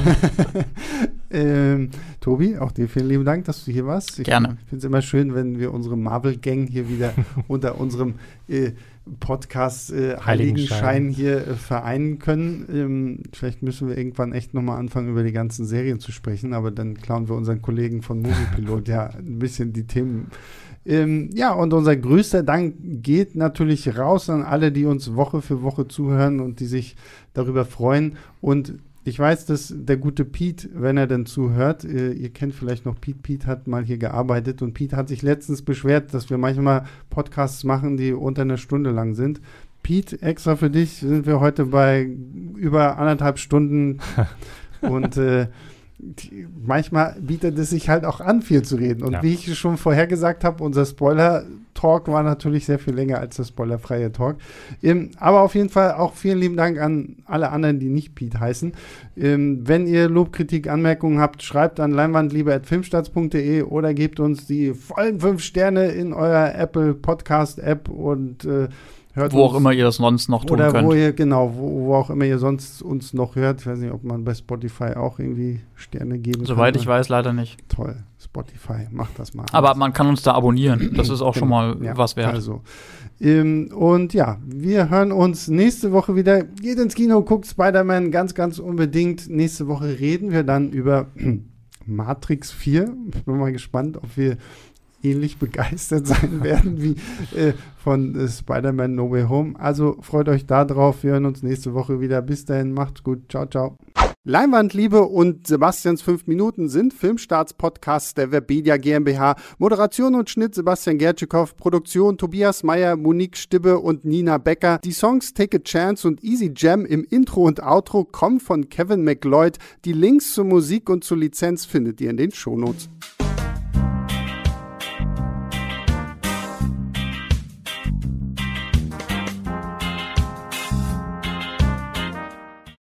ähm, Tobi, auch dir vielen lieben Dank, dass du hier warst. Ich, Gerne. Ich finde es immer schön, wenn wir unsere Marvel-Gang hier wieder unter unserem äh, Podcast äh, Heiligenschein hier äh, vereinen können. Ähm, vielleicht müssen wir irgendwann echt nochmal anfangen, über die ganzen Serien zu sprechen, aber dann klauen wir unseren Kollegen von Moviepilot ja ein bisschen die Themen. Ähm, ja, und unser größter Dank geht natürlich raus an alle, die uns Woche für Woche zuhören und die sich darüber freuen. Und ich weiß, dass der gute Pete, wenn er denn zuhört, äh, ihr kennt vielleicht noch Pete, Pete hat mal hier gearbeitet und Pete hat sich letztens beschwert, dass wir manchmal Podcasts machen, die unter einer Stunde lang sind. Pete, extra für dich sind wir heute bei über anderthalb Stunden und äh, die, manchmal bietet es sich halt auch an, viel zu reden. Und ja. wie ich schon vorher gesagt habe, unser Spoiler-Talk war natürlich sehr viel länger als der spoilerfreie Talk. Ähm, aber auf jeden Fall auch vielen lieben Dank an alle anderen, die nicht Pete heißen. Ähm, wenn ihr Lob, Kritik, Anmerkungen habt, schreibt an leinwandliebe at filmstarts punkt de oder gebt uns die vollen fünf Sterne in eurer Apple Podcast-App und äh, hört wo uns, auch immer ihr das sonst noch tun oder könnt. Wo ihr, genau, wo, wo auch immer ihr sonst uns noch hört. Ich weiß nicht, ob man bei Spotify auch irgendwie Sterne geben Soweit kann. ich weiß, leider nicht. Toll, Spotify, macht das mal. Aber man kann uns da abonnieren. Das ist auch schon mal ja, was wert. Also, ähm, und ja, wir hören uns nächste Woche wieder. Geht ins Kino, guckt Spider-Man ganz, ganz unbedingt. Nächste Woche reden wir dann über Matrix vier. Ich bin mal gespannt, ob wir ähnlich begeistert sein werden wie äh, von äh, Spider-Man No Way Home. Also freut euch da drauf. Wir hören uns nächste Woche wieder. Bis dahin, macht's gut. Ciao, ciao. Leinwandliebe und Sebastians fünf Minuten sind Filmstarts-Podcasts der Webedia GmbH. Moderation und Schnitt Sebastian Gertschikow. Produktion Tobias Meyer, Monique Stibbe und Nina Becker. Die Songs Take a Chance und Easy Jam im Intro und Outro kommen von Kevin MacLeod. Die Links zur Musik und zur Lizenz findet ihr in den Shownotes.